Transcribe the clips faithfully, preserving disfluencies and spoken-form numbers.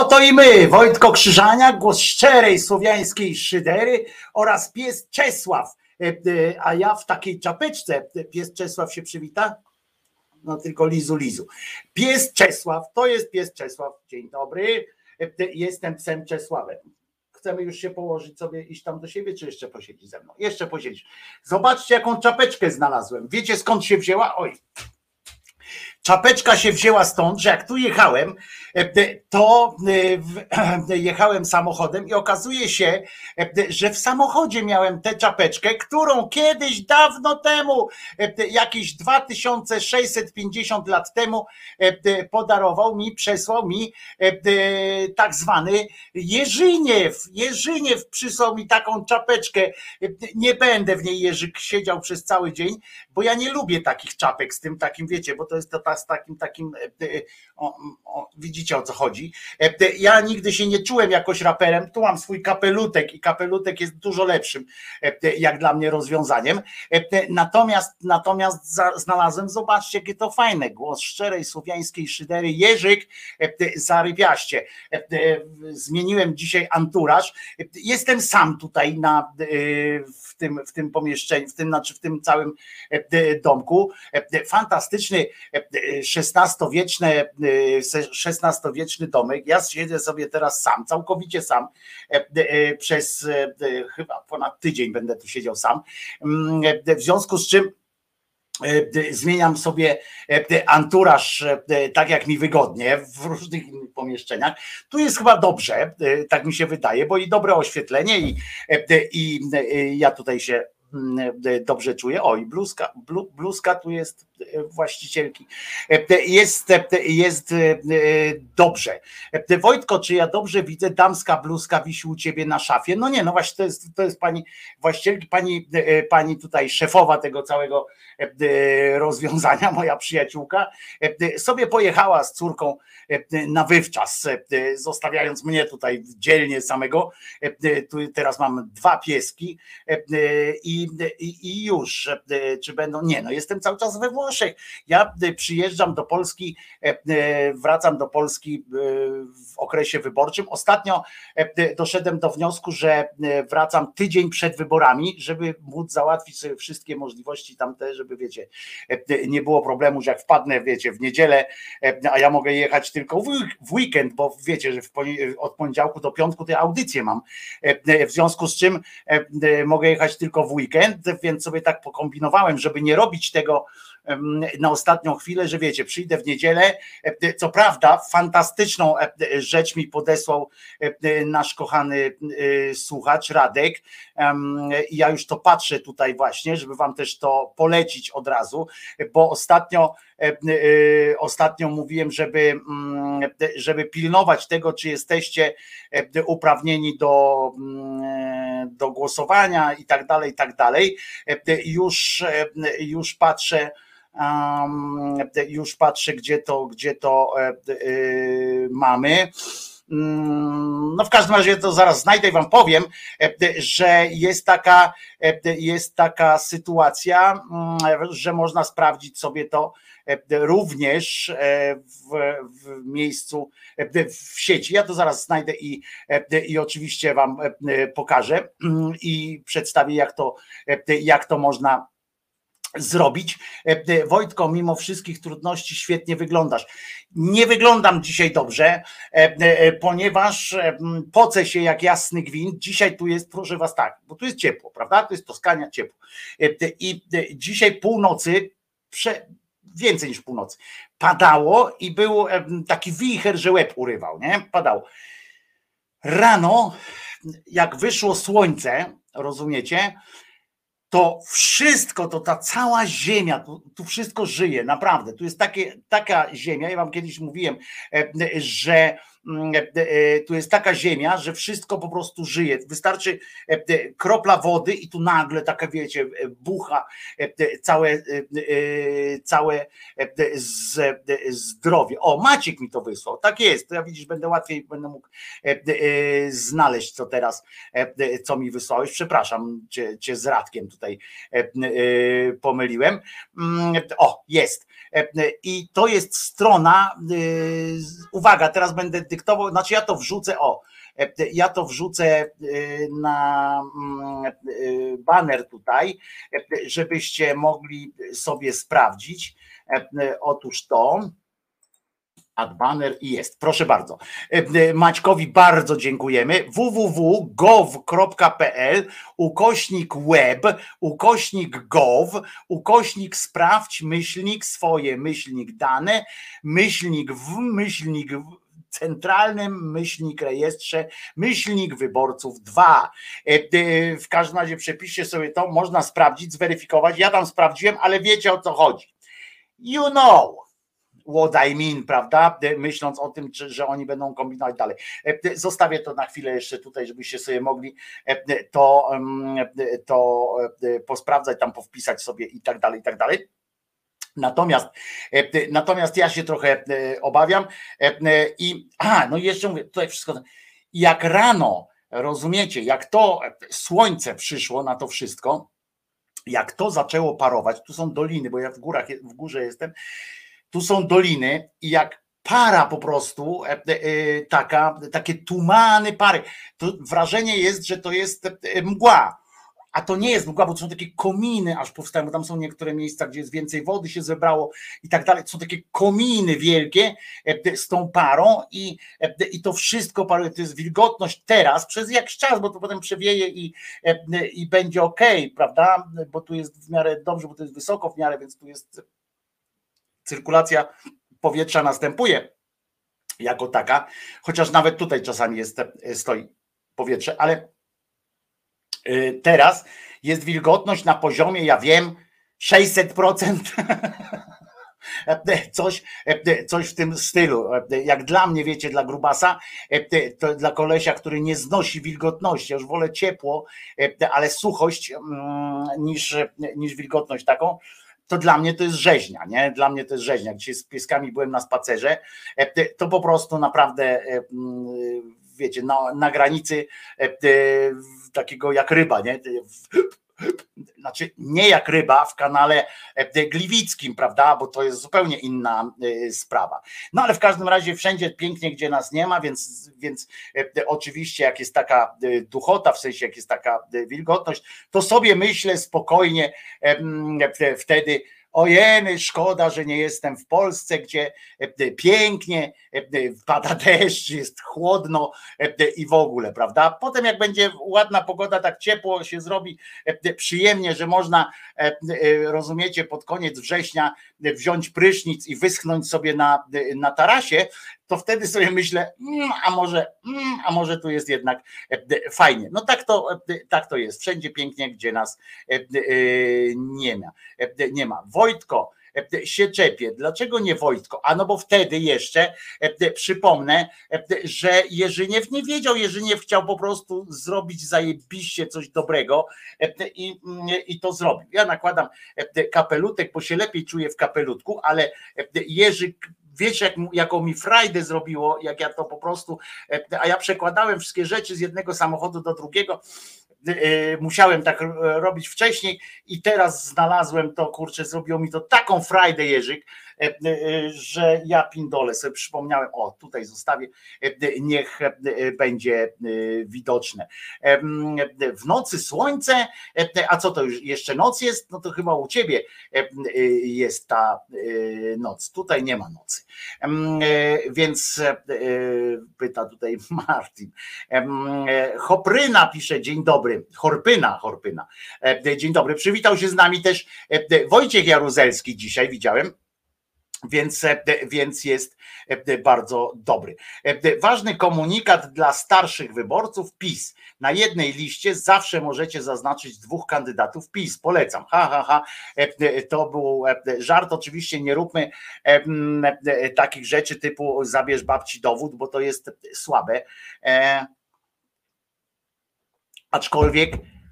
Oto i my, Wojtko Krzyżaniak, głos szczerej słowiańskiej szydery oraz pies Czesław. A ja w takiej czapeczce, pies Czesław się przywita? No tylko Lizu, Lizu. Pies Czesław, to jest pies Czesław, dzień dobry, jestem psem Czesławem. Chcemy już się położyć sobie, iść tam do siebie, czy jeszcze posiedzieć ze mną? Jeszcze posiedzieć. Zobaczcie, jaką czapeczkę znalazłem. Wiecie, skąd się wzięła? Oj. Czapeczka się wzięła stąd, że jak tu jechałem, to jechałem samochodem i okazuje się, że w samochodzie miałem tę czapeczkę, którą kiedyś dawno temu, jakieś dwa tysiące sześćset pięćdziesiąt lat temu podarował mi, przesłał mi tak zwany Jerzyniew. Jerzyniew przysłał mi taką czapeczkę. Nie będę w niej, Jerzyk, siedział przez cały dzień, bo ja nie lubię takich czapek z tym takim, wiecie, bo to jest to ta, z takim takim, o, o, widzicie, o co chodzi. Ja nigdy się nie czułem jakoś raperem, tu mam swój kapelutek i kapelutek jest dużo lepszym jak dla mnie rozwiązaniem. Natomiast natomiast znalazłem, zobaczcie, jakie to fajne, głos szczerej słowiańskiej szydery, Jerzyk zarybiaście. Zmieniłem dzisiaj anturaż. Jestem sam tutaj na, w tym, w tym pomieszczeniu, w tym, znaczy w tym całym domku. Fantastyczny szesnastowieczny, szesnastowieczny domek. Ja siedzę sobie teraz sam, całkowicie sam. Przez chyba ponad tydzień będę tu siedział sam. W związku z czym zmieniam sobie anturaż tak, jak mi wygodnie w różnych innych pomieszczeniach. Tu jest chyba dobrze, tak mi się wydaje, bo i dobre oświetlenie i, i, i ja tutaj się dobrze czuję. O, i bluzka, bluzka tu jest właścicielki. Jest, jest dobrze. Wojtko, czy ja dobrze widzę, damska bluzka wisi u ciebie na szafie? No nie, no właśnie to jest, to jest pani właścicielki, pani, pani tutaj szefowa tego całego rozwiązania, moja przyjaciółka, sobie pojechała z córką na wywczas, zostawiając mnie tutaj dzielnie samego. Tu teraz mam dwa pieski i, i, i już, czy będą, nie, no jestem cały czas we Włoszech. Ja przyjeżdżam do Polski, wracam do Polski w okresie wyborczym. Ostatnio doszedłem do wniosku, że wracam tydzień przed wyborami, żeby móc załatwić sobie wszystkie możliwości tamte, żeby, wiecie, nie było problemu, że jak wpadnę, wiecie, w niedzielę, a ja mogę jechać tylko w weekend, bo wiecie, że od poniedziałku do piątku te audycje mam, w związku z czym mogę jechać tylko w weekend, więc sobie tak pokombinowałem, żeby nie robić tego na ostatnią chwilę, że wiecie, przyjdę w niedzielę. Co prawda fantastyczną rzecz mi podesłał nasz kochany słuchacz Radek i ja już to patrzę tutaj właśnie, żeby wam też to polecić od razu, bo ostatnio ostatnio mówiłem, żeby, żeby pilnować tego, czy jesteście uprawnieni do, do głosowania i tak dalej, i tak dalej. Już, już patrzę, już patrzę, gdzie to, gdzie to mamy. No w każdym razie to zaraz znajdę i wam powiem, że jest taka, jest taka sytuacja, że można sprawdzić sobie to również w, w miejscu, w sieci. Ja to zaraz znajdę i, i oczywiście wam pokażę i przedstawię, jak to, jak to można zrobić. Wojtko, mimo wszystkich trudności świetnie wyglądasz. Nie wyglądam dzisiaj dobrze, ponieważ pocę się jak jasny gwint. Dzisiaj tu jest, proszę was, tak, bo tu jest ciepło, prawda? To jest Toskania, ciepło. I dzisiaj północy, prze, więcej niż północy, padało i był taki wicher, że łeb urywał, nie? Padało. Rano, jak wyszło słońce, rozumiecie, to wszystko, to ta cała ziemia, tu, tu wszystko żyje, naprawdę. Tu jest takie, taka ziemia, ja wam kiedyś mówiłem, że tu jest taka ziemia, że wszystko po prostu żyje. Wystarczy kropla wody i tu nagle taka, wiecie, bucha całe, całe zdrowie. O, Maciek mi to wysłał. Tak jest. To ja widzisz, będę łatwiej, będę mógł znaleźć co teraz, co mi wysłałeś. Przepraszam cię, cię z Radkiem tutaj pomyliłem. O, jest. I to jest strona, uwaga, teraz będę dyktował, znaczy ja to wrzucę, o, ja to wrzucę na baner tutaj, żebyście mogli sobie sprawdzić. Otóż to. Add banner i jest. Proszę bardzo. Maćkowi bardzo dziękujemy. w w w kropka gov kropka p l ukośnik web, ukośnik gov, ukośnik sprawdź, myślnik swoje, myślnik dane, myślnik w, myślnik w centralnym, myślnik rejestrze, myślnik wyborców dwa. W każdym razie przepiszcie sobie to, można sprawdzić, zweryfikować. Ja tam sprawdziłem, ale wiecie, o co chodzi. You know what I mean, prawda? Myśląc o tym, czy, że oni będą kombinować dalej. Zostawię to na chwilę jeszcze tutaj, żebyście sobie mogli to, to posprawdzać, tam powpisać sobie i tak dalej, i tak dalej. Natomiast, natomiast ja się trochę obawiam i a, no jeszcze mówię, tutaj wszystko, jak rano, rozumiecie, jak to słońce przyszło na to wszystko, jak to zaczęło parować, tu są doliny, bo ja w górach, w górze jestem, tu są doliny i jak para po prostu, taka, takie tumany pary, to wrażenie jest, że to jest mgła. A to nie jest mgła, bo to są takie kominy aż powstają, bo tam są niektóre miejsca, gdzie jest więcej wody się zebrało i tak dalej. To są takie kominy wielkie z tą parą i, i to wszystko paruje. To jest wilgotność teraz przez jakiś czas, bo to potem przewieje i, i będzie okej, prawda? Bo tu jest w miarę dobrze, bo to jest wysoko w miarę, więc tu jest cyrkulacja powietrza następuje jako taka, chociaż nawet tutaj czasami jest, stoi powietrze, ale teraz jest wilgotność na poziomie, ja wiem, sześćset procent. Coś, coś w tym stylu. Jak dla mnie, wiecie, dla grubasa, to dla kolesia, który nie znosi wilgotności. Ja już wolę ciepło, ale suchość niż, niż wilgotność taką. To dla mnie to jest rzeźnia, nie? Dla mnie to jest rzeźnia. Dzisiaj z pieskami byłem na spacerze, to po prostu naprawdę, wiecie, na, na granicy takiego jak ryba, nie? Znaczy nie jak ryba w kanale gliwickim, prawda, bo to jest zupełnie inna sprawa. No ale w każdym razie wszędzie pięknie, gdzie nas nie ma, więc, więc oczywiście jak jest taka duchota, w sensie jak jest taka wilgotność, to sobie myślę spokojnie wtedy, ojeny, szkoda, że nie jestem w Polsce, gdzie pięknie pada deszcz, jest chłodno i w ogóle, prawda? Potem jak będzie ładna pogoda, tak ciepło się zrobi, przyjemnie, że można, rozumiecie, pod koniec września wziąć prysznic i wyschnąć sobie na, na tarasie, to wtedy sobie myślę, mm, a może, mm, a może tu jest jednak fajnie. No tak to, tak to jest. Wszędzie pięknie, gdzie nas nie ma. Nie ma. Wojtko się czepie. Dlaczego nie Wojtko? A no bo wtedy jeszcze przypomnę, że Jerzyniew nie wiedział, Jerzyniew chciał po prostu zrobić zajebiście coś dobrego i, i to zrobił. Ja nakładam kapelutek, bo się lepiej czuję w kapelutku, ale Jerzy, wiesz, jak, jaką mi frajdę zrobiło, jak ja to po prostu, a ja przekładałem wszystkie rzeczy z jednego samochodu do drugiego, musiałem tak robić wcześniej i teraz znalazłem to, kurczę, zrobiło mi to taką frajdę, Jerzyk, że ja pindolę sobie przypomniałem, o tutaj zostawię, niech będzie widoczne. W nocy słońce, a co to już jeszcze noc jest? No to chyba u ciebie jest ta noc, tutaj nie ma nocy. Więc pyta tutaj Martin. Chopryna pisze, dzień dobry, Chorpyna, Chorpyna, dzień dobry, przywitał się z nami też Wojciech Jaruzelski dzisiaj, widziałem. Więc, więc jest bardzo dobry. Ważny komunikat dla starszych wyborców PiS. Na jednej liście zawsze możecie zaznaczyć dwóch kandydatów PiS. Polecam. Ha, ha, ha. To był żart. Oczywiście nie róbmy takich rzeczy typu zabierz babci dowód, bo to jest słabe. Aczkolwiek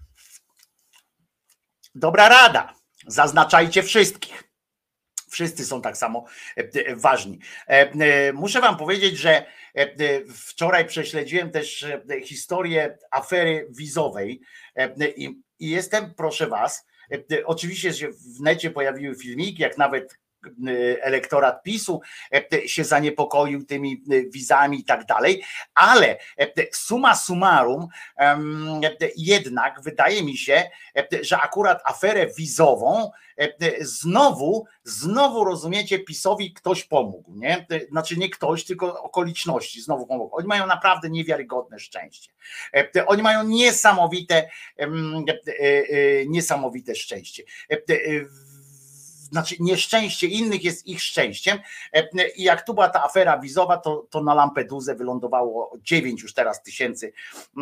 dobra rada. Zaznaczajcie wszystkich. Wszyscy są tak samo ważni. Muszę wam powiedzieć, że wczoraj prześledziłem też historię afery wizowej i jestem, proszę was, oczywiście się w necie pojawiły filmiki, jak nawet elektorat PiSu się zaniepokoił tymi wizami i tak dalej, ale summa summarum jednak wydaje mi się, że akurat aferę wizową znowu, znowu rozumiecie, PiSowi ktoś pomógł, nie? Znaczy nie ktoś, tylko okoliczności znowu pomogą. Oni mają naprawdę niewiarygodne szczęście. Oni mają niesamowite, niesamowite szczęście. Znaczy nieszczęście innych jest ich szczęściem i jak tu była ta afera wizowa, to, to na Lampedusę wylądowało dziewięć już teraz tysięcy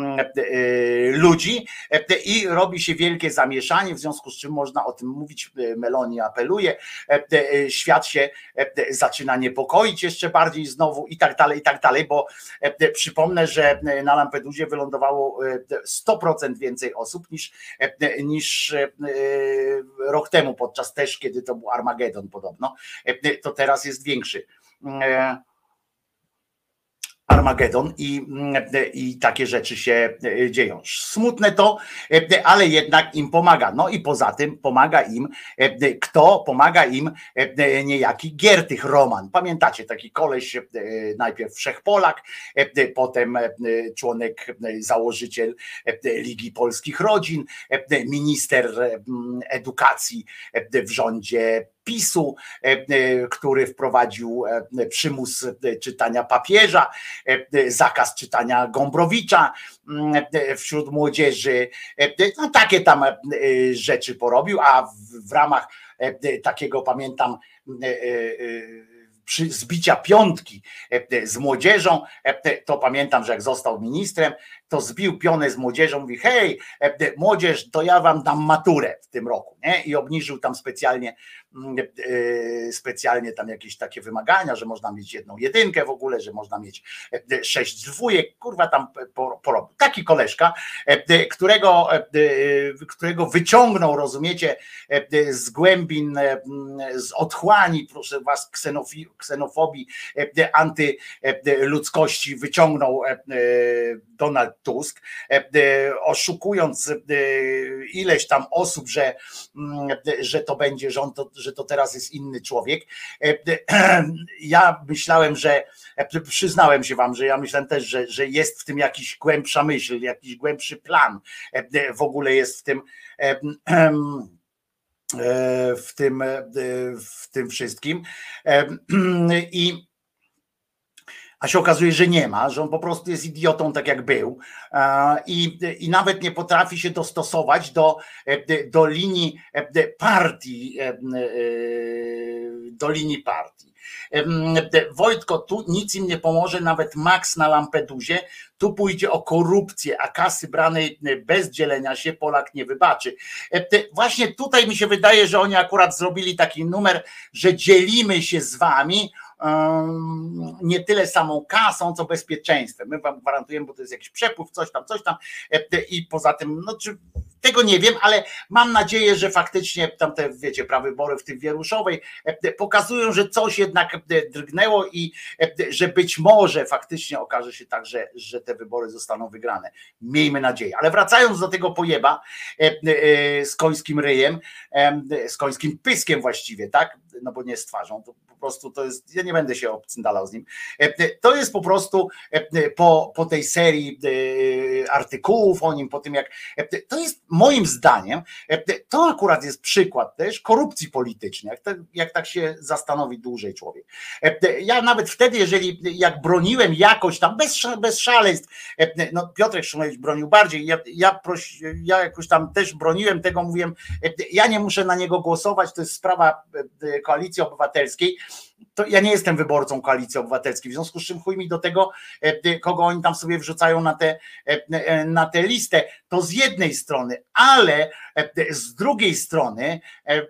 ludzi i robi się wielkie zamieszanie, w związku z czym można o tym mówić, Meloni apeluje, świat się zaczyna niepokoić jeszcze bardziej znowu i tak dalej, i tak dalej, bo przypomnę, że na Lampedusie wylądowało sto procent więcej osób niż, niż rok temu, podczas też, kiedy to był Armagedon podobno, to teraz jest większy Armagedon i, i takie rzeczy się dzieją. Smutne to, ale jednak im pomaga. No i poza tym pomaga im kto? Pomaga im niejaki Giertych Roman. Pamiętacie, taki koleś, najpierw Wszechpolak, potem członek, założyciel Ligi Polskich Rodzin, minister edukacji w rządzie PiSu, który wprowadził przymus czytania papieża, zakaz czytania Gombrowicza wśród młodzieży, no takie tam rzeczy porobił, a w, w ramach takiego, pamiętam, przy zbicia piątki z młodzieżą, to pamiętam, że jak został ministrem, to zbił pionę z młodzieżą, mówi: hej, młodzież, to ja wam dam maturę w tym roku, nie? I obniżył tam specjalnie, specjalnie tam jakieś takie wymagania, że można mieć jedną jedynkę w ogóle, że można mieć sześć dwójek, kurwa tam porobił. Taki koleżka, którego, którego wyciągnął, rozumiecie, z głębin, z otchłani, proszę was, ksenofobii, ksenofobii, antyludzkości, wyciągnął Donald Tusk, oszukując ileś tam osób, że, że to będzie rząd, że to teraz jest inny człowiek. Ja myślałem, że przyznałem się wam, że ja myślałem też, że, że jest w tym jakiś głębsza myśl, jakiś głębszy plan w ogóle jest w tym w tym, w tym wszystkim. I a się okazuje, że nie ma, że on po prostu jest idiotą, tak jak był, i, i nawet nie potrafi się dostosować do, do linii partii, do linii partii. Wojtko, tu nic im nie pomoże, nawet Max na Lampedusie, tu pójdzie o korupcję, a kasy branej bez dzielenia się Polak nie wybaczy. Właśnie tutaj mi się wydaje, że oni akurat zrobili taki numer, że dzielimy się z wami, nie tyle samą kasą, co bezpieczeństwem. My wam gwarantujemy, bo to jest jakiś przepływ, coś tam, coś tam i poza tym, no czy tego nie wiem, ale mam nadzieję, że faktycznie tamte, wiecie, prawybory w tym Wieruszowej pokazują, że coś jednak drgnęło i że być może faktycznie okaże się tak, że, że te wybory zostaną wygrane. Miejmy nadzieję. Ale wracając do tego pojeba z końskim ryjem, z końskim pyskiem właściwie, tak? No bo nie z twarzą, to po prostu to jest, ja nie będę się obcyndalał z nim. To jest po prostu po, po tej serii artykułów o nim, po tym jak, to jest moim zdaniem, to akurat jest przykład też korupcji politycznej, jak, tak, jak tak się zastanowi dłużej człowiek. Ja nawet wtedy, jeżeli jak broniłem jakoś tam, bez, bez szaleństw, no Piotrek Szumlewicz bronił bardziej, ja, ja, proś, ja jakoś tam też broniłem tego, mówiłem, ja nie muszę na niego głosować, to jest sprawa Koalicji Obywatelskiej, to ja nie jestem wyborcą Koalicji Obywatelskiej, w związku z czym chuj mi do tego, kogo oni tam sobie wrzucają na tę na tę listę, to z jednej strony, ale z drugiej strony,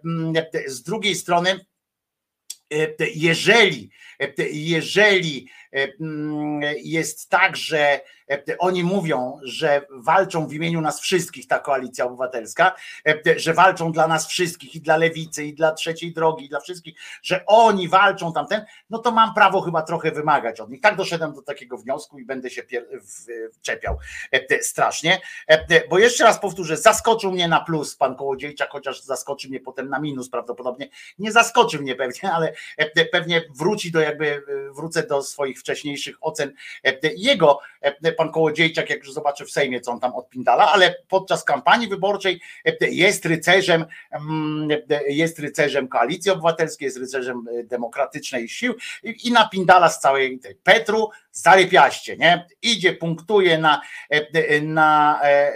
z drugiej strony, jeżeli, jeżeli jest tak, że oni mówią, że walczą w imieniu nas wszystkich, ta Koalicja Obywatelska, że walczą dla nas wszystkich i dla Lewicy i dla Trzeciej Drogi i dla wszystkich, że oni walczą tamten, no to mam prawo chyba trochę wymagać od nich. Tak doszedłem do takiego wniosku i będę się czepiał strasznie, bo jeszcze raz powtórzę, zaskoczył mnie na plus pan Kołodziejczak, chociaż zaskoczy mnie potem na minus prawdopodobnie, nie zaskoczy mnie pewnie, ale pewnie wróci do jakby, wrócę do swoich wcześniejszych ocen jego, pan Kołodziejczak, jak już zobaczę w Sejmie, co on tam odpindala, ale podczas kampanii wyborczej jest rycerzem, jest rycerzem Koalicji Obywatelskiej, jest rycerzem Demokratycznej Sił i napindala z całej tej Petru, zarypiaście, nie? Idzie, punktuje na, na,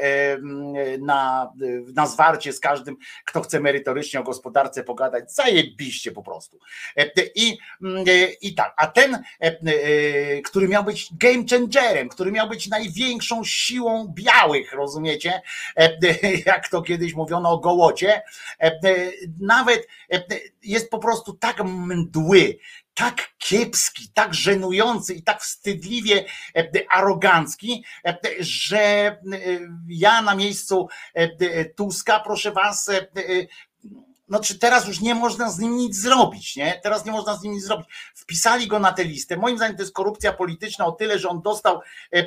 na, na zwarcie z każdym, kto chce merytorycznie o gospodarce pogadać, zajebiście po prostu. I, i tak, a ten, który miał być game changerem, który miał być największą siłą białych, rozumiecie, jak to kiedyś mówiono o Gołocie, nawet jest po prostu tak mdły, tak kiepski, tak żenujący i tak wstydliwie arogancki, że ja na miejscu Tuska, proszę was, no czy teraz już nie można z nim nic zrobić, nie? Teraz nie można z nim nic zrobić. Wpisali go na tę listę. Moim zdaniem to jest korupcja polityczna o tyle, że on dostał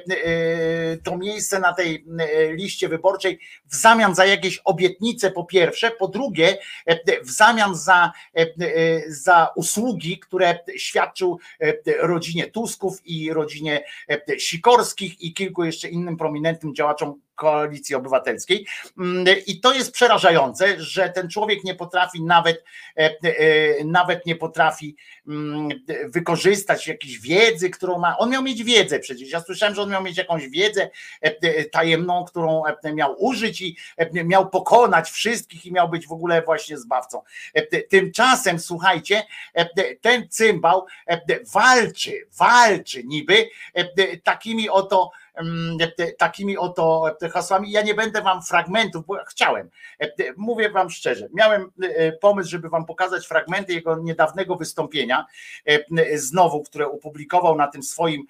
to miejsce na tej liście wyborczej w zamian za jakieś obietnice po pierwsze, po drugie w zamian za, za usługi, które świadczył rodzinie Tusków i rodzinie Sikorskich i kilku jeszcze innym prominentnym działaczom Koalicji Obywatelskiej. I to jest przerażające, że ten człowiek nie potrafi nawet, nawet nie potrafi wykorzystać jakiejś wiedzy, którą ma. On miał mieć wiedzę przecież. Ja słyszałem, że on miał mieć jakąś wiedzę tajemną, którą miał użyć i miał pokonać wszystkich i miał być w ogóle właśnie zbawcą. Tymczasem, słuchajcie, ten cymbał walczy, walczy niby takimi oto takimi oto hasłami. Ja nie będę wam fragmentów, bo chciałem, mówię wam szczerze, miałem pomysł, żeby wam pokazać fragmenty jego niedawnego wystąpienia, znowu, które opublikował na tym swoim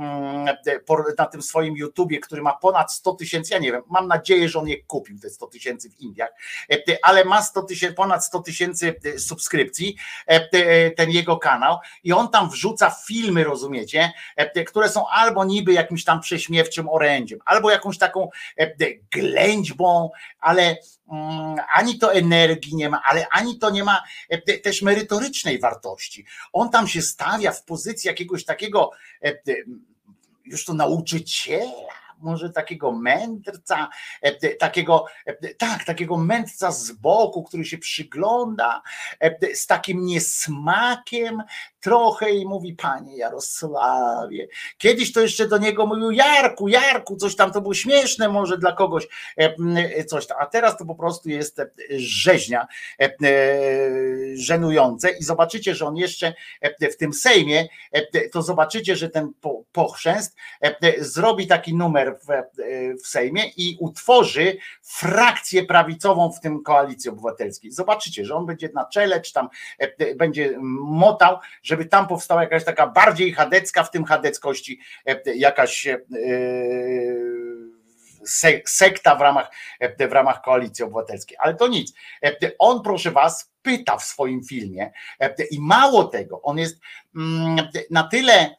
na tym swoim YouTubie, który ma ponad sto tysięcy, ja nie wiem, mam nadzieję, że on je kupił, te sto tysięcy w Indiach, ale ma sto tysięcy, ponad sto tysięcy subskrypcji, ten jego kanał i on tam wrzuca filmy, rozumiecie, które są albo niby jakimś tam prześmiewczym orędziem, albo jakąś taką ględźbą, ale ani to energii nie ma, ale ani to nie ma też merytorycznej wartości. On tam się stawia w pozycji jakiegoś takiego już to nauczyciela, może takiego mędrca, takiego, tak, takiego mędrca z boku, który się przygląda z takim niesmakiem trochę i mówi: panie Jarosławie. Kiedyś to jeszcze do niego mówił: Jarku, Jarku, coś tam, to było śmieszne może dla kogoś, coś tam, a teraz to po prostu jest rzeźnia żenujące i zobaczycie, że on jeszcze w tym Sejmie, to zobaczycie, że ten pochrzęst zrobi taki numer w, w Sejmie i utworzy frakcję prawicową w tym Koalicji Obywatelskiej. Zobaczycie, że on będzie na czele, czy tam będzie motał, żeby tam powstała jakaś taka bardziej chadecka, w tym chadeckości jakaś sekta w ramach, w ramach Koalicji Obywatelskiej. Ale to nic. On, proszę was, pyta w swoim filmie i mało tego, on jest na tyle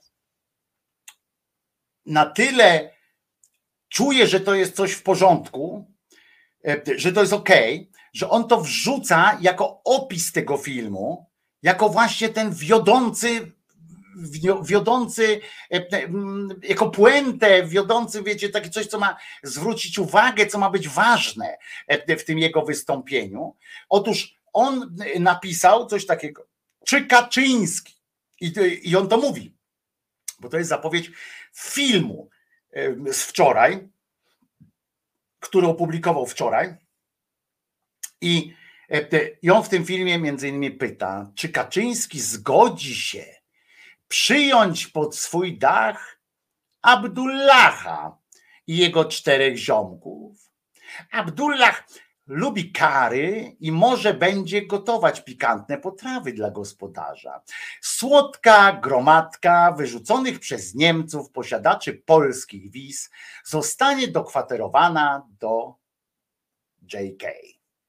na tyle czuje, że to jest coś w porządku, że to jest okej, że on to wrzuca jako opis tego filmu, jako właśnie ten wiodący, wiodący, jako puentę, wiodący, wiecie, takie coś, co ma zwrócić uwagę, co ma być ważne w tym jego wystąpieniu. Otóż on napisał coś takiego: czy Kaczyński, i, i on to mówi, bo to jest zapowiedź filmu z wczoraj, który opublikował wczoraj i, i on w tym filmie między innymi pyta, czy Kaczyński zgodzi się przyjąć pod swój dach Abdullaha i jego czterech ziomków. Abdullah lubi kary i może będzie gotować pikantne potrawy dla gospodarza. Słodka gromadka wyrzuconych przez Niemców posiadaczy polskich wiz zostanie dokwaterowana do J K.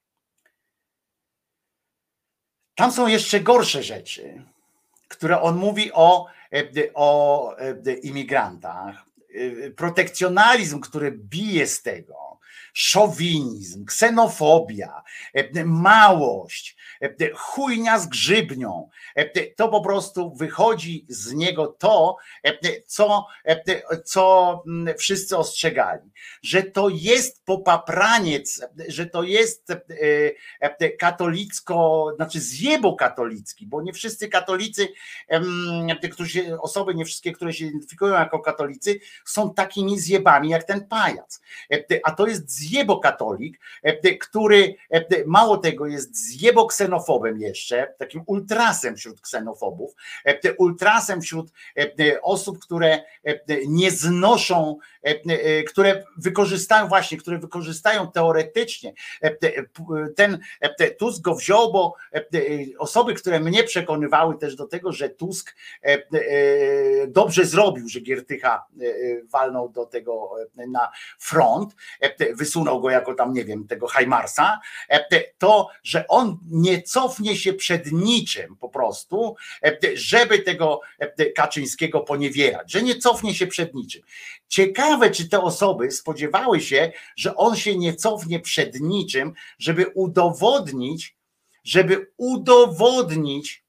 Tam są jeszcze gorsze rzeczy, które on mówi o, o imigrantach. Protekcjonalizm, który bije z tego, szowinizm, ksenofobia, małość, chujnia z grzybnią. To po prostu wychodzi z niego to, co, co wszyscy ostrzegali, że to jest popapraniec, że to jest katolicko, znaczy zjebo katolicki, bo nie wszyscy katolicy, którzy się, osoby nie wszystkie, które się identyfikują jako katolicy, są takimi zjebami jak ten pajac. A to jest zjebokatolik, który mało tego jest zjeboksenofobem jeszcze, takim ultrasem wśród ksenofobów, ultrasem wśród osób, które nie znoszą, które wykorzystają właśnie, które wykorzystają teoretycznie. Ten Tusk go wziął, bo osoby, które mnie przekonywały też do tego, że Tusk dobrze zrobił, że Giertycha walnął do tego na front, wysunął go jako tam, nie wiem, tego Hajmarsa, to, że on nie cofnie się przed niczym po prostu, żeby tego Kaczyńskiego poniewierać, że nie cofnie się przed niczym. Ciekawe, czy te osoby spodziewały się, że on się nie cofnie przed niczym, żeby udowodnić, żeby udowodnić,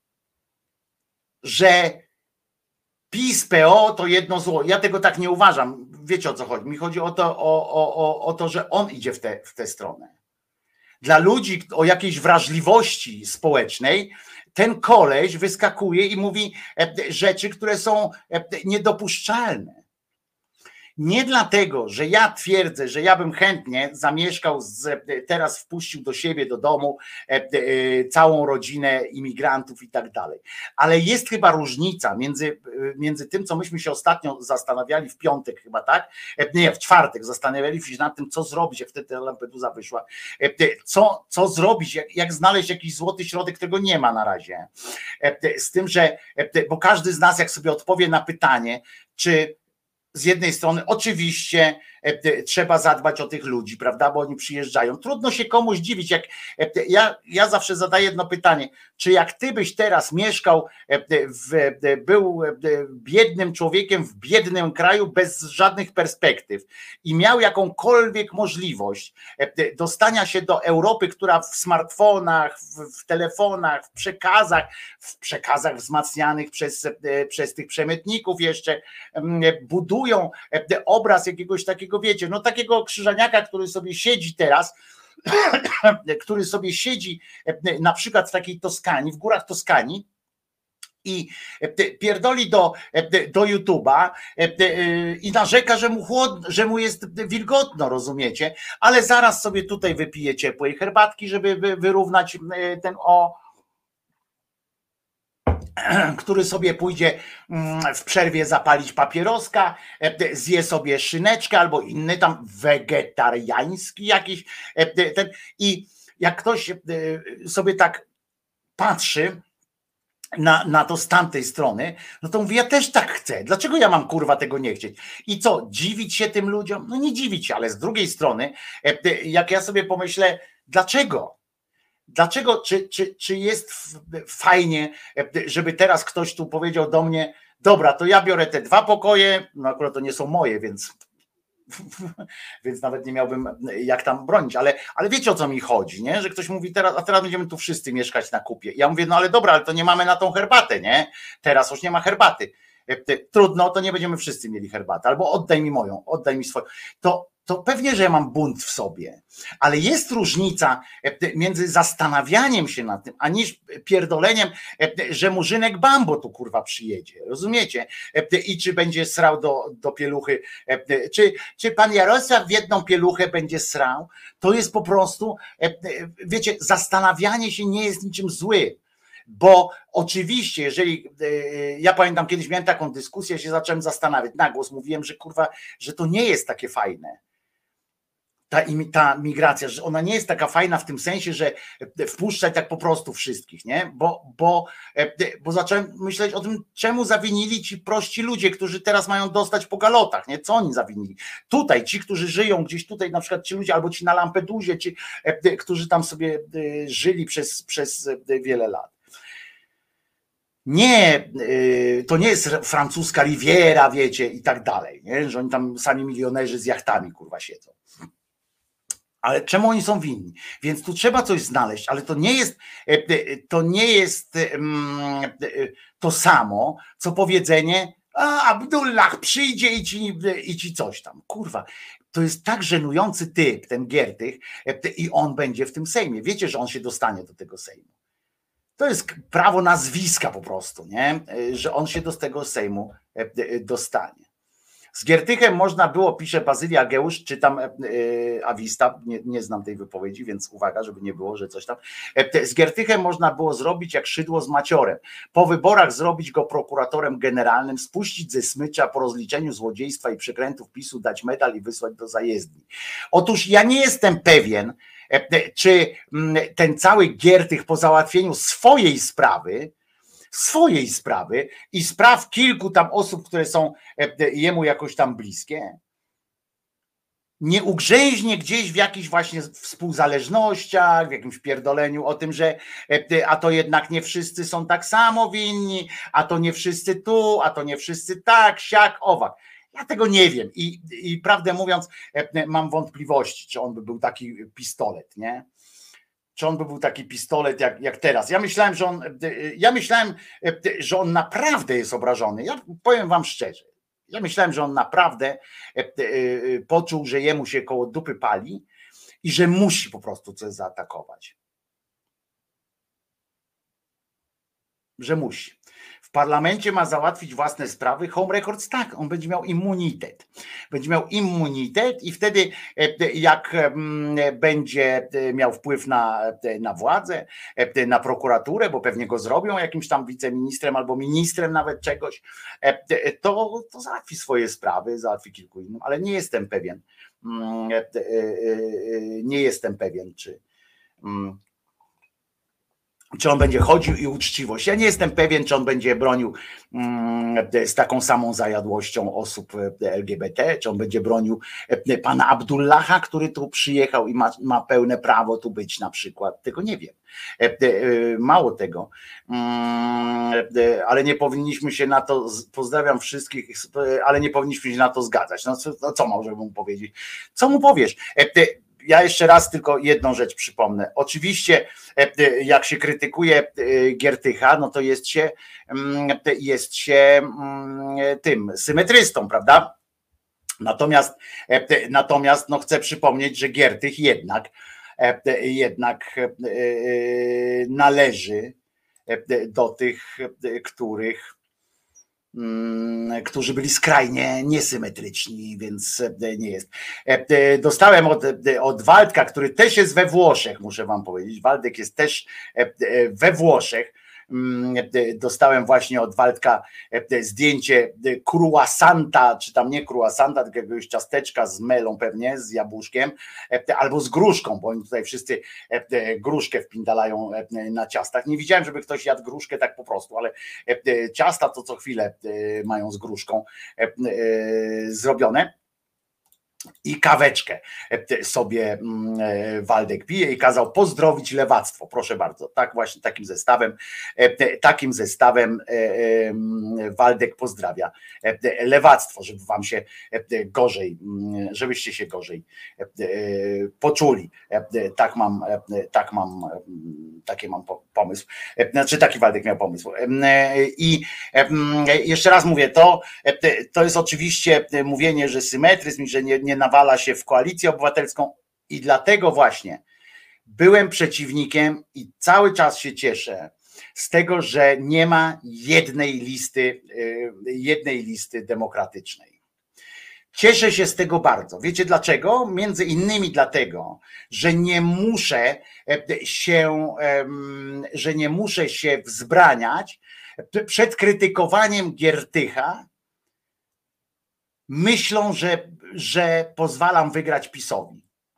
że PiS, P O to jedno zło. Ja tego tak nie uważam. Wiecie, o co chodzi. Mi chodzi o to, o, o, o to, że on idzie w tę w tę stronę. Dla ludzi o jakiejś wrażliwości społecznej ten koleś wyskakuje i mówi rzeczy, które są niedopuszczalne. Nie dlatego, że ja twierdzę, że ja bym chętnie zamieszkał, z, teraz wpuścił do siebie, do domu całą rodzinę imigrantów i tak dalej. Ale jest chyba różnica między, między tym, co myśmy się ostatnio zastanawiali w piątek chyba, tak? Nie, w czwartek zastanawialiśmy się nad tym, co zrobić, jak wtedy Lampedusa wyszła. Co, co zrobić, jak, jak znaleźć jakiś złoty środek, tego nie ma na razie. Z tym, że, bo każdy z nas, jak sobie odpowie na pytanie, czy z jednej strony oczywiście trzeba zadbać o tych ludzi, prawda, bo oni przyjeżdżają. Trudno się komuś dziwić, jak ja, ja zawsze zadaję jedno pytanie, czy jak ty byś teraz mieszkał, w, był biednym człowiekiem w biednym kraju bez żadnych perspektyw i miał jakąkolwiek możliwość dostania się do Europy, która w smartfonach, w, w telefonach, w przekazach, w przekazach wzmacnianych przez, przez tych przemytników jeszcze budują obraz jakiegoś takiego, wiecie, no takiego Krzyżaniaka, który sobie siedzi teraz, który sobie siedzi na przykład w takiej Toskanii, w górach Toskanii i pierdoli do, do YouTube'a i narzeka, że mu chłodno, że mu jest wilgotno, rozumiecie, ale zaraz sobie tutaj wypije ciepłej herbatki, żeby wyrównać ten o który sobie pójdzie w przerwie zapalić papieroska, zje sobie szyneczkę albo inny tam wegetariański jakiś ten, i jak ktoś sobie tak patrzy na, na to z tamtej strony, no to mówi, ja też tak chcę, dlaczego ja mam kurwa tego nie chcieć? I co, dziwić się tym ludziom? No nie dziwić się, ale z drugiej strony, jak ja sobie pomyślę, dlaczego? Dlaczego, czy, czy, czy jest fajnie, żeby teraz ktoś tu powiedział do mnie, dobra, to ja biorę te dwa pokoje, no akurat to nie są moje, więc, więc nawet nie miałbym jak tam bronić, ale, ale wiecie, o co mi chodzi, nie? Że ktoś mówi, teraz, a teraz będziemy tu wszyscy mieszkać na kupie. Ja mówię, no ale dobra, ale to nie mamy na tą herbatę, nie? Teraz już nie ma herbaty. Trudno, to nie będziemy wszyscy mieli herbatę, albo oddaj mi moją, oddaj mi swoją. To to pewnie, że ja mam bunt w sobie, ale jest różnica między zastanawianiem się nad tym, a niż pierdoleniem, że Murzynek Bambo tu kurwa przyjedzie, rozumiecie? I czy będzie srał do, do pieluchy, czy, czy pan Jarosław w jedną pieluchę będzie srał, to jest po prostu, wiecie, zastanawianie się nie jest niczym złym. Bo oczywiście, jeżeli ja pamiętam, kiedyś miałem taką dyskusję, się zacząłem zastanawiać, na głos mówiłem, że kurwa, że to nie jest takie fajne. ta, ta migracja, że ona nie jest taka fajna w tym sensie, że wpuszczać tak po prostu wszystkich, nie? Bo, bo, bo zacząłem myśleć o tym, czemu zawinili ci prości ludzie, którzy teraz mają dostać po galotach, nie? Co oni zawinili? Tutaj ci, którzy żyją gdzieś tutaj, na przykład ci ludzie, albo ci na Lampedusie, ci, którzy tam sobie żyli przez, przez wiele lat. Nie, to nie jest francuska Riviera, wiecie, i tak dalej, nie? Że oni tam sami milionerzy z jachtami, kurwa, siedzą. Ale czemu oni są winni? Więc tu trzeba coś znaleźć, ale to nie jest, to nie jest to samo, co powiedzenie, a Abdullah przyjdzie i ci, i ci coś tam. Kurwa, to jest tak żenujący typ, ten Giertych, i on będzie w tym Sejmie. Wiecie, że on się dostanie do tego Sejmu. To jest prawo nazwiska po prostu, nie? Że on się do tego Sejmu dostanie. Z Giertychem można było, pisze Bazyli Ageusz, czytam yy, Awista, nie, nie znam tej wypowiedzi, więc uwaga, żeby nie było, że coś tam. Z Giertychem można było zrobić jak Szydło z Maciorem. Po wyborach zrobić go prokuratorem generalnym, spuścić ze smycza, po rozliczeniu złodziejstwa i przekrętów PiSu dać medal i wysłać do zajezdni. Otóż ja nie jestem pewien, czy ten cały Giertych po załatwieniu swojej sprawy, swojej sprawy i spraw kilku tam osób, które są jemu jakoś tam bliskie, nie ugrzęźnie gdzieś w jakichś właśnie współzależnościach, w jakimś pierdoleniu o tym, że a to jednak nie wszyscy są tak samo winni, a to nie wszyscy tu, a to nie wszyscy tak, siak, owak. Ja tego nie wiem i, i prawdę mówiąc mam wątpliwości, czy on by był taki pistolet, nie? Czy on by był taki pistolet jak, jak teraz. Ja myślałem, że on, ja myślałem, że on naprawdę jest obrażony. Ja powiem wam szczerze. Ja myślałem, że on naprawdę poczuł, że jemu się koło dupy pali i że musi po prostu coś zaatakować. Że musi. W parlamencie ma załatwić własne sprawy. Home Records tak, on będzie miał immunitet. Będzie miał immunitet i wtedy jak będzie miał wpływ na, na władzę, na prokuraturę, bo pewnie go zrobią jakimś tam wiceministrem albo ministrem nawet czegoś, to, to załatwi swoje sprawy, załatwi kilku innych, ale nie jestem pewien, nie jestem pewien, czy czy on będzie chodził i uczciwość. Ja nie jestem pewien, czy on będzie bronił z taką samą zajadłością osób L G B T, czy on będzie bronił pana Abdullaha, który tu przyjechał i ma, ma pełne prawo tu być na przykład. Tego nie wiem. Mało tego. Ale nie powinniśmy się na to, pozdrawiam wszystkich, ale nie powinniśmy się na to zgadzać. No co, no co możemy mu powiedzieć? Co mu powiesz? Ja jeszcze raz tylko jedną rzecz przypomnę. Oczywiście jak się krytykuje Giertycha, no to jest się, jest się tym symetrystą, prawda? Natomiast, natomiast no chcę przypomnieć, że Giertych jednak, jednak należy do tych, których którzy byli skrajnie niesymetryczni, więc nie jest. Dostałem od, od Waldka, który też jest we Włoszech, muszę wam powiedzieć. Waldek jest też we Włoszech. Dostałem właśnie od Waldka zdjęcie croissanta, czy tam nie croissanta, tylko jakiegoś ciasteczka z melą pewnie, z jabłuszkiem, albo z gruszką, bo oni tutaj wszyscy gruszkę wpindalają na ciastach. Nie widziałem, żeby ktoś jadł gruszkę tak po prostu, ale ciasta to co chwilę mają z gruszką zrobione. I kaweczkę sobie Waldek pije i kazał pozdrowić lewactwo. Proszę bardzo, tak właśnie takim zestawem, takim zestawem Waldek pozdrawia lewactwo, żeby wam się gorzej, żebyście się gorzej poczuli. Tak mam, tak mam, taki mam pomysł. Znaczy taki Waldek miał pomysł. I jeszcze raz mówię, to, to jest oczywiście mówienie, że symetryzm i że nie nie nawala się w Koalicję Obywatelską i dlatego właśnie byłem przeciwnikiem i cały czas się cieszę z tego, że nie ma jednej listy, jednej listy demokratycznej. Cieszę się z tego bardzo. Wiecie dlaczego? Między innymi dlatego, że nie muszę się, że nie muszę się wzbraniać przed krytykowaniem Giertycha, myślą, że, że pozwalam wygrać PiS-owi.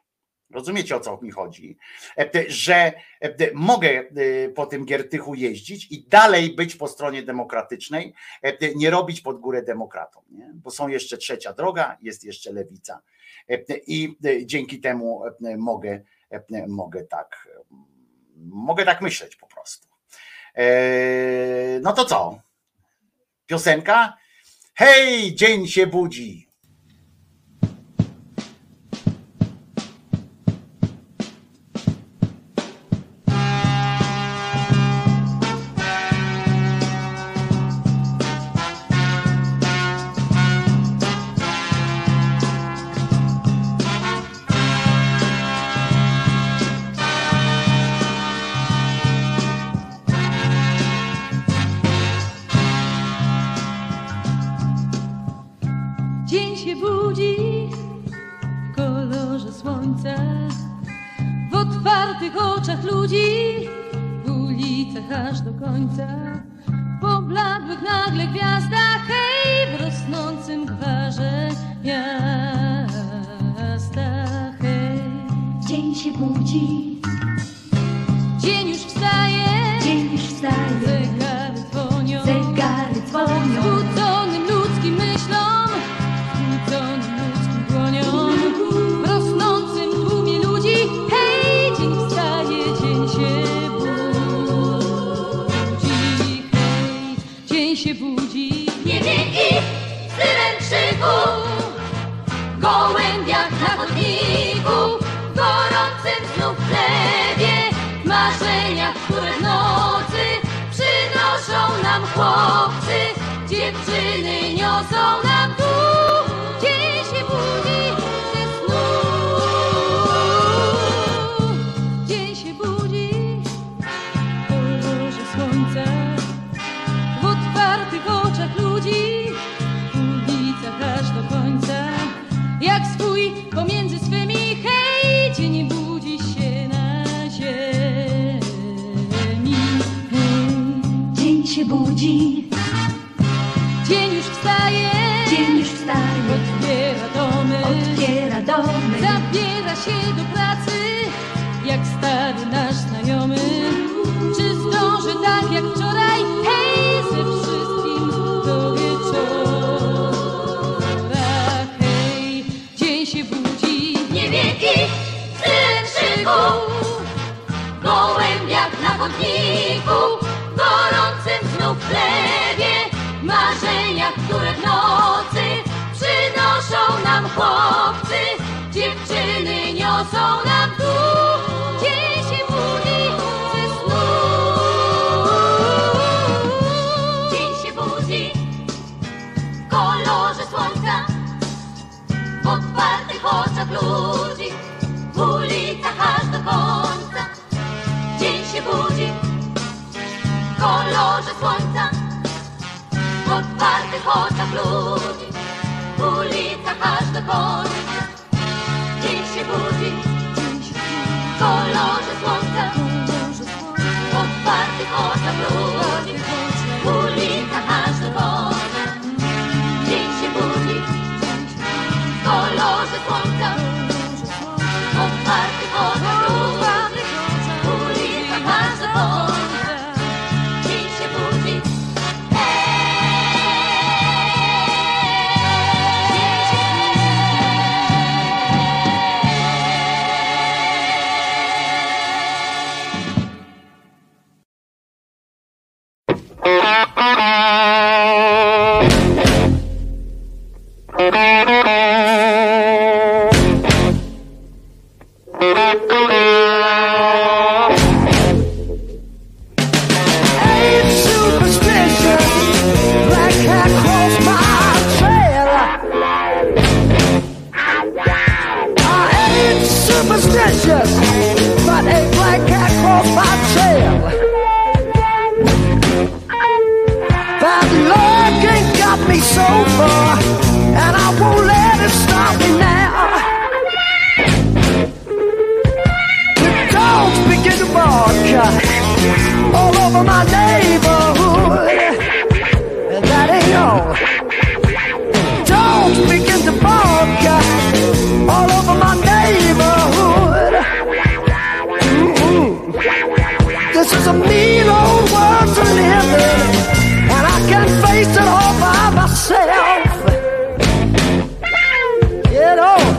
Rozumiecie, o co mi chodzi? Że mogę po tym Giertychu jeździć i dalej być po stronie demokratycznej, nie robić pod górę demokratom, nie? Bo są jeszcze trzecia droga, jest jeszcze lewica i dzięki temu mogę, mogę tak, mogę tak myśleć po prostu. No to co? Piosenka? Hej, dzień się budzi. W otwartych oczach ludzi, w ulicach aż do końca, w pobladłych nagle gwiazdach, hej, w rosnącym gwarze miasta, hej. Dzień się budzi, dzień już wstaje, dzień już wstaje, zegary dzwonią, zegary dzwonią, zbudzonym ludzkim myślom, zbudzonym ludzkim dłoniom. Się budzi, nie wie i w syręczyku, w gołębiach na chodniku, w gorącym znów chlebie, w marzeniach, które w nocy przynoszą nam chłopcy, dziewczyny niosą nam tu, dzień się budzi ze snu. Dzień się budzi w kolorze słońca, w otwartych oczach ludzi, w ulicach aż do końca, jak swój pomiędzy swymi, hej, dzień budzi się na ziemi, hej. Dzień się budzi, dzień już wstaje, dzień już wstaje, otwiera domy, otwiera domy, zabiera się do pracy, jak stary nasz znajomy. Czy zdąży tak jak wczoraj, hej, ze wszystkim do wieczora, hej. Dzień się budzi, nie wie i w syręczyku, w gołębiach na chodniku, w gorącym znów chlebie, w marzeniach, które w nocy przynoszą nam chłopcy, dziewczyny niosą nam tu, dzień się budzi ze snu. Dzień się budzi w kolorze słońca, w otwartych oczach ludzi, w ulicach aż do końca. Dzień się budzi w kolorze słońca, w otwartych oczach ludzi, w ulicach aż do końca. Dzień się budzi w kolorze słońca, w otwartych oczach ludzi, w ulicach aż do końca. Dzień się budzi w kolorze słońca, w otwartych oczach ludzi, w ulicach aż do końca. Dzień się budzi, but a black cat crossed my trail. Bad luck ain't got me so far, and I won't let it stop me now. The dogs begin to bark all over my neighborhood, and that ain't all. Dogs begin to bark all over my neighborhood. This is a mean old world to live in, and I can't face it all by myself. You know.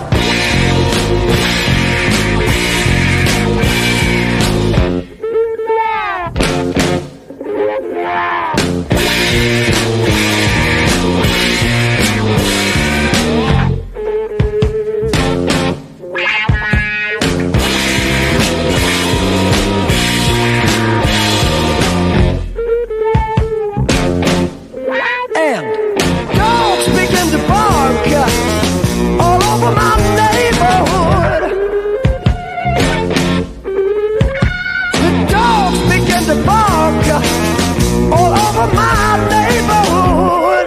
All over my neighborhood.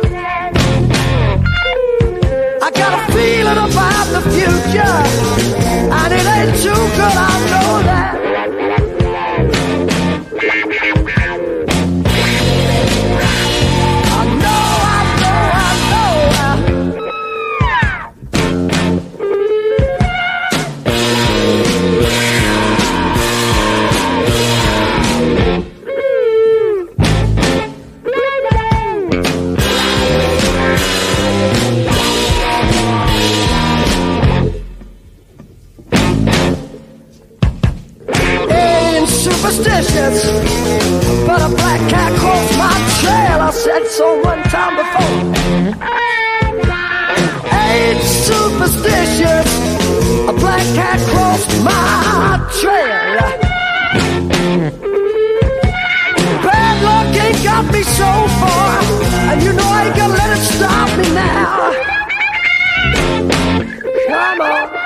I got a feeling about the future, and it ain't too good, I know that. I know, I know, I know. Superstitious, but a black cat crossed my trail. I said so one time before. Ain't superstitious, a black cat crossed my trail. Bad luck ain't got me so far, and you know I ain't gonna let it stop me now. Come on.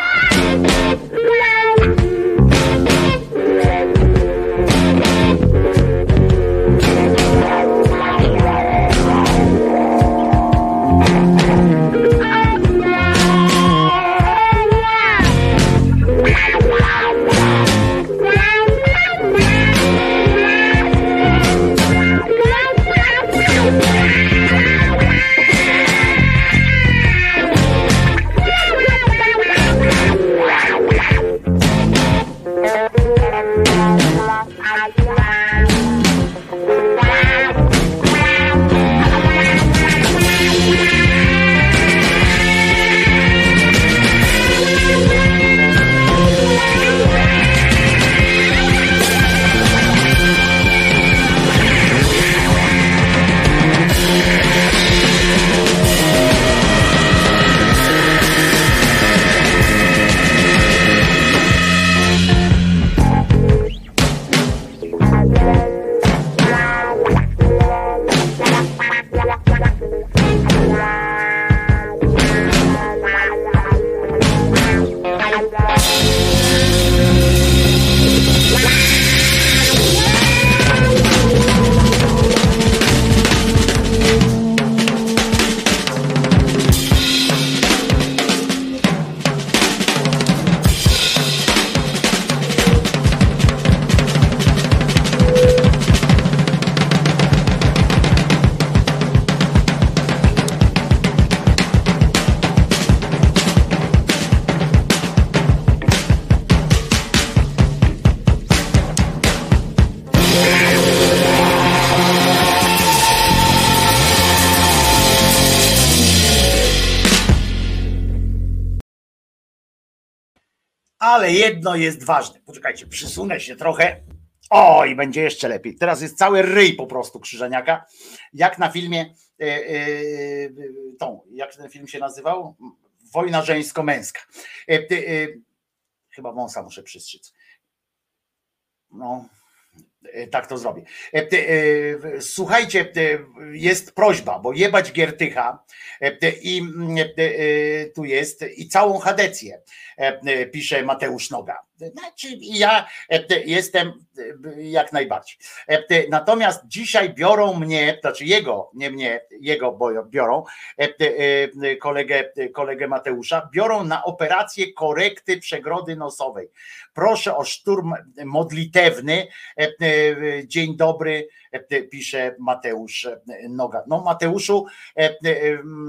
Ale jedno jest ważne. Poczekajcie, przysunę się trochę. O, i będzie jeszcze lepiej. Teraz jest cały ryj po prostu Krzyżaniaka. Jak na filmie, yy, yy, tą, jak ten film się nazywał? Wojna żeńsko-męska. Yy, yy, chyba wąsa muszę przystrzyc. No, yy, tak to zrobię. Yy, yy, słuchajcie, yy, jest prośba, bo jebać Giertycha yy, i yy, tu jest i całą Hadecję, yy, pisze Mateusz Noga. Znaczy ja jestem jak najbardziej. Natomiast dzisiaj biorą mnie, znaczy jego, nie mnie, jego biorą, kolegę, kolegę Mateusza, biorą na operację korekty przegrody nosowej. Proszę o szturm modlitewny. Dzień dobry, pisze Mateusz Noga. No Mateuszu,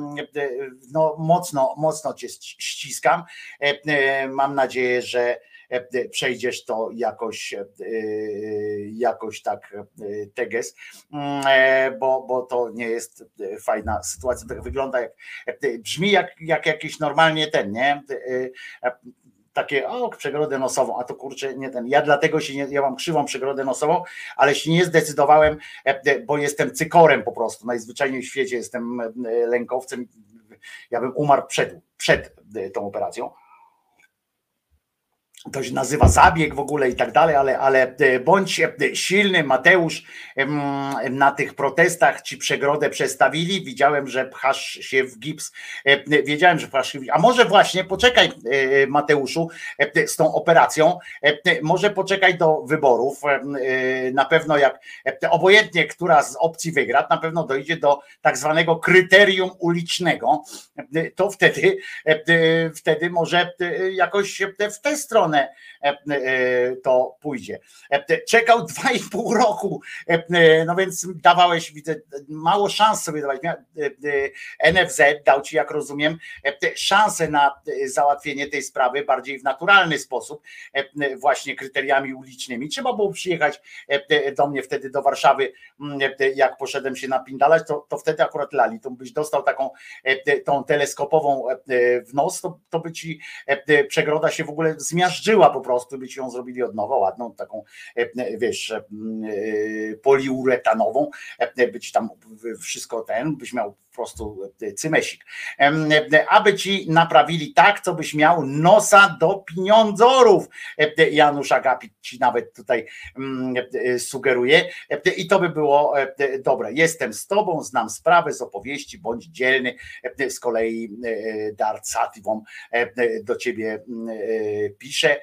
no mocno, mocno cię ściskam. Mam nadzieję, że przejdziesz to jakoś, jakoś tak teges, bo, bo to nie jest fajna sytuacja, tak wygląda jak, brzmi jak, jak jakiś normalnie ten, nie? Takie, o, przegrodę nosową, a to kurczę, nie ten. Ja dlatego się nie, ja mam krzywą przegrodę nosową, ale się nie zdecydowałem, bo jestem cykorem po prostu. Najzwyczajniej w świecie jestem lękowcem. Ja bym umarł przed, przed tą operacją. To się nazywa zabieg w ogóle i tak dalej, ale, ale bądź silny, Mateusz, na tych protestach ci przegrodę przestawili, widziałem, że pchasz się w gips, wiedziałem, że pchasz się w gips, a może właśnie, poczekaj Mateuszu z tą operacją, może poczekaj do wyborów, na pewno jak, obojętnie która z opcji wygra, na pewno dojdzie do tak zwanego kryterium ulicznego, to wtedy, wtedy może jakoś w tę stronę to pójdzie. Czekał dwa i pół roku, no więc dawałeś, widzę, mało szans sobie dawać. N F Z dał ci, jak rozumiem, szansę na załatwienie tej sprawy bardziej w naturalny sposób, właśnie kryteriami ulicznymi. Trzeba było przyjechać do mnie wtedy do Warszawy, jak poszedłem się napindalać, to, to wtedy akurat lali, to byś dostał taką tą teleskopową w nos, to, to by ci przegroda się w ogóle zmiażdżyła po prostu, by ci ją zrobili od nowa, ładną, taką, wiesz, poliuretanową, by ci tam wszystko ten, byś miał po prostu cymesik. Aby ci naprawili tak, co byś miał nosa do pieniądzorów. Janusz Agapit ci nawet tutaj sugeruje i to by było dobre. Jestem z tobą, znam sprawę z opowieści, bądź dzielny. Z kolei Dart Sativon do ciebie pisze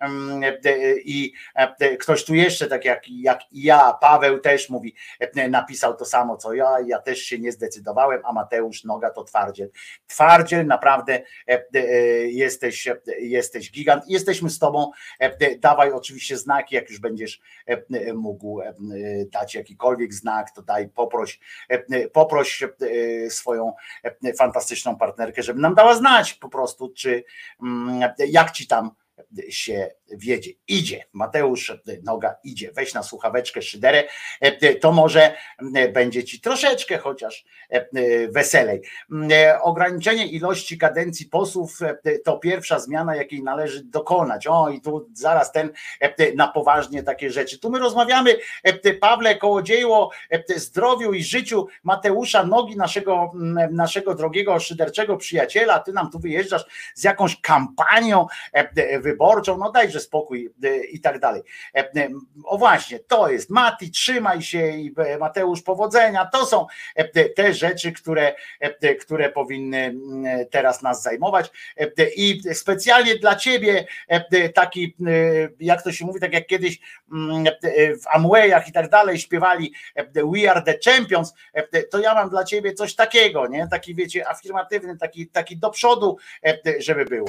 i ktoś tu jeszcze, tak jak, jak ja, Paweł też mówi, napisał to samo co ja, ja też się nie zdecydowałem, a Mateusz Noga to twardziel. Twardziel, naprawdę jesteś, jesteś gigant. Jesteśmy z tobą. Dawaj oczywiście znaki, jak już będziesz mógł dać jakikolwiek znak, to daj, poproś, poproś swoją fantastyczną partnerkę, żeby nam dała znać po prostu, czy jak ci tam się wiedzie. Idzie. Mateusz Noga idzie. Weź na słuchaweczkę szyderę, to może będzie ci troszeczkę chociaż weselej. Ograniczenie ilości kadencji posłów to pierwsza zmiana, jakiej należy dokonać. O, i tu zaraz ten na poważnie takie rzeczy. Tu my rozmawiamy, Pawle, kołodzieju, o zdrowiu i życiu Mateusza Nogi, naszego, naszego drogiego, szyderczego przyjaciela. Ty nam tu wyjeżdżasz z jakąś kampanią wyborczą, no dajże spokój i tak dalej. O właśnie, to jest Mati, trzymaj się i Mateusz, powodzenia. To są te rzeczy, które, które powinny teraz nas zajmować i specjalnie dla ciebie taki, jak to się mówi, tak jak kiedyś w Amwayach i tak dalej śpiewali We are the champions, to ja mam dla ciebie coś takiego, nie? Taki, wiecie, afirmatywny, taki, taki do przodu, żeby było.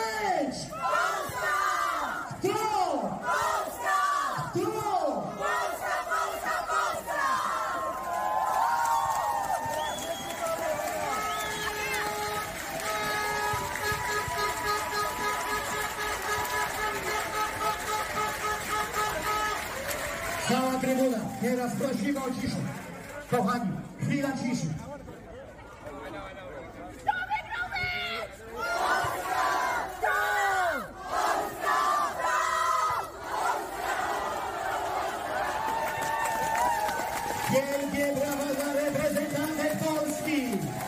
Cała trybuna, teraz prosimy o ciszę. Kochani, chwila ciszy. Wielkie brawa za reprezentantem Polski!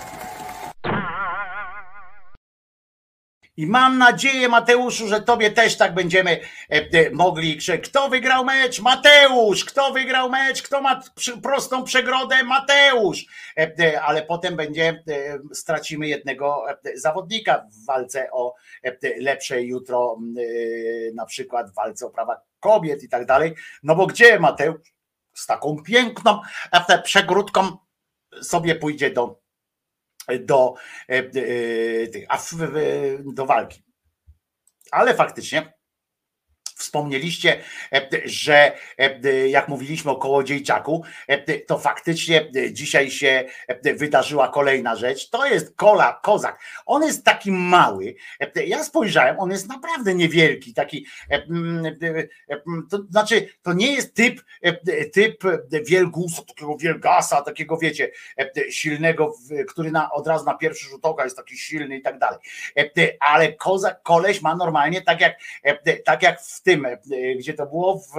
I mam nadzieję, Mateuszu, że tobie też tak będziemy mogli krzyczeć. Kto wygrał mecz? Mateusz! Kto wygrał mecz? Kto ma prostą przegrodę? Mateusz! Ale potem będzie, stracimy jednego zawodnika w walce o lepsze jutro, na przykład w walce o prawa kobiet i tak dalej. No bo gdzie Mateusz z taką piękną przegródką sobie pójdzie do Do, do walki. Ale faktycznie, Wspomnieliście, że jak mówiliśmy o Kołodziejczaku, to faktycznie dzisiaj się wydarzyła kolejna rzecz. To jest Kola Kozak. On jest taki mały. Ja spojrzałem, on jest naprawdę niewielki. Taki, to znaczy, to nie jest typ, typ wielgusa, takiego wielgasa, takiego wiecie, silnego, który na, od razu na pierwszy rzut oka jest taki silny i tak dalej. Ale Kozak, koleś ma normalnie tak jak, tak jak w tym, gdzie to było w,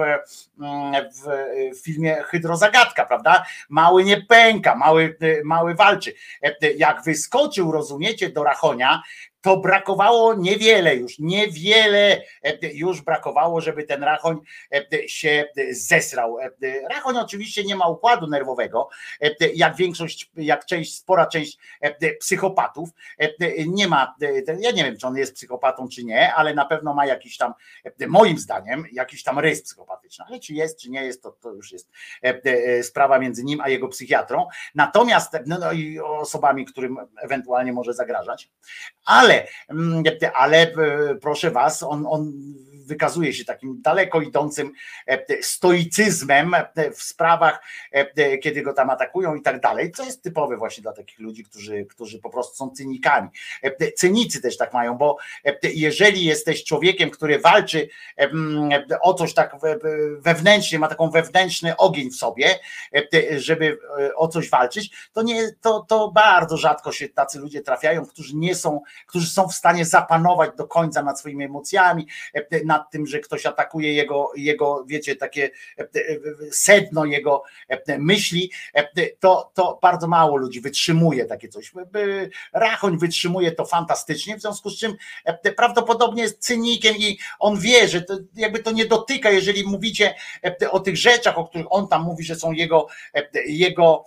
w filmie Hydrozagadka, prawda? Mały nie pęka, mały, mały walczy. Jak wyskoczył, rozumiecie, do Rachonia, to brakowało niewiele już, niewiele już brakowało, żeby ten Rachoń się zesrał. Rachoń oczywiście nie ma układu nerwowego, jak większość, jak część, spora część psychopatów. Nie ma, ja nie wiem, czy on jest psychopatą, czy nie, ale na pewno ma jakiś tam, moim zdaniem, jakiś tam rys psychopatyczny. Ale czy jest, czy nie jest, to, to już jest sprawa między nim a jego psychiatrą. Natomiast, no, no i osobami, którym ewentualnie może zagrażać. Ale Ale, ale proszę was, on, on wykazuje się takim daleko idącym stoicyzmem w sprawach, kiedy go tam atakują i tak dalej, co jest typowe właśnie dla takich ludzi, którzy, którzy po prostu są cynikami. Cynicy też tak mają, bo jeżeli jesteś człowiekiem, który walczy o coś tak wewnętrznie, ma taką wewnętrzny ogień w sobie, żeby o coś walczyć, to, nie, to, to bardzo rzadko się tacy ludzie trafiają, którzy nie są, którzy są w stanie zapanować do końca nad swoimi emocjami, nad tym, że ktoś atakuje jego, jego wiecie, takie sedno jego myśli, to, to bardzo mało ludzi wytrzymuje takie coś. Rachoń wytrzymuje to fantastycznie, w związku z czym prawdopodobnie jest cynikiem i on wie, że to jakby to nie dotyka, jeżeli mówicie o tych rzeczach, o których on tam mówi, że są jego, jego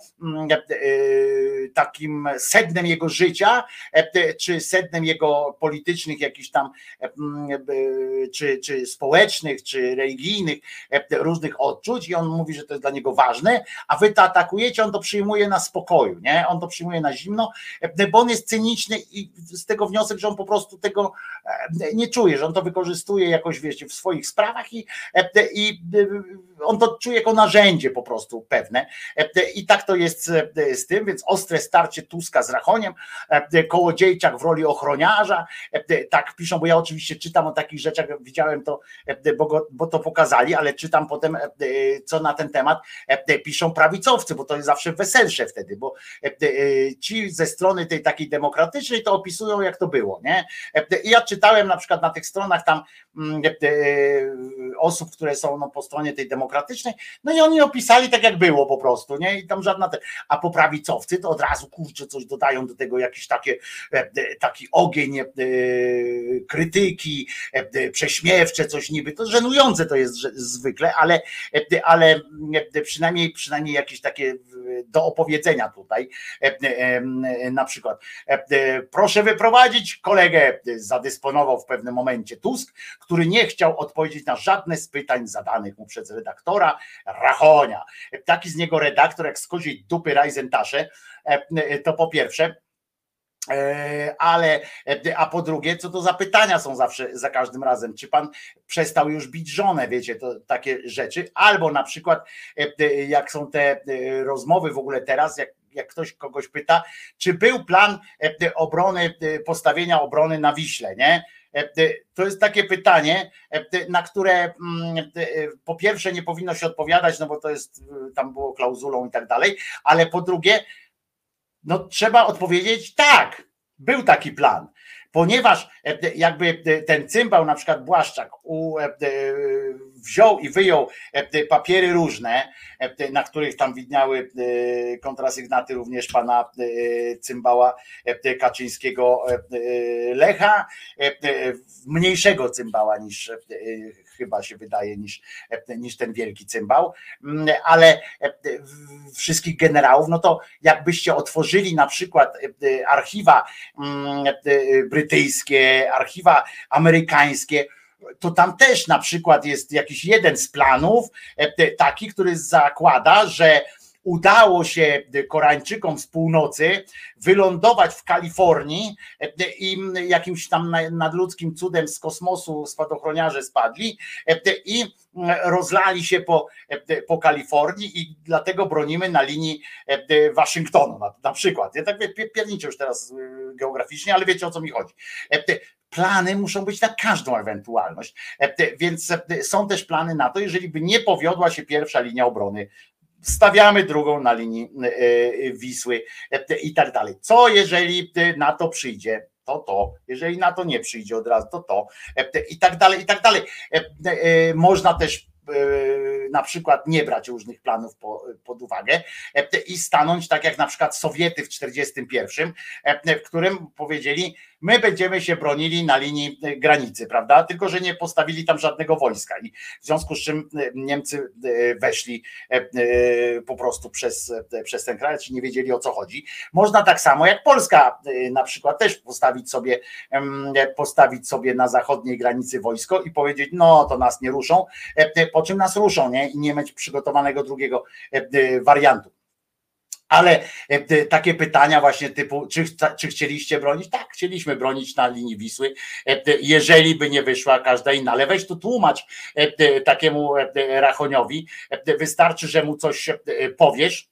takim sednem jego życia, czy sednem jego politycznych jakichś tam, czy, czy społecznych, czy religijnych, różnych odczuć i on mówi, że to jest dla niego ważne, a wy to atakujecie, on to przyjmuje na spokoju, nie? On to przyjmuje na zimno, bo on jest cyniczny i z tego wniosek, że on po prostu tego nie czuje, że on to wykorzystuje jakoś, wiecie, w swoich sprawach i, i on to czuje jako narzędzie po prostu pewne i tak to jest z tym, więc ostre starcie Tuska z Rachoniem, Kołodziejczak w roli ochroniarza, tak piszą, bo ja oczywiście czytam o takich rzeczach, widziałem to, bo, go, bo to pokazali, ale czytam potem, co na ten temat piszą prawicowcy, bo to jest zawsze weselsze wtedy, bo ci ze strony tej takiej demokratycznej to opisują, jak to było, nie? I ja czytałem na przykład na tych stronach tam osób, które są no, po stronie tej demokratycznej, no i oni opisali tak, jak było po prostu, nie? I tam żadna, te... a po prawicowcy to od razu, kurczę, coś dodają do tego, jakiś takie, taki ogień krytyki, prześmiewcze, coś niby, to żenujące to jest zwykle, ale, ale przynajmniej, przynajmniej jakieś takie do opowiedzenia tutaj, na przykład proszę wyprowadzić kolegę, zadysponował w pewnym momencie Tusk, który nie chciał odpowiedzieć na żadne z pytań zadanych mu przez redaktora Rachonia. Taki z niego redaktor, jak z koziej dupy Rajzentasze, to po pierwsze, ale a po drugie, co to za pytania są zawsze za każdym razem, czy pan przestał już bić żonę, wiecie, to takie rzeczy, albo na przykład jak są te rozmowy w ogóle teraz, jak jak ktoś kogoś pyta, czy był plan obrony, postawienia obrony na Wiśle, nie? To jest takie pytanie, na które po pierwsze nie powinno się odpowiadać, no bo to jest, tam było klauzulą i tak dalej, ale po drugie, no trzeba odpowiedzieć tak, był taki plan, ponieważ jakby ten cymbał, na przykład Błaszczak, u, wziął i wyjął papiery różne, na których tam widniały kontrasygnaty również pana cymbała Kaczyńskiego Lecha, mniejszego cymbała niż chyba się wydaje niż, niż ten wielki cymbał, ale wszystkich generałów, no to jakbyście otworzyli na przykład archiwa brytyjskie, archiwa amerykańskie, to tam też na przykład jest jakiś jeden z planów taki, który zakłada, że udało się Koreańczykom z północy wylądować w Kalifornii i jakimś tam nadludzkim cudem z kosmosu spadochroniarze spadli i rozlali się po, po Kalifornii i dlatego bronimy na linii Waszyngtonu na, na przykład. Ja tak pierniczę już teraz geograficznie, ale wiecie, o co mi chodzi. Plany muszą być na każdą ewentualność, więc są też plany na to, jeżeli by nie powiodła się pierwsza linia obrony, stawiamy drugą na linii Wisły i tak dalej. Co jeżeli na to przyjdzie? To to, jeżeli na to nie przyjdzie od razu, to to i tak dalej, i tak dalej. Można też na przykład nie brać różnych planów pod uwagę i stanąć tak jak na przykład Sowiety w czterdziestym pierwszym, w którym powiedzieli, my będziemy się bronili na linii granicy, prawda? Tylko że nie postawili tam żadnego wojska i w związku z czym Niemcy weszli po prostu przez, przez ten kraj, czy nie wiedzieli, o co chodzi. Można tak samo jak Polska na przykład też postawić sobie postawić sobie na zachodniej granicy wojsko i powiedzieć, no to nas nie ruszą, po czym nas ruszą, nie? I nie mieć przygotowanego drugiego wariantu. Ale takie pytania właśnie typu, czy, czy chcieliście bronić? Tak, chcieliśmy bronić na linii Wisły, jeżeli by nie wyszła każda inna, ale weź tu tłumacz takiemu Rachoniowi, wystarczy, że mu coś powiesz,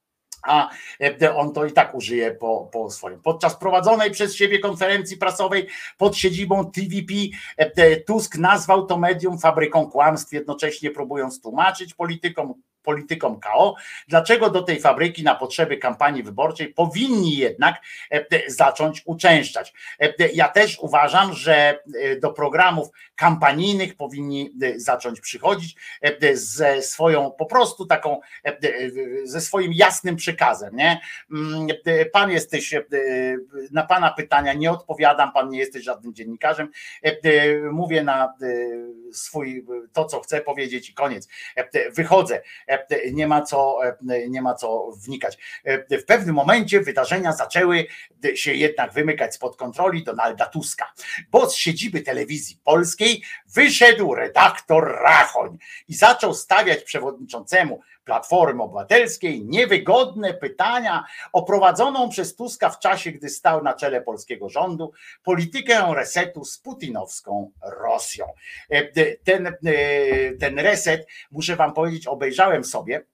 a on to i tak użyje po, po swoim. Podczas prowadzonej przez siebie konferencji prasowej pod siedzibą T V P Tusk nazwał to medium fabryką kłamstw, jednocześnie próbując tłumaczyć politykom politykom K O, dlaczego do tej fabryki na potrzeby kampanii wyborczej powinni jednak zacząć uczęszczać. Ja też uważam, że do programów kampanijnych powinni zacząć przychodzić ze swoją po prostu taką, ze swoim jasnym przekazem. Nie? Pan jesteś, na pana pytania nie odpowiadam, pan nie jesteś żadnym dziennikarzem, mówię na swój, to co chcę powiedzieć i koniec. Wychodzę. Nie ma co, nie ma co wnikać. W pewnym momencie wydarzenia zaczęły się jednak wymykać spod kontroli Donalda Tuska, bo z siedziby telewizji polskiej wyszedł redaktor Rachoń i zaczął stawiać przewodniczącemu Platformy Obywatelskiej niewygodne pytania o prowadzoną przez Tuska w czasie, gdy stał na czele polskiego rządu, politykę resetu z putinowską Rosją. Ten, ten reset, muszę wam powiedzieć, obejrzałem sobie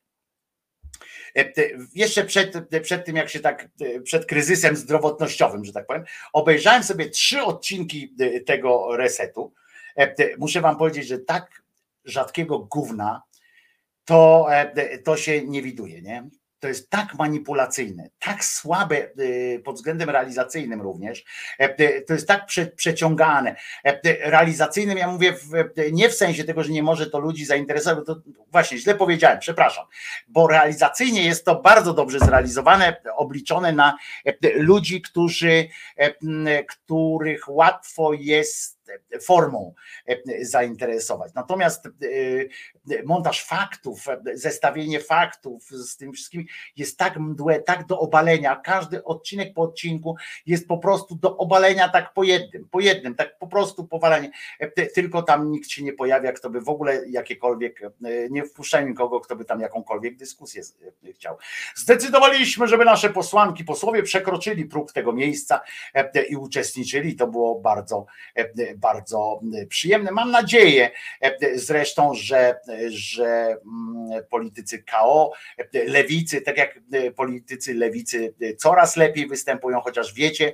jeszcze przed, przed tym, jak się tak, przed kryzysem zdrowotnościowym, że tak powiem, obejrzałem sobie trzy odcinki tego resetu. Muszę wam powiedzieć, że tak rzadkiego gówna to, to się nie widuje, nie? To jest tak manipulacyjne, tak słabe pod względem realizacyjnym również, to jest tak prze, przeciągane. Realizacyjnym, ja mówię w, nie w sensie tego, że nie może to ludzi zainteresować, to właśnie źle powiedziałem, przepraszam, bo realizacyjnie jest to bardzo dobrze zrealizowane, obliczone na ludzi, którzy, których łatwo jest formą zainteresować. Natomiast montaż faktów, zestawienie faktów z tym wszystkim jest tak mdłe, tak do obalenia. Każdy odcinek po odcinku jest po prostu do obalenia tak po jednym, po jednym, tak po prostu powalenie. Tylko tam nikt się nie pojawia, kto by w ogóle jakiekolwiek, nie wpuszczają nikogo, kto by tam jakąkolwiek dyskusję chciał. Zdecydowaliśmy, żeby nasze posłanki, posłowie przekroczyli próg tego miejsca i uczestniczyli. To było bardzo bardzo przyjemne. Mam nadzieję zresztą, że, że politycy K O, lewicy, tak jak politycy lewicy coraz lepiej występują, chociaż wiecie,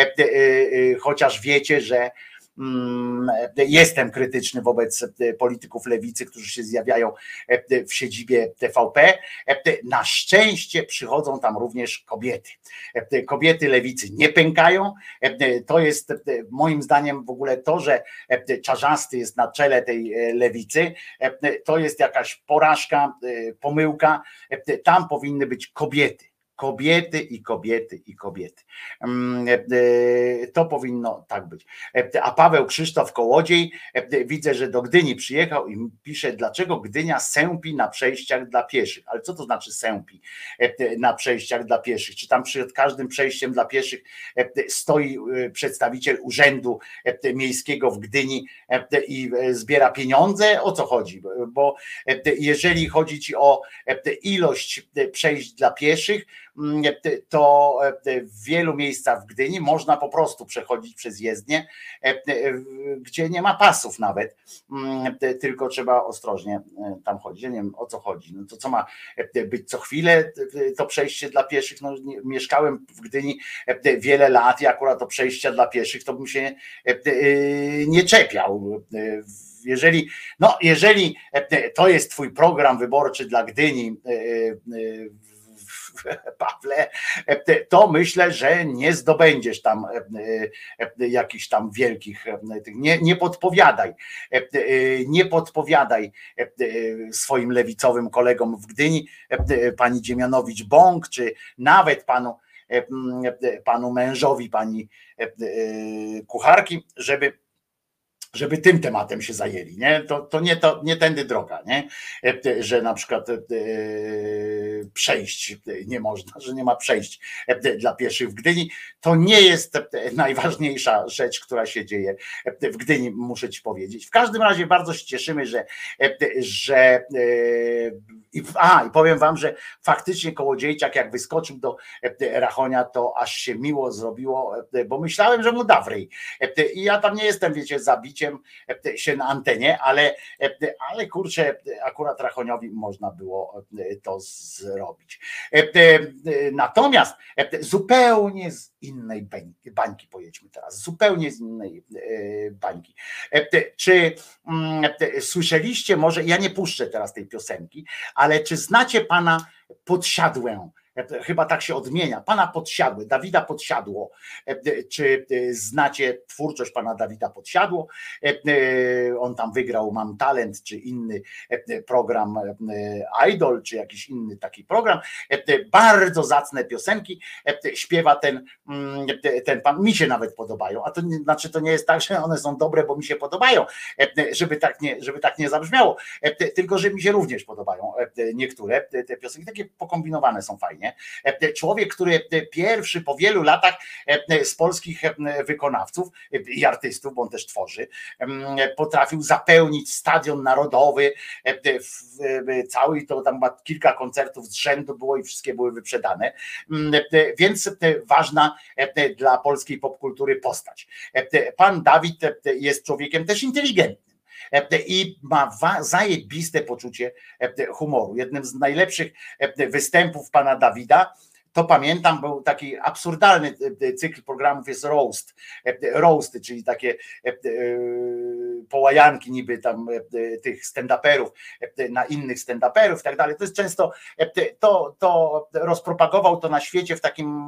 chociaż wiecie, że jestem krytyczny wobec polityków lewicy, którzy się zjawiają w siedzibie T V P. Na szczęście przychodzą tam również kobiety. Kobiety lewicy nie pękają. To jest moim zdaniem w ogóle to, że Czarzasty jest na czele tej lewicy, to jest jakaś porażka, pomyłka. Tam powinny być kobiety. Kobiety i kobiety i kobiety. To powinno tak być. A Paweł Krzysztof Kołodziej, widzę, że do Gdyni przyjechał i pisze, dlaczego Gdynia sępi na przejściach dla pieszych. Ale co to znaczy sępi na przejściach dla pieszych? Czy tam przed każdym przejściem dla pieszych stoi przedstawiciel urzędu miejskiego w Gdyni i zbiera pieniądze? O co chodzi? Bo jeżeli chodzi ci o ilość przejść dla pieszych, to w wielu miejscach w Gdyni można po prostu przechodzić przez jezdnię, gdzie nie ma pasów nawet, tylko trzeba ostrożnie tam chodzić. Ja nie wiem, o co chodzi. No to co ma być co chwilę to przejście dla pieszych? No, mieszkałem w Gdyni wiele lat i akurat to przejścia dla pieszych to bym się nie czepiał. Jeżeli, no, jeżeli to jest twój program wyborczy dla Gdyni, Pawle, to myślę, że nie zdobędziesz tam jakichś tam wielkich, nie, nie podpowiadaj, nie podpowiadaj swoim lewicowym kolegom w Gdyni, pani Dziemianowicz-Bąk, czy nawet panu, panu mężowi pani kucharki, żeby żeby tym tematem się zajęli, nie? To, to nie to nie tędy droga, nie? Że na przykład e, przejść nie można, że nie ma przejść dla pieszych w Gdyni. To nie jest najważniejsza rzecz, która się dzieje w Gdyni, muszę ci powiedzieć. W każdym razie bardzo się cieszymy, że, że i, a, i powiem wam, że faktycznie Kołodziejczak jak wyskoczył do Rachonia, to aż się miło zrobiło, bo myślałem, że mu da w ryj. I ja tam nie jestem, wiecie, zabiciem się na antenie, ale, ale kurczę, akurat Rachoniowi można było to zrobić. Natomiast zupełnie z innej bańki, bańki pojedźmy teraz, zupełnie z innej bańki. Czy słyszeliście może, ja nie puszczę teraz tej piosenki, ale czy znacie pana Podsiadłę? Chyba tak się odmienia, pana Podsiadły, Dawida Podsiadło. Czy znacie twórczość pana Dawida Podsiadło? On tam wygrał Mam Talent, czy inny program Idol, czy jakiś inny taki program. Bardzo zacne piosenki śpiewa ten, ten pan, mi się nawet podobają, a to nie, znaczy to nie jest tak, że one są dobre, bo mi się podobają, żeby tak nie, żeby tak nie zabrzmiało, tylko że mi się również podobają niektóre te piosenki, takie pokombinowane są fajnie. Człowiek, który pierwszy po wielu latach z polskich wykonawców i artystów, bo on też tworzy, potrafił zapełnić Stadion Narodowy, cały, to tam kilka koncertów z rzędu było i wszystkie były wyprzedane, więc ważna dla polskiej popkultury postać. Pan Dawid jest człowiekiem też inteligentnym i ma zajebiste poczucie humoru. Jednym z najlepszych występów pana Dawida, to pamiętam, był taki absurdalny cykl programów, jest roast, roasty, czyli takie połajanki niby tam tych stand-uperów na innych stand-uperów i tak dalej. To jest często, to, to rozpropagował to na świecie w takim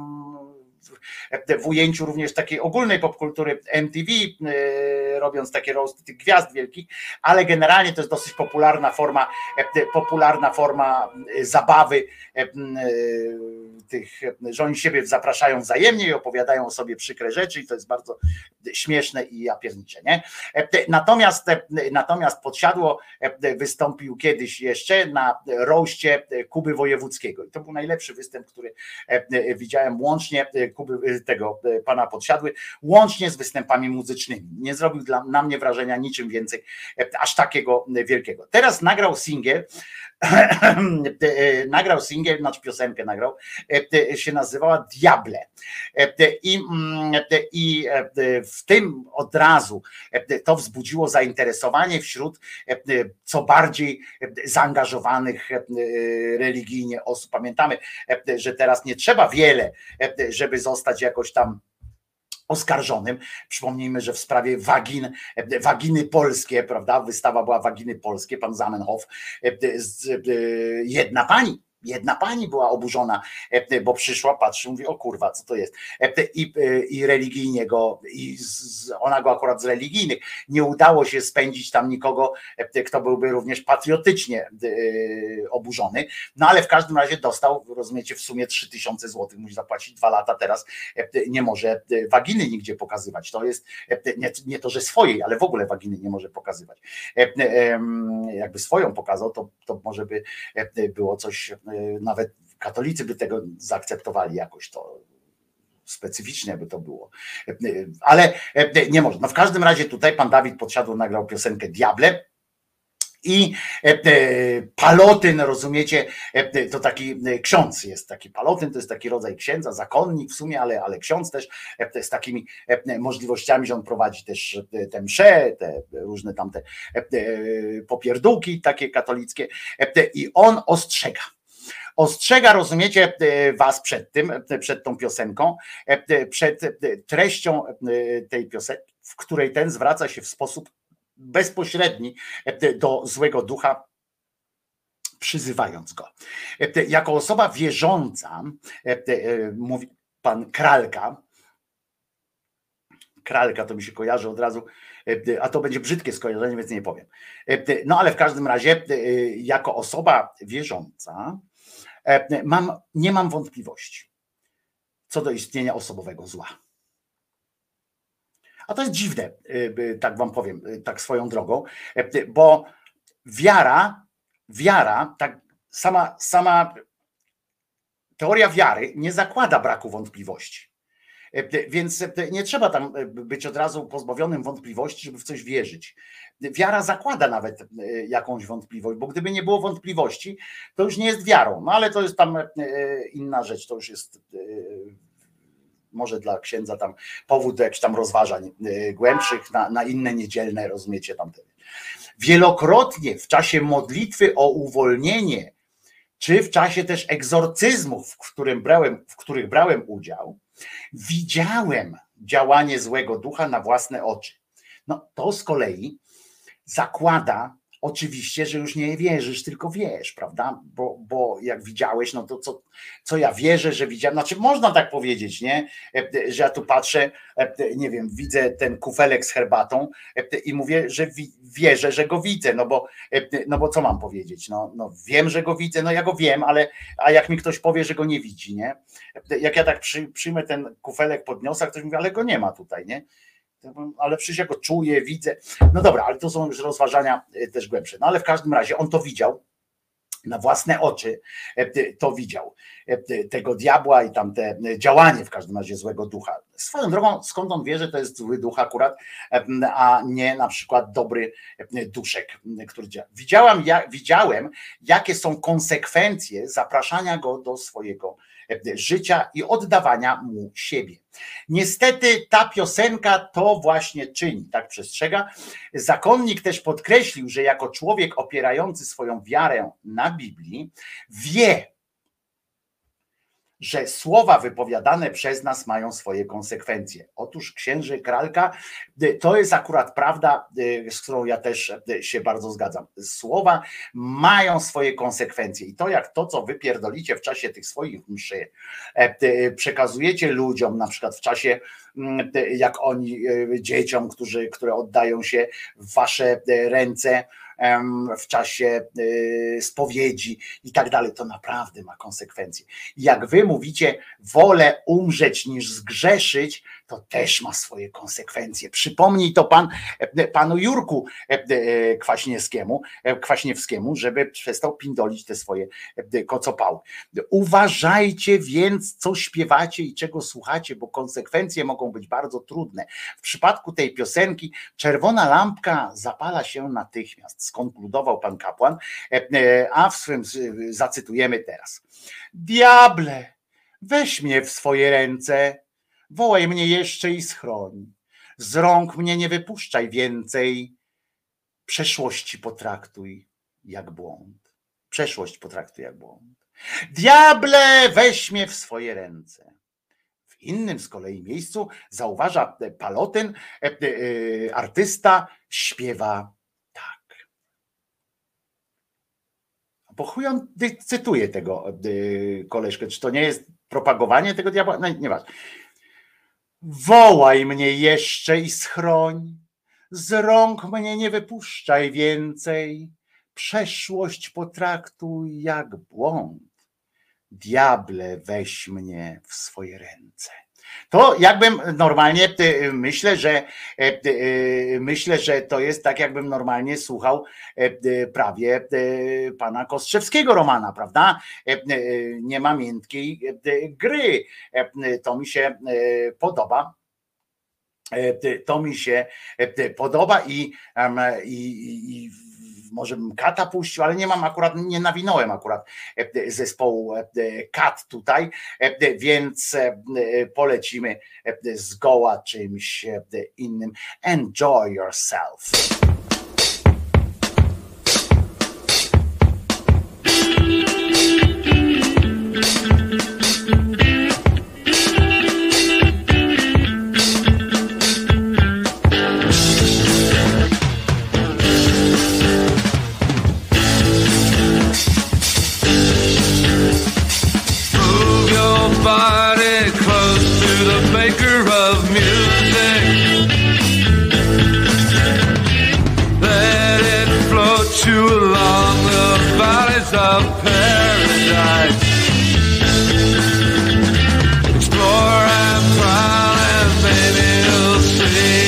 w ujęciu również takiej ogólnej popkultury M T V, robiąc takie roasty tych gwiazd wielkich, ale generalnie to jest dosyć popularna forma, popularna forma zabawy tych, że oni siebie zapraszają wzajemnie i opowiadają o sobie przykre rzeczy i to jest bardzo śmieszne i ja pierniczę, nie? Natomiast, natomiast Podsiadło wystąpił kiedyś jeszcze na roście Kuby Wojewódzkiego i to był najlepszy występ, który widziałem, łącznie Kuby, tego pana Podsiadły, łącznie z występami muzycznymi. Nie zrobił dla, na mnie wrażenia niczym więcej, aż takiego wielkiego. Teraz nagrał singiel, nagrał singiel, znaczy piosenkę nagrał, się nazywała Diable. I, I w tym od razu to wzbudziło zainteresowanie wśród co bardziej zaangażowanych religijnie osób. Pamiętamy, że teraz nie trzeba wiele, żeby zostać jakoś tam oskarżonym. Przypomnijmy, że w sprawie wagin, waginy polskie, prawda, wystawa była Waginy polskie, pan Zamenhof, jedna pani jedna pani była oburzona, bo przyszła, patrzy, mówi, o kurwa, co to jest. I, i religijnie go, i z, ona go akurat z religijnych, nie udało się spędzić tam nikogo, kto byłby również patriotycznie oburzony, no ale w każdym razie dostał, rozumiecie, w sumie trzy tysiące złotych, musi zapłacić dwa lata teraz, nie może waginy nigdzie pokazywać. To jest nie, nie to, że swojej, ale w ogóle waginy nie może pokazywać. Jakby swoją pokazał, to, to może by było coś, nawet katolicy by tego zaakceptowali jakoś, to specyficznie by to było, ale nie może. No w każdym razie tutaj pan Dawid Podsiadło nagrał piosenkę Diable i Palotyn, rozumiecie, to taki ksiądz jest, taki Palotyn to jest taki rodzaj księdza, zakonnik w sumie, ale, ale ksiądz też z takimi możliwościami, że on prowadzi też te msze, te różne tam te popierdółki takie katolickie i on ostrzega. Ostrzega, rozumiecie, was przed tym, przed tą piosenką, przed treścią tej piosenki, w której ten zwraca się w sposób bezpośredni do złego ducha, przyzywając go. Jako osoba wierząca, mówi pan Kralka, Kralka to mi się kojarzy od razu, a to będzie brzydkie skojarzenie, więc nie powiem. No ale w każdym razie, jako osoba wierząca, mam, nie mam wątpliwości co do istnienia osobowego zła. A to jest dziwne, tak wam powiem, tak swoją drogą, bo wiara, wiara, tak sama, sama teoria wiary nie zakłada braku wątpliwości. Więc nie trzeba tam być od razu pozbawionym wątpliwości, żeby w coś wierzyć. Wiara zakłada nawet jakąś wątpliwość, bo gdyby nie było wątpliwości, to już nie jest wiarą. No ale to jest tam inna rzecz, to już jest może dla księdza tam powód do jakichś tam rozważań głębszych na, na inne niedzielne, rozumiecie tam. Wielokrotnie w czasie modlitwy o uwolnienie, czy w czasie też egzorcyzmów, w, którym brałem, w których brałem udział, widziałem działanie złego ducha na własne oczy. No to z kolei zakłada oczywiście, że już nie wierzysz, tylko wiesz, prawda? Bo, bo jak widziałeś, no to co, co ja wierzę, że widziałem, znaczy można tak powiedzieć, nie? Że ja tu patrzę, nie wiem, widzę ten kufelek z herbatą i mówię, że wierzę, że go widzę, no bo, no bo co mam powiedzieć? No, no wiem, że go widzę, no ja go wiem, ale a jak mi ktoś powie, że go nie widzi, nie? Jak ja tak przy, przyjmę ten kufelek, podniosę, ktoś mówi, ale go nie ma tutaj, nie? Ale przecież ja go czuję, widzę. No dobra, ale to są już rozważania też głębsze. No ale w każdym razie on to widział, na własne oczy to widział, tego diabła i tam te działanie w każdym razie złego ducha. Swoją drogą, skąd on wie, że to jest zły duch akurat, a nie na przykład dobry duszek, który działa. Widziałem, ja, widziałem, jakie są konsekwencje zapraszania go do swojego życia i oddawania mu siebie. Niestety ta piosenka to właśnie czyni, tak przestrzega. Zakonnik też podkreślił, że jako człowiek opierający swoją wiarę na Biblii wie, że słowa wypowiadane przez nas mają swoje konsekwencje. Otóż księży Kralka, to jest akurat prawda, z którą ja też się bardzo zgadzam. Słowa mają swoje konsekwencje i to jak to, co wy pierdolicie w czasie tych swoich mszy, przekazujecie ludziom, na przykład w czasie, jak oni, dzieciom, którzy, które oddają się w wasze ręce, w czasie spowiedzi i tak dalej, to naprawdę ma konsekwencje. Jak wy mówicie, wolę umrzeć niż zgrzeszyć, to też ma swoje konsekwencje. Przypomnij to pan, panu Jurku Kwaśniewskiemu, Kwaśniewskiemu, żeby przestał pindolić te swoje kocopały. Uważajcie więc, co śpiewacie i czego słuchacie, bo konsekwencje mogą być bardzo trudne. W przypadku tej piosenki czerwona lampka zapala się natychmiast, skonkludował pan kapłan, a w swym zacytujemy teraz. Diable, weź mnie w swoje ręce, wołaj mnie jeszcze i schroń. Z rąk mnie nie wypuszczaj więcej. Przeszłości potraktuj jak błąd. Przeszłość potraktuj jak błąd. Diable, weź mnie w swoje ręce. W innym z kolei miejscu zauważa Palotyn, artysta śpiewa tak. Po chuj on cytuje tego y, koleżkę, czy to nie jest propagowanie tego diabła? No nieważne. Wołaj mnie jeszcze i schroń, z rąk mnie nie wypuszczaj więcej, przeszłość potraktuj jak błąd, diable weź mnie w swoje ręce. To jakbym normalnie myślę, że myślę, że to jest tak, jakbym normalnie słuchał prawie pana Kostrzewskiego Romana, prawda? Nie ma miękkiej gry. To mi się podoba. To mi się podoba i, i, i może bym Kata puścił, ale nie mam akurat, nie nawinąłem akurat zespołu Kat tutaj, więc polecimy zgoła czymś innym. Enjoy yourself. Body close to the maker of music. Let it float you along the valleys of paradise. Explore and prowl and maybe you'll see.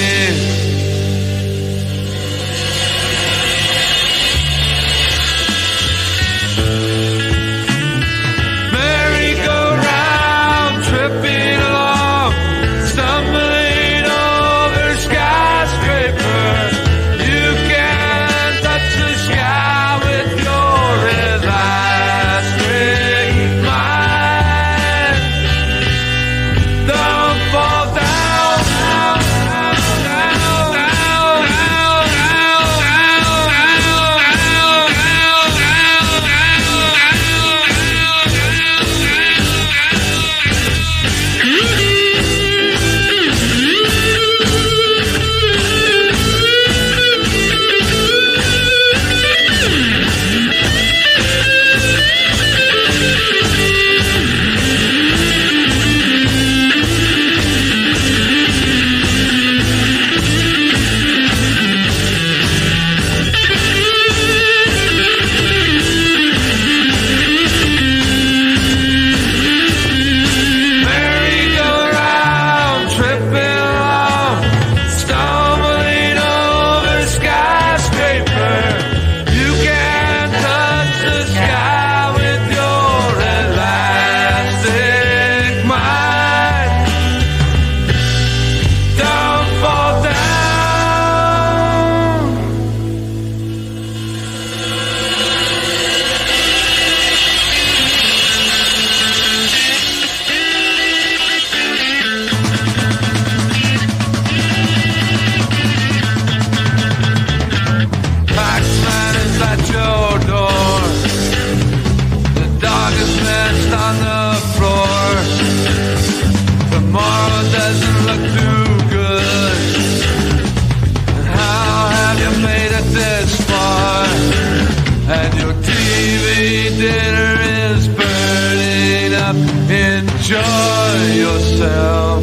Enjoy yourself.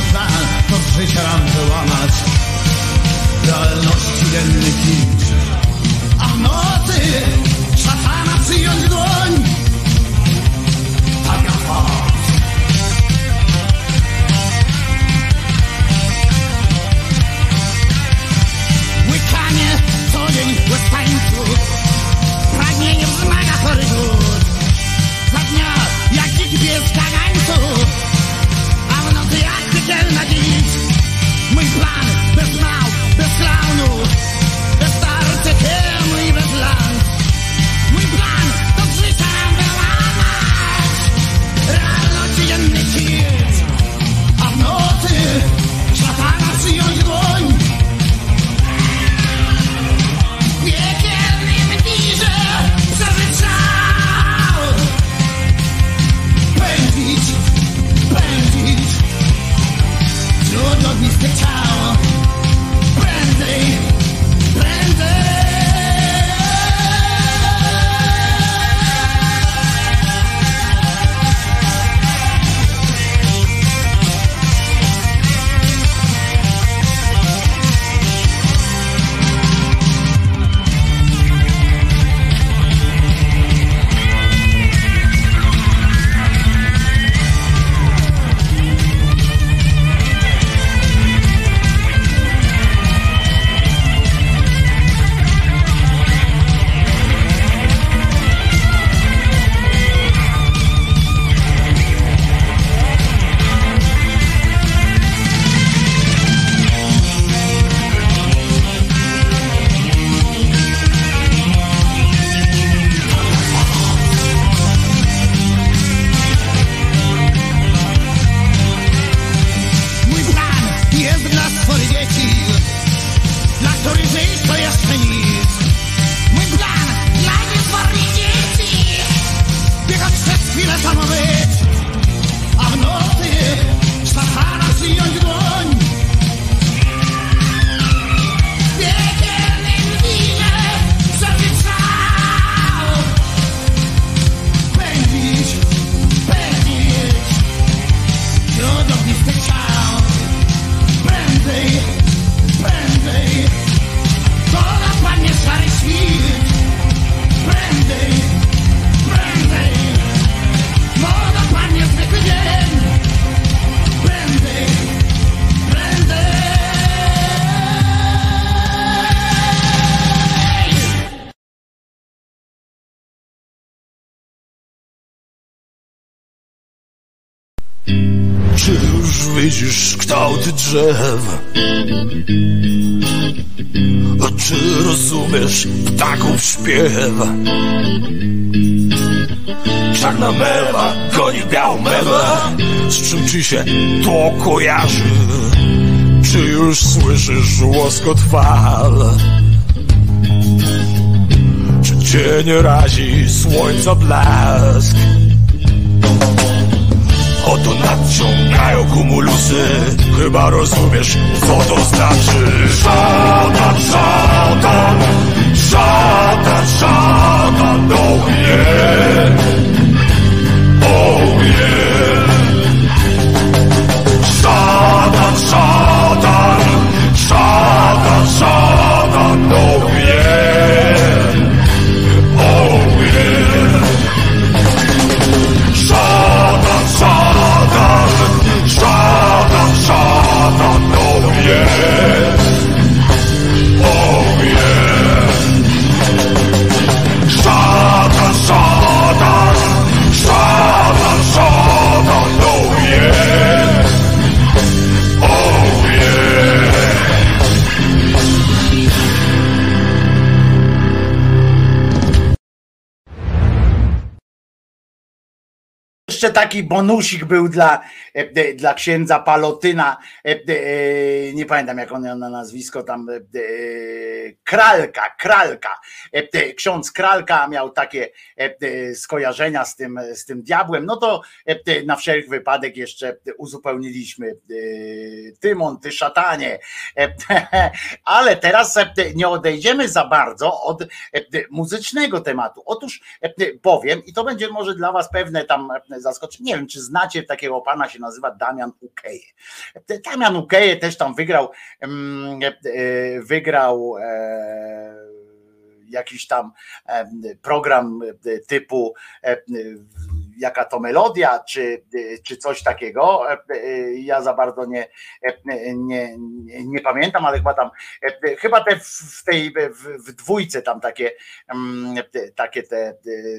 Realności denny kicz. w nocy szatana przyjąć dłoń. Taka twarz. Łykanie co dzień łeztańcu, pragnienie wzmaga chory głód. Za dnia jak dziki pies kagańcu, a w nocy jak piekielna dzicz. Mój plan bez nauk, bez klaunów, bez tarczy temu i bez lans. Mój plan to z życia wyłamać realności dzienny kit, a w nocy szatana przyjąć dłoń. W piekielnym tirze przeżyć szał. Pędzić, pędzić wśród ognistych ciał. Prędzej, prędzej. Mój plan jest dla stworych dzieci, dla których żyć to jeszcze nic. Mój plan dla niestwornych dzieci, biegać przez chwilę samo być, a w nocy szatana przyjąć dłoń. W piekielnym wirze przeżyć szał. Pędzić, pędzić wśród ognistych ciał. Prędzej, prędzej to napadnie szary świt. Prędzej, prędzej to napadnie zwykły dzień. Prędzej, prędzej. Czy już widzisz kształty drzew? A czy rozumiesz ptaków śpiew? Czarna mewa goni białą mewę. Z czym ci się to kojarzy? Czy już słyszysz łoskot fal? Czy cię nie razi słońca blask? Oto nadciągają kumulusy. Chyba rozumiesz, co to znaczy. Szatan, szatan, szatan, szatan, oh yeah, oh yeah. Szatan, szatan, szatan, szatan, oh yeah, oh yeah. Szatan, szatan, szatan, szatan, oh yeah, oh yeah. Szatan, szatan, szatan, szatan, oh yeah, oh yeah. Jeszcze taki bonusik był dla, dla księdza Palotyna, nie pamiętam jak on miał na nazwisko tam, Kralka, Kralka. Ksiądz Kralka miał takie skojarzenia z tym, z tym diabłem, no to na wszelki wypadek jeszcze uzupełniliśmy. Tymon, ty szatanie. Ale teraz nie odejdziemy za bardzo od muzycznego tematu. Otóż powiem, i to będzie może dla was pewne tam zaskoczenie, nie wiem, czy znacie takiego pana, się nazywa Damian Ukeje. Damian Ukeje też tam wygrał, wygrał jakiś tam program typu jaka to melodia, czy, czy coś takiego. Ja za bardzo nie, nie, nie pamiętam, ale chyba tam, chyba te w tej w, w dwójce tam takie, takie te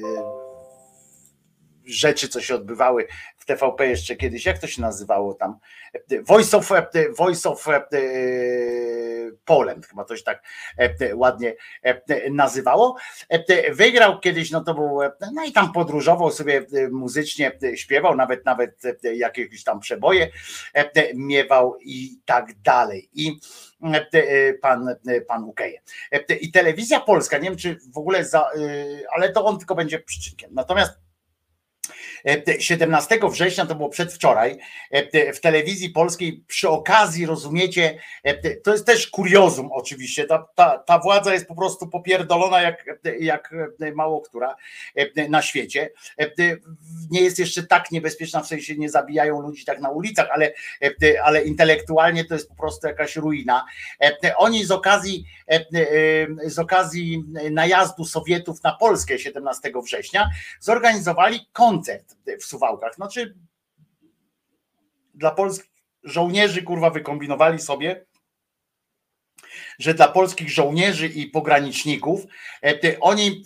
rzeczy, co się odbywały w T V P jeszcze kiedyś, jak to się nazywało tam, Voice of, Voice of Poland, chyba to się tak ładnie nazywało. Wygrał kiedyś, no to był, no i tam podróżował sobie muzycznie, śpiewał, nawet nawet jakieś tam przeboje miewał i tak dalej. I pan, pan Ukeje. I Telewizja Polska, nie wiem czy w ogóle, za, ale to on tylko będzie przyczynkiem. Natomiast siedemnastego września, to było przedwczoraj, w Telewizji Polskiej przy okazji, rozumiecie, to jest też kuriozum oczywiście, ta, ta, ta władza jest po prostu popierdolona jak, jak mało która na świecie. Nie jest jeszcze tak niebezpieczna, w sensie nie zabijają ludzi tak na ulicach, ale, ale intelektualnie to jest po prostu jakaś ruina. Oni z okazji, z okazji najazdu Sowietów na Polskę siedemnastego września zorganizowali koncert w Suwałkach. Znaczy dla polskich żołnierzy, kurwa, wykombinowali sobie, że dla polskich żołnierzy i pograniczników oni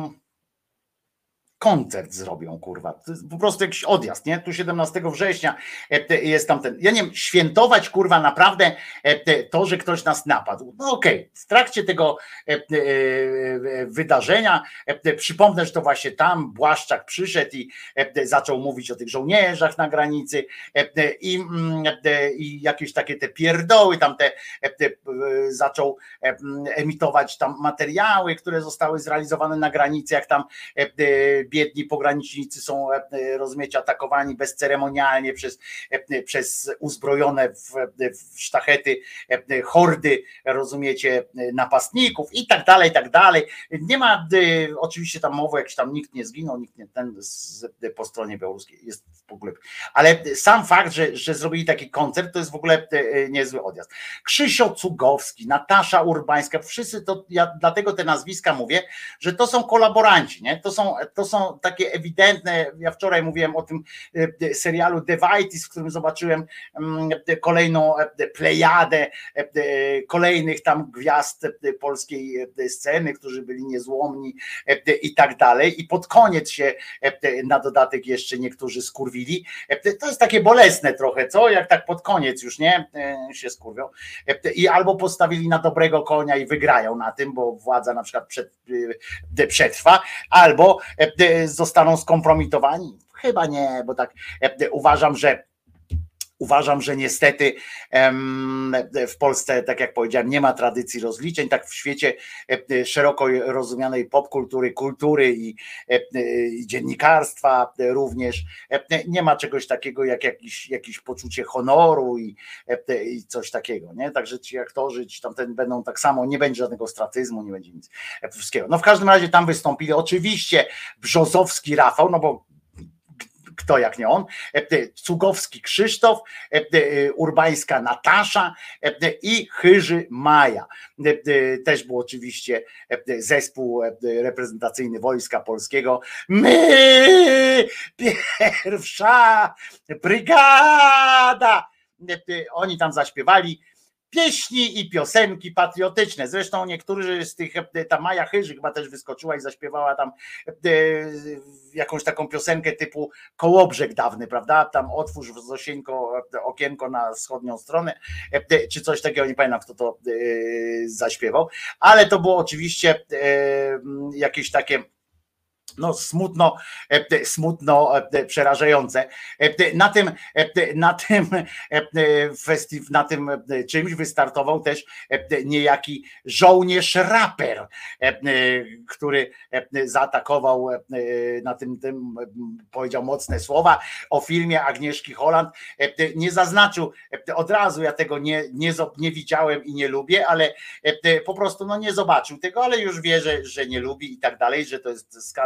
koncert zrobią, kurwa. To jest po prostu jakiś odjazd, nie? Tu siedemnastego września jest tam ten, ja nie wiem, świętować, kurwa, naprawdę to, że ktoś nas napadł. No okej, okay. W trakcie tego wydarzenia, przypomnę, że to właśnie tam Błaszczak przyszedł i zaczął mówić o tych żołnierzach na granicy i, i jakieś takie te pierdoły tam te, te zaczął emitować tam materiały, które zostały zrealizowane na granicy, jak tam biedni pogranicznicy są, rozumiecie, atakowani bezceremonialnie przez, przez uzbrojone w, w sztachety hordy, rozumiecie, napastników i tak dalej, i tak dalej. Nie ma oczywiście tam mowy, jakiś tam nikt nie zginął, nikt nie ten z, po stronie białoruskiej jest w ogóle, ale sam fakt, że, że zrobili taki koncert, to jest w ogóle niezły odjazd. Krzysio Cugowski, Natasza Urbańska, wszyscy to, ja dlatego te nazwiska mówię, że to są kolaboranci, nie? To są, to są takie ewidentne, ja wczoraj mówiłem o tym serialu The Vitis, w którym zobaczyłem kolejną plejadę kolejnych tam gwiazd polskiej sceny, którzy byli niezłomni i tak dalej, i pod koniec się na dodatek jeszcze niektórzy skurwili. To jest takie bolesne trochę, co? Jak tak pod koniec już, nie? Się skurwią. I albo postawili na dobrego konia i wygrają na tym, bo władza na przykład przed, przetrwa, albo zostaną skompromitowani? Chyba nie, bo tak uważam, że Uważam, że niestety w Polsce, tak jak powiedziałem, nie ma tradycji rozliczeń, tak w świecie szeroko rozumianej popkultury, kultury i, i dziennikarstwa również nie ma czegoś takiego jak jakieś, jakieś poczucie honoru i, i coś takiego, nie? Także ci aktorzy ci tamten będą tak samo, nie będzie żadnego stratyzmu, nie będzie nic wszystkiego. No w każdym razie tam wystąpili oczywiście Brzozowski Rafał, no bo kto jak nie on, Cugowski Krzysztof, Urbańska Natasza i Chyży Maja. Też był oczywiście zespół reprezentacyjny Wojska Polskiego. My, pierwsza brygada. Oni tam zaśpiewali pieśni i piosenki patriotyczne. Zresztą niektórzy z tych, ta Maja Chyży chyba też wyskoczyła i zaśpiewała tam jakąś taką piosenkę typu Kołobrzeg dawny, prawda? Tam otwórz Zosieńko okienko na wschodnią stronę, czy coś takiego, nie pamiętam kto to zaśpiewał, ale to było oczywiście jakieś takie no smutno, smutno przerażające. Na tym, na tym festiw, na tym czymś wystartował też niejaki żołnierz raper, który zaatakował na tym, tym powiedział mocne słowa o filmie Agnieszki Holland. Nie zaznaczył od razu, ja tego nie, nie, nie widziałem i nie lubię, ale po prostu no nie zobaczył tego, ale już wie, że, że nie lubi i tak dalej, że to jest skandal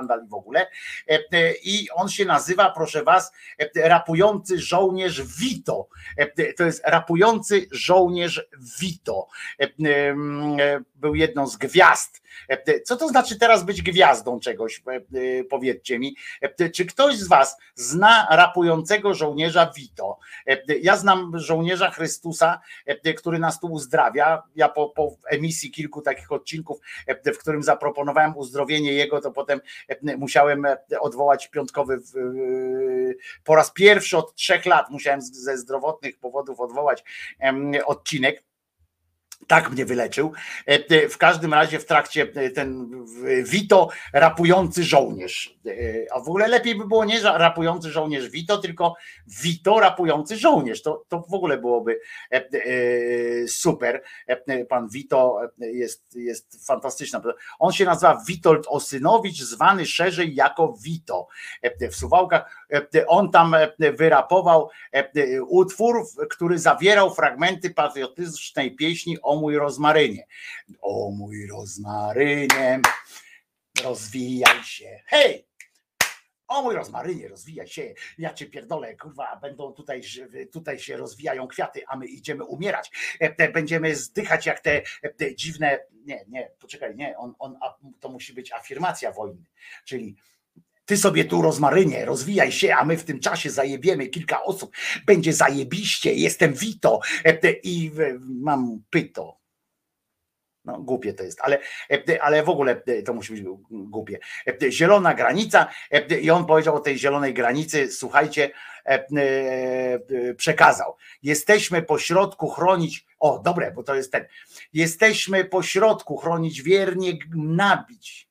skandal i w ogóle. I on się nazywa, proszę was, rapujący żołnierz Vito. To jest rapujący żołnierz Vito. Był jedną z gwiazd. Co to znaczy teraz być gwiazdą czegoś? Powiedzcie mi. Czy ktoś z was zna rapującego żołnierza Vito? Ja znam żołnierza Chrystusa, który nas tu uzdrawia. Ja po, po emisji kilku takich odcinków, w którym zaproponowałem uzdrowienie jego, to potem musiałem odwołać piątkowy po raz pierwszy od trzech lat musiałem ze zdrowotnych powodów odwołać odcinek. Tak mnie wyleczył. W każdym razie w trakcie ten Vito rapujący żołnierz. A w ogóle lepiej by było nie rapujący żołnierz Vito, tylko Vito rapujący żołnierz. To, to w ogóle byłoby super. Pan Vito jest, jest fantastyczny. On się nazywa Witold Osynowicz, zwany szerzej jako Vito. W Suwałkach on tam wyrapował utwór, który zawierał fragmenty patriotycznej pieśni O mój rozmarynie. O mój rozmarynie, rozwijaj się. Hej! O mój rozmarynie, rozwijaj się. Ja cię pierdolę, kurwa, będą tutaj, tutaj się rozwijają kwiaty, a my idziemy umierać. Będziemy zdychać jak te, te dziwne. Nie, nie, poczekaj, nie, on, on, to musi być afirmacja wojny. Czyli ty sobie tu rozmarynie, rozwijaj się, a my w tym czasie zajebiemy kilka osób. Będzie zajebiście, jestem Vito i mam pyto. No głupie to jest, ale, ale w ogóle to musi być głupie. Zielona granica i on powiedział o tej zielonej granicy, słuchajcie, przekazał. Jesteśmy po środku chronić, o dobre, bo to jest ten, jesteśmy po środku chronić wiernie, nabić.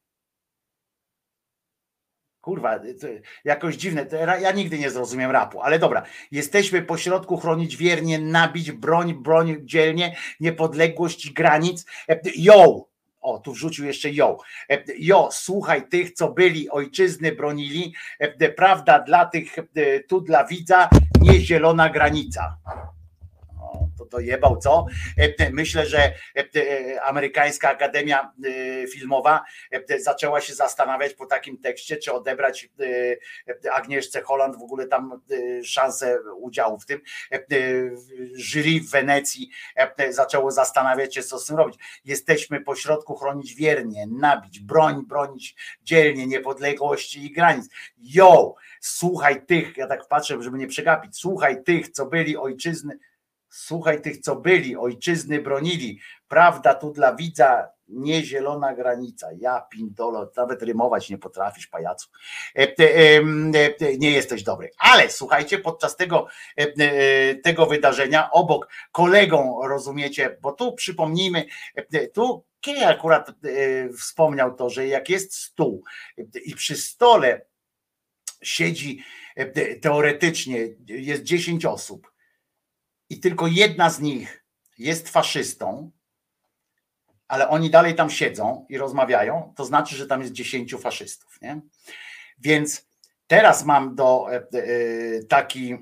Kurwa, jakoś dziwne, ja nigdy nie zrozumiem rapu, ale dobra. Jesteśmy po środku chronić wiernie, nabić broń, broń dzielnie, niepodległość granic. Yo! O, tu wrzucił jeszcze yo. Jo, słuchaj tych, co byli, ojczyzny bronili. Prawda dla tych, tu dla widza, nie zielona granica. To dojebał, co? Myślę, że amerykańska Akademia Filmowa zaczęła się zastanawiać po takim tekście, czy odebrać Agnieszce Holland w ogóle tam szansę udziału w tym. Jury w Wenecji zaczęło zastanawiać się, co z tym robić. Jesteśmy po środku chronić wiernie, nabić, broń, bronić dzielnie, niepodległości i granic. Yo, słuchaj tych, ja tak patrzę, żeby nie przegapić, słuchaj tych, co byli ojczyzny, Słuchaj tych, co byli, ojczyzny bronili. Prawda tu dla widza, nie zielona granica. Ja pindolo, nawet rymować nie potrafisz, pajacu. Nie jesteś dobry. Ale słuchajcie, podczas tego, tego wydarzenia obok kolegą, rozumiecie, bo tu przypomnijmy, tu Kiej akurat wspomniał to, że jak jest stół i przy stole siedzi teoretycznie, jest dziesięć osób, i tylko jedna z nich jest faszystą, ale oni dalej tam siedzą i rozmawiają, to znaczy, że tam jest dziesięciu faszystów. Nie? Więc teraz mam do taki,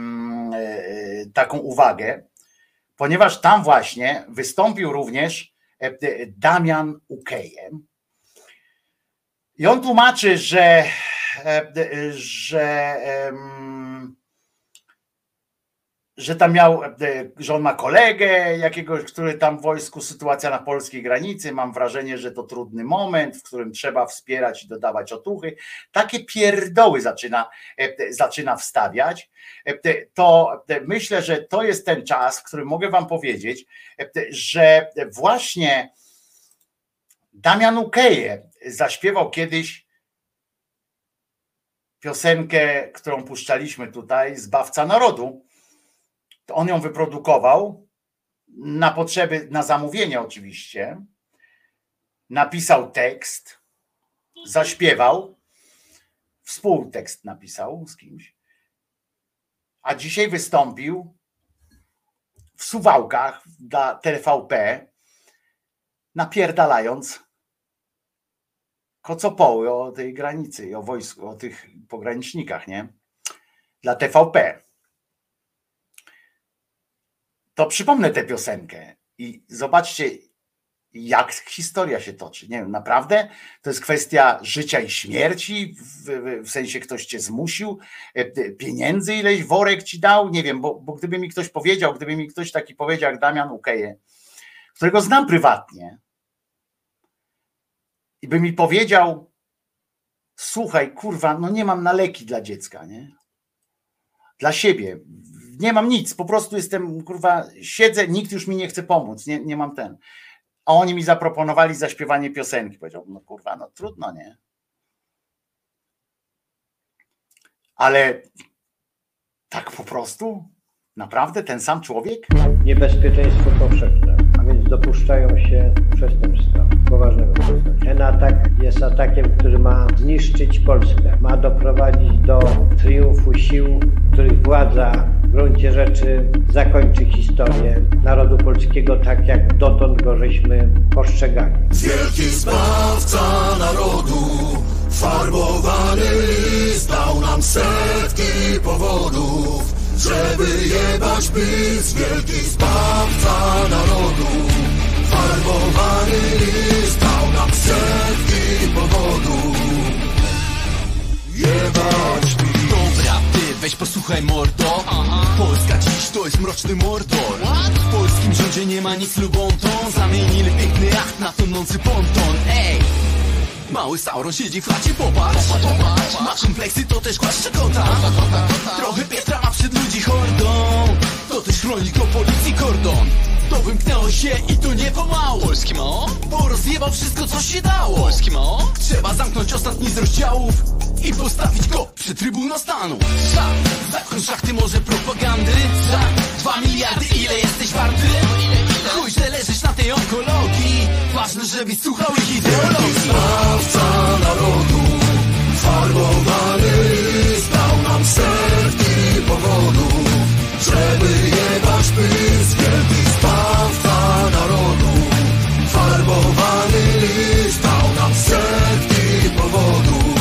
taką uwagę, ponieważ tam właśnie wystąpił również Damian Ukeje. I on tłumaczy, że, że że tam miał, że on ma kolegę jakiegoś, który tam w wojsku, sytuacja na polskiej granicy, mam wrażenie, że to trudny moment, w którym trzeba wspierać i dodawać otuchy. Takie pierdoły zaczyna, zaczyna wstawiać. To myślę, że to jest ten czas, w którym mogę wam powiedzieć, że właśnie Damian Ukeje zaśpiewał kiedyś piosenkę, którą puszczaliśmy tutaj, Zbawca Narodu. To on ją wyprodukował na potrzeby, na zamówienie oczywiście, napisał tekst, zaśpiewał, współtekst napisał z kimś, a dzisiaj wystąpił w Suwałkach dla T V P, napierdalając kocopoły o tej granicy i o wojsku, o tych pogranicznikach, nie? Dla T V P. To przypomnę tę piosenkę i zobaczcie, jak historia się toczy. Nie wiem, naprawdę to jest kwestia życia i śmierci, w, w sensie ktoś cię zmusił, pieniędzy ileś worek ci dał, nie wiem, bo, bo gdyby mi ktoś powiedział, gdyby mi ktoś taki powiedział jak Damian Ukeje, którego znam prywatnie i by mi powiedział, słuchaj, kurwa, no nie mam na leki dla dziecka, nie? Dla siebie. Nie mam nic, po prostu jestem, kurwa, siedzę, nikt już mi nie chce pomóc, nie, nie mam ten. A oni mi zaproponowali zaśpiewanie piosenki. Powiedział, no kurwa, no trudno, nie? Ale tak po prostu? Naprawdę ten sam człowiek? Niebezpieczeństwo powszechne, a więc dopuszczają się przestępstwa, poważnego przestępstwa. Ten atak jest atakiem, który ma zniszczyć Polskę, ma doprowadzić do triumfu sił, których władza w gruncie rzeczy zakończy historię narodu polskiego tak, jak dotąd go żeśmy postrzegali. Wielki zbawca narodu, farbowany list dał nam setki powodów, żeby jebać PiS. Wielki zbawca narodu, farbowany list dał nam setki powodów, jebać PiS. Dobra, ty weź posłuchaj mordo. Polska dziś to jest mroczny mordor. W polskim rządzie nie ma nic lubontą. Zamienili piękny jacht na tonący ponton. Ej! Mały Sauron siedzi w chacie, popatrz. Ma kompleksy, to też kłaszcze kota. Trochę Pietra ma przed ludzi hordą. To też chroni go policji kordon. To wymknęło się i to nie pomału. Polski mo? Bo rozjebał wszystko, co się dało. Polski mo? Trzeba zamknąć ostatni z rozdziałów i postawić go przy Trybunał Stanu. Za, zakon szachty, może propagandy. Za dwa miliardy, ile jesteś warty? Chuj, że leżysz na tej onkologii. Ważne, żebyś słuchał ich ideologii. Zbawca narodu, farbowany list dał nam setki powodów, żeby jebać PiS. Wielki zbawca narodu, farbowany list dał nam setki powodów,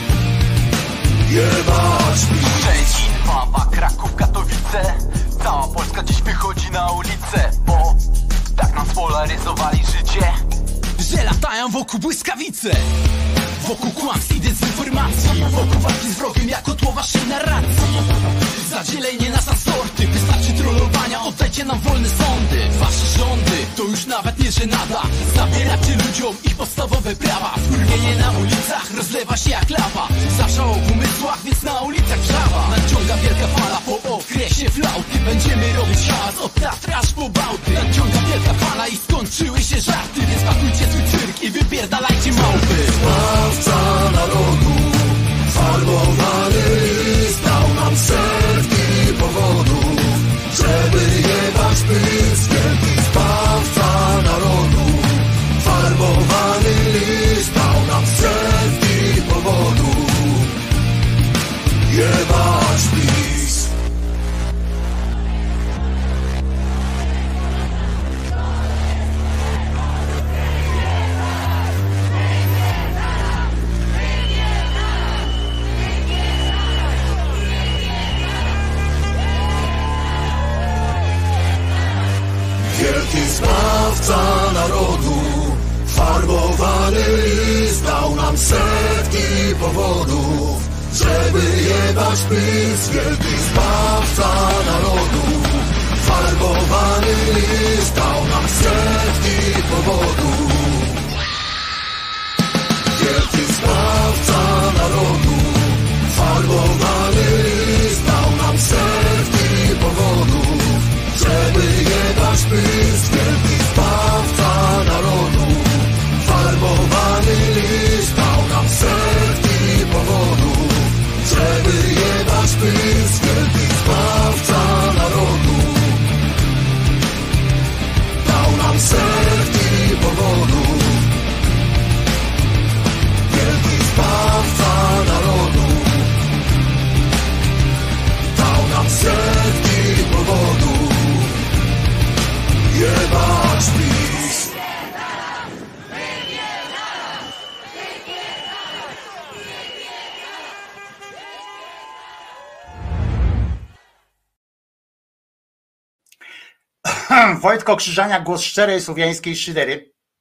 jebać PiS. Szczecin, Wawa, Kraków, Katowice. Cała Polska dziś wychodzi na ulicę, bo tak nam spolaryzowali życie, że latają wokół błyskawice. Wokół kłamstw i dezinformacji, wokół walki z wrogiem jako tło waszej narracji. Zadzielenie nas na sorty, wystarczy trollowania, oddajcie nam wolne sądy. Wasze rządy to już nawet nie żenada. Zabieracie ludziom ich podstawowe prawa. Wkurwienie na ulicach rozlewa się jak lawa. Zawrzał w umysłach, więc na ulicach wrzawa. Nadciąga wielka fala po okresie flauty. Będziemy robić hałas od Tatry aż po Bałty. Nadciąga wielka fala i skończyły się żarty, więc pakujcie swój cyrk i wypierdalajcie małpy. Zbawca narodu, farbowany list dał nam setki powodów, żeby jebać PiS. Wielki zbawca narodu, farbowany list dał nam setki powodów, jebać PiS. Wielki zbawca narodu, farbowany list dał nam setki powodów, żeby jebać PiS. Wielki zbawca narodu, farbowany list dał nam setki powodów. Wielki zbawca narodu, farbowany list dał nam setki powodów, żeby jebać PiS. Wielki zbawca narodu, farbowany list dał nam setki powodów, żeby jebać PiS. Wielki zbawca narodu, dał nam setki powodów. Wielki zbawca narodu, dał nam setki powodów, jebać PiS. Wojtko Krzyżania, głos szczerej słowiańskiej szydery.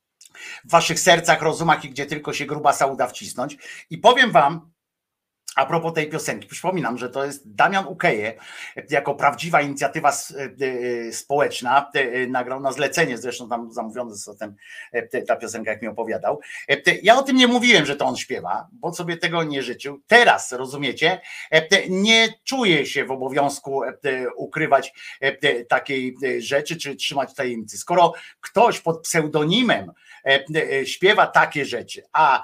w waszych sercach, rozumach i gdzie tylko się grubasa uda wcisnąć. I powiem wam, a propos tej piosenki, przypominam, że to jest Damian Ukeje, jako prawdziwa inicjatywa społeczna, nagrał na zlecenie, zresztą tam zamówiony zatem ta piosenka, jak mi opowiadał. Ja o tym nie mówiłem, że to on śpiewa, bo sobie tego nie życzył. Teraz, rozumiecie, nie czuję się w obowiązku ukrywać takiej rzeczy, czy trzymać tajemnicy. Skoro ktoś pod pseudonimem śpiewa takie rzeczy, a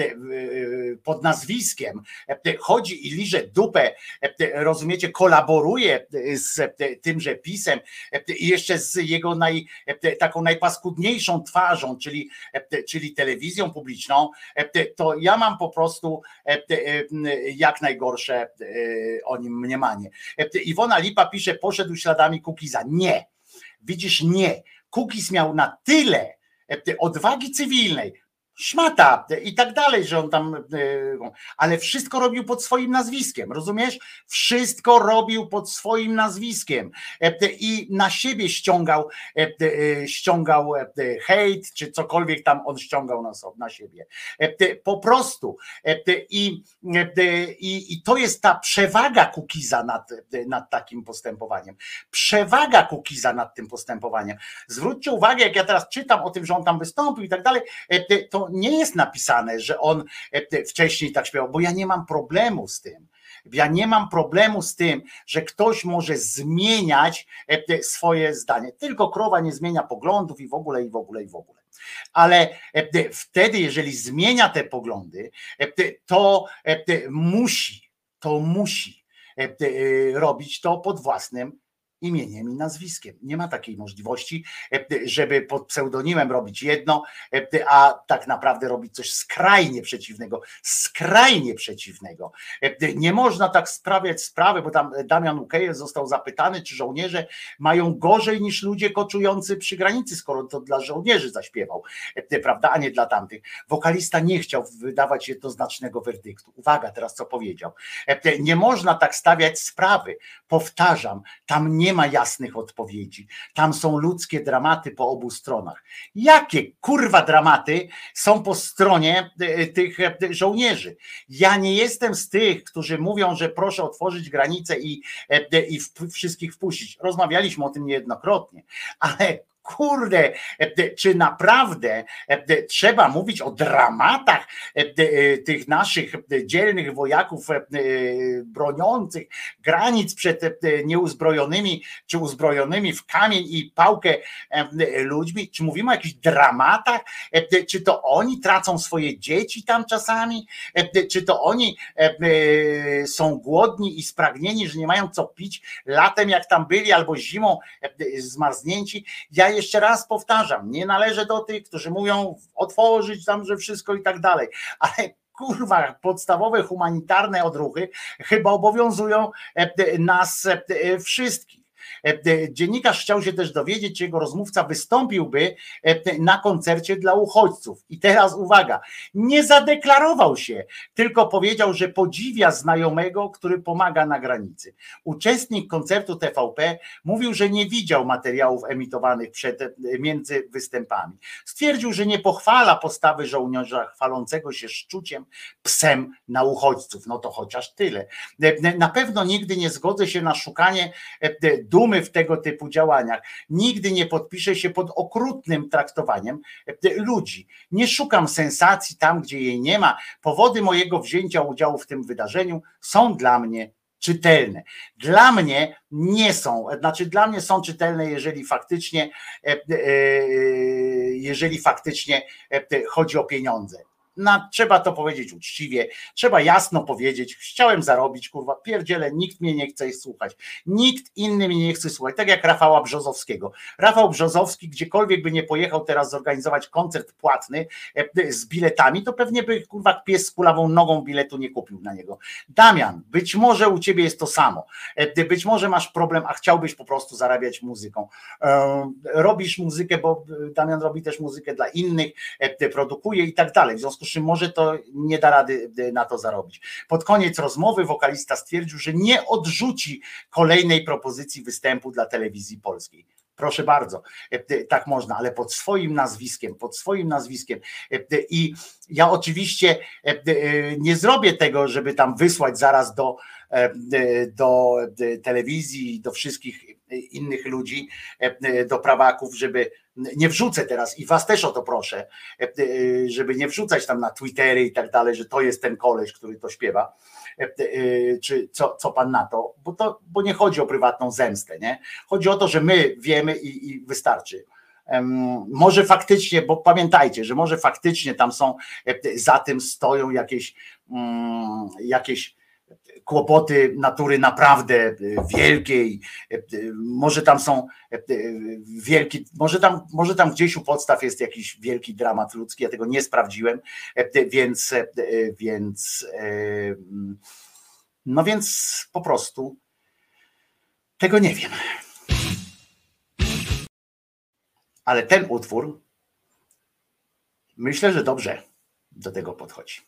pod nazwiskiem chodzi i liże dupę, rozumiecie, kolaboruje z tymże PiS-em i jeszcze z jego naj, taką najpaskudniejszą twarzą, czyli, czyli telewizją publiczną, to ja mam po prostu jak najgorsze o nim mniemanie. Iwona Lipa pisze, poszedł śladami Kukiza. Nie, widzisz, nie. Kukiz miał na tyle odwagi cywilnej, szmata i tak dalej, że on tam, ale wszystko robił pod swoim nazwiskiem, rozumiesz? Wszystko robił pod swoim nazwiskiem i na siebie ściągał, ściągał hejt, czy cokolwiek tam on ściągał na, sobie, na siebie. Po prostu. I, i, i to jest ta przewaga Kukiza nad, nad takim postępowaniem. Przewaga Kukiza nad tym postępowaniem. Zwróćcie uwagę, jak ja teraz czytam o tym, że on tam wystąpił i tak dalej, to nie jest napisane, że on wcześniej tak śpiewał, bo ja nie mam problemu z tym. Ja nie mam problemu z tym, że ktoś może zmieniać swoje zdanie. Tylko krowa nie zmienia poglądów i w ogóle, i w ogóle, i w ogóle. Ale wtedy, jeżeli zmienia te poglądy, to musi, to musi robić to pod własnym imieniem i nazwiskiem. Nie ma takiej możliwości, żeby pod pseudonimem robić jedno, a tak naprawdę robić coś skrajnie przeciwnego. Skrajnie przeciwnego. Nie można tak sprawiać sprawy, bo tam Damian Ukeje został zapytany, czy żołnierze mają gorzej niż ludzie koczujący przy granicy, skoro to dla żołnierzy zaśpiewał, prawda, a nie dla tamtych. Wokalista nie chciał wydawać jednoznacznego werdyktu. Uwaga, teraz co powiedział. Nie można tak stawiać sprawy. Powtarzam, tam nie Nie ma jasnych odpowiedzi. Tam są ludzkie dramaty po obu stronach. Jakie kurwa dramaty są po stronie tych żołnierzy? Ja nie jestem z tych, którzy mówią, że proszę otworzyć granice i, i wszystkich wpuścić. Rozmawialiśmy o tym niejednokrotnie, ale kurde, czy naprawdę trzeba mówić o dramatach tych naszych dzielnych wojaków broniących granic przed nieuzbrojonymi czy uzbrojonymi w kamień i pałkę ludźmi? Czy mówimy o jakichś dramatach? Czy to oni tracą swoje dzieci tam czasami? Czy to oni są głodni i spragnieni, że nie mają co pić latem, jak tam byli, albo zimą zmarznięci? Ja jeszcze raz powtarzam, nie należę do tych, którzy mówią otworzyć tam, że wszystko i tak dalej, ale kurwa, podstawowe humanitarne odruchy chyba obowiązują nas wszystkich. Dziennikarz chciał się też dowiedzieć, czy jego rozmówca wystąpiłby na koncercie dla uchodźców. I teraz uwaga, nie zadeklarował się, tylko powiedział, że podziwia znajomego, który pomaga na granicy. Uczestnik koncertu T V P mówił, że nie widział materiałów emitowanych przed, między występami. Stwierdził, że nie pochwala postawy żołnierza chwalącego się szczuciem psem na uchodźców. No to chociaż tyle. Na pewno nigdy nie zgodzę się na szukanie dumy w tego typu działaniach. Nigdy nie podpiszę się pod okrutnym traktowaniem ludzi. Nie szukam sensacji tam, gdzie jej nie ma. Powody mojego wzięcia udziału w tym wydarzeniu są dla mnie czytelne. Dla mnie nie są, znaczy dla mnie są czytelne, jeżeli faktycznie jeżeli faktycznie chodzi o pieniądze. No, trzeba to powiedzieć uczciwie, trzeba jasno powiedzieć, chciałem zarobić, kurwa, pierdzielę, nikt mnie nie chce słuchać, nikt inny mnie nie chce słuchać, tak jak Rafała Brzozowskiego. Rafał Brzozowski, gdziekolwiek by nie pojechał teraz zorganizować koncert płatny z biletami, to pewnie by, kurwa, pies z kulawą nogą biletu nie kupił na niego. Damian, być może u ciebie jest to samo, być może masz problem, a chciałbyś po prostu zarabiać muzyką. Robisz muzykę, bo Damian robi też muzykę dla innych, produkuje i tak dalej, w związku z czym może to nie da rady na to zarobić. Pod koniec rozmowy wokalista stwierdził, że nie odrzuci kolejnej propozycji występu dla telewizji polskiej. proszę bardzo, tak można, ale pod swoim nazwiskiem, pod swoim nazwiskiem. I ja oczywiście nie zrobię tego, żeby tam wysłać zaraz do, do telewizji, do wszystkich innych ludzi, do prawaków, żeby nie wrzucę teraz i was też o to proszę, żeby nie wrzucać tam na Twittery i tak dalej, że to jest ten koleś, który to śpiewa, czy co, co pan na to, bo to, bo nie chodzi o prywatną zemstę, nie? Chodzi o to, że my wiemy i, i wystarczy. Um, może faktycznie, bo pamiętajcie, że może faktycznie tam są, za tym stoją jakieś, um, jakieś kłopoty natury naprawdę wielkiej, może tam są wielki, może tam, może tam gdzieś u podstaw jest jakiś wielki dramat ludzki, ja tego nie sprawdziłem, więc, więc no więc po prostu tego nie wiem. Ale ten utwór myślę, że dobrze do tego podchodzi.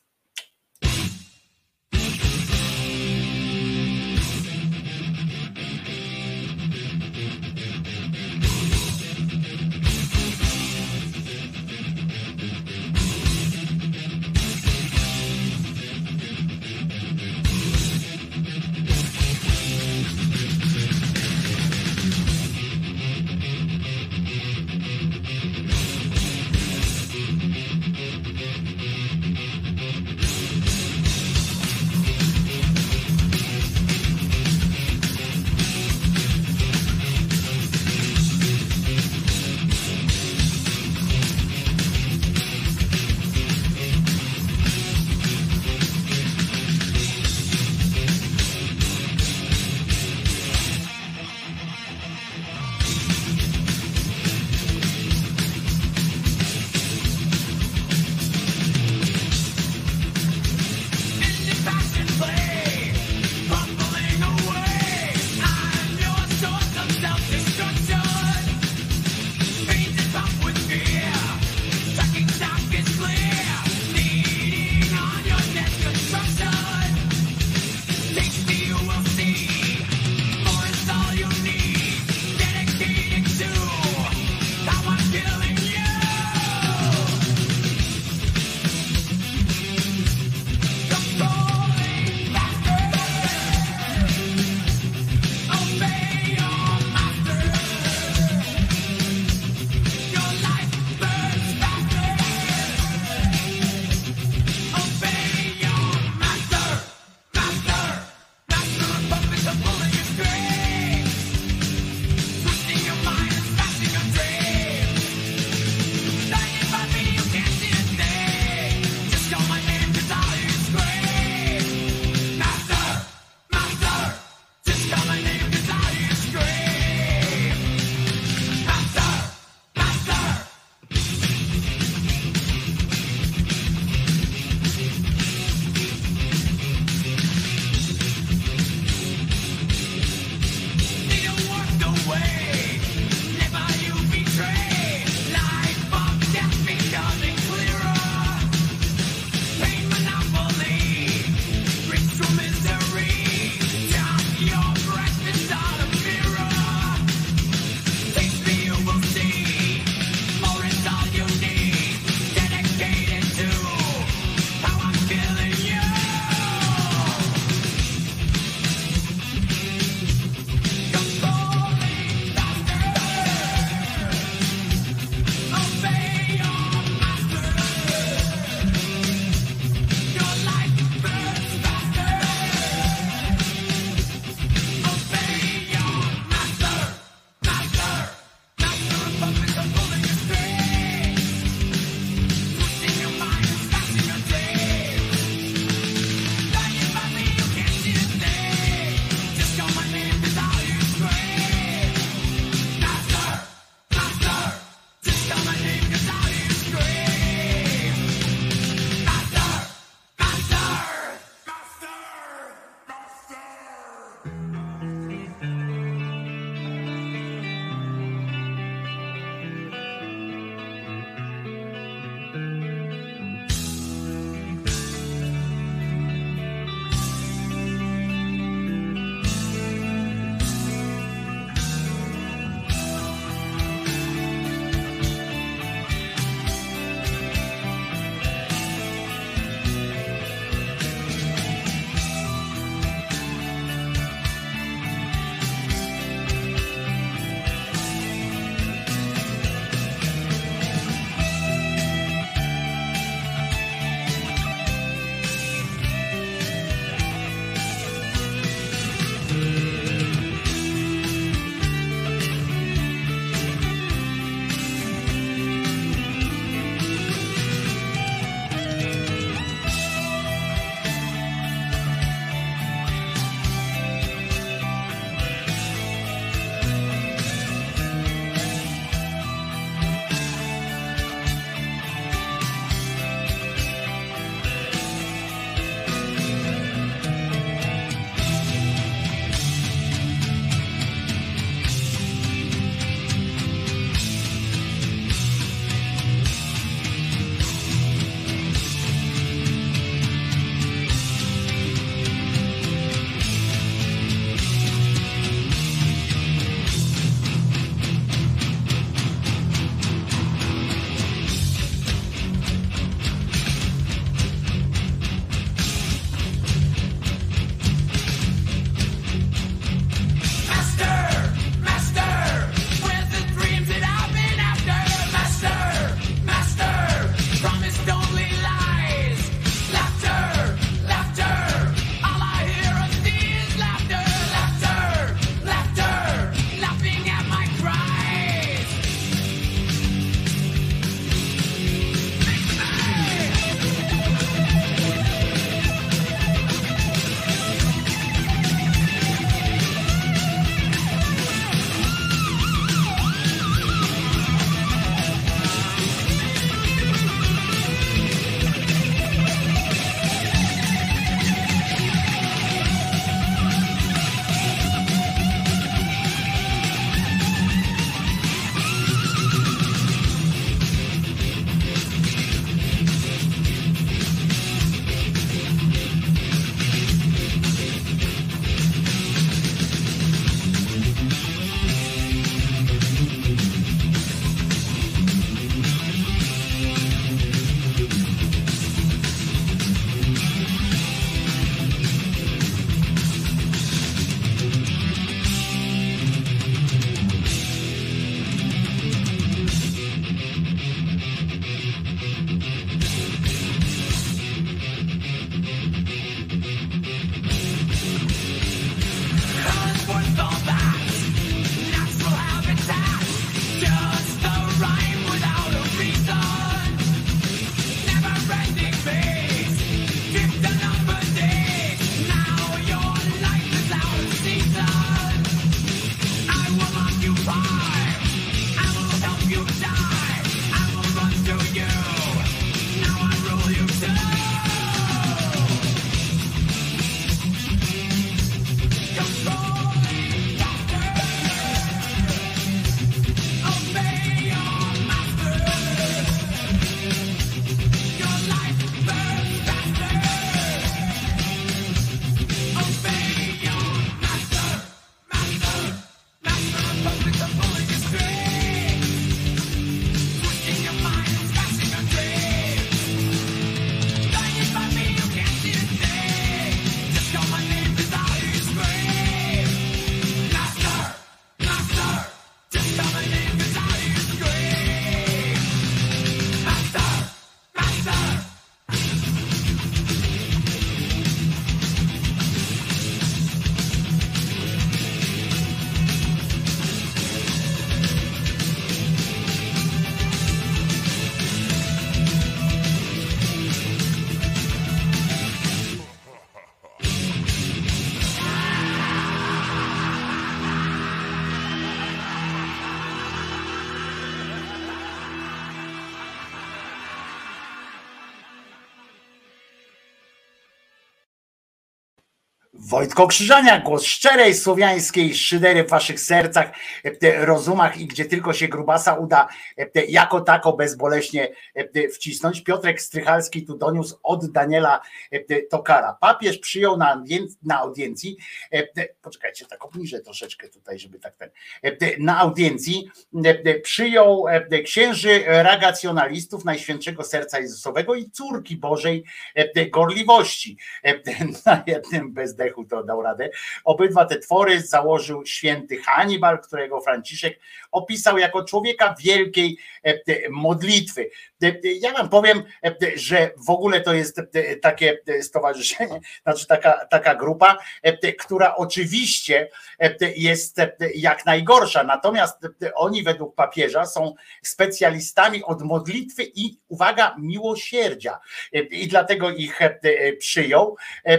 Wojtko Krzyżania, głos szczerej słowiańskiej szydery w waszych sercach, rozumach i gdzie tylko się grubasa uda jako tako bezboleśnie wcisnąć. Piotrek Strychalski tu doniósł od Daniela Tokara. Papież przyjął na, audienc- na audiencji, poczekajcie, tak obniżę troszeczkę tutaj, żeby tak ten, na audiencji przyjął księży ragacjonalistów Najświętszego Serca Jezusowego i Córki Bożej Gorliwości. Na jednym bezdechu to dał radę. Obydwa te twory założył święty Hannibal, którego Franciszek opisał jako człowieka wielkiej modlitwy. Ja wam powiem, że w ogóle to jest takie stowarzyszenie, znaczy taka, taka grupa, która oczywiście jest jak najgorsza, natomiast oni według papieża są specjalistami od modlitwy i uwaga, miłosierdzia. I dlatego ich przyjął.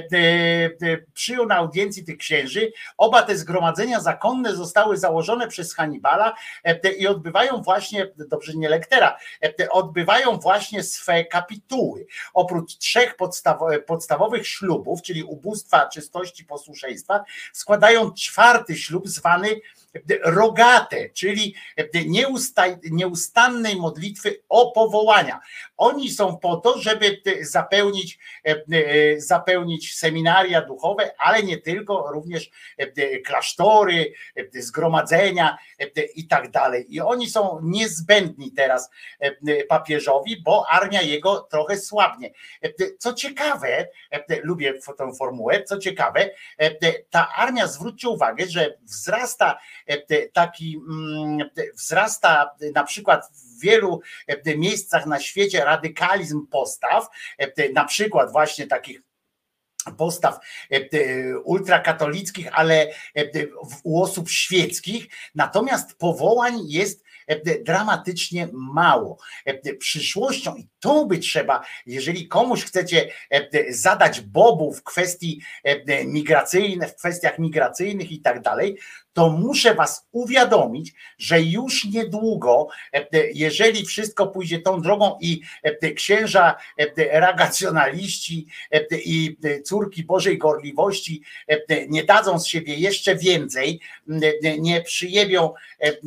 Przyjął na audiencji tych księży. Oba te zgromadzenia zakonne zostały założone przez Hannibala i odbywają właśnie, dobrze nie lektera, odbywają właśnie swe kapituły. Oprócz trzech podstaw- podstawowych ślubów, czyli ubóstwa, czystości, posłuszeństwa, składają czwarty ślub zwany rogate, czyli nieusta- nieustannej modlitwy o powołania. Oni są po to, żeby zapełnić, zapełnić seminaria duchowe, ale nie tylko, również klasztory, zgromadzenia i tak dalej. I oni są niezbędni teraz papieżowi, bo armia jego trochę słabnie. Co ciekawe, lubię tę formułę, co ciekawe, ta armia, zwróćcie uwagę, że wzrasta taki, wzrasta na przykład w wielu miejscach na świecie radykalizm postaw, na przykład właśnie takich postaw ultrakatolickich, ale u osób świeckich, natomiast powołań jest dramatycznie mało. Przyszłością, i to by trzeba, jeżeli komuś chcecie zadać bobu w kwestii migracyjnej, w kwestiach migracyjnych i tak dalej, to muszę was uwiadomić, że już niedługo, jeżeli wszystko pójdzie tą drogą i księża ragacjonaliści i córki Bożej Gorliwości nie dadzą z siebie jeszcze więcej, nie przyjebią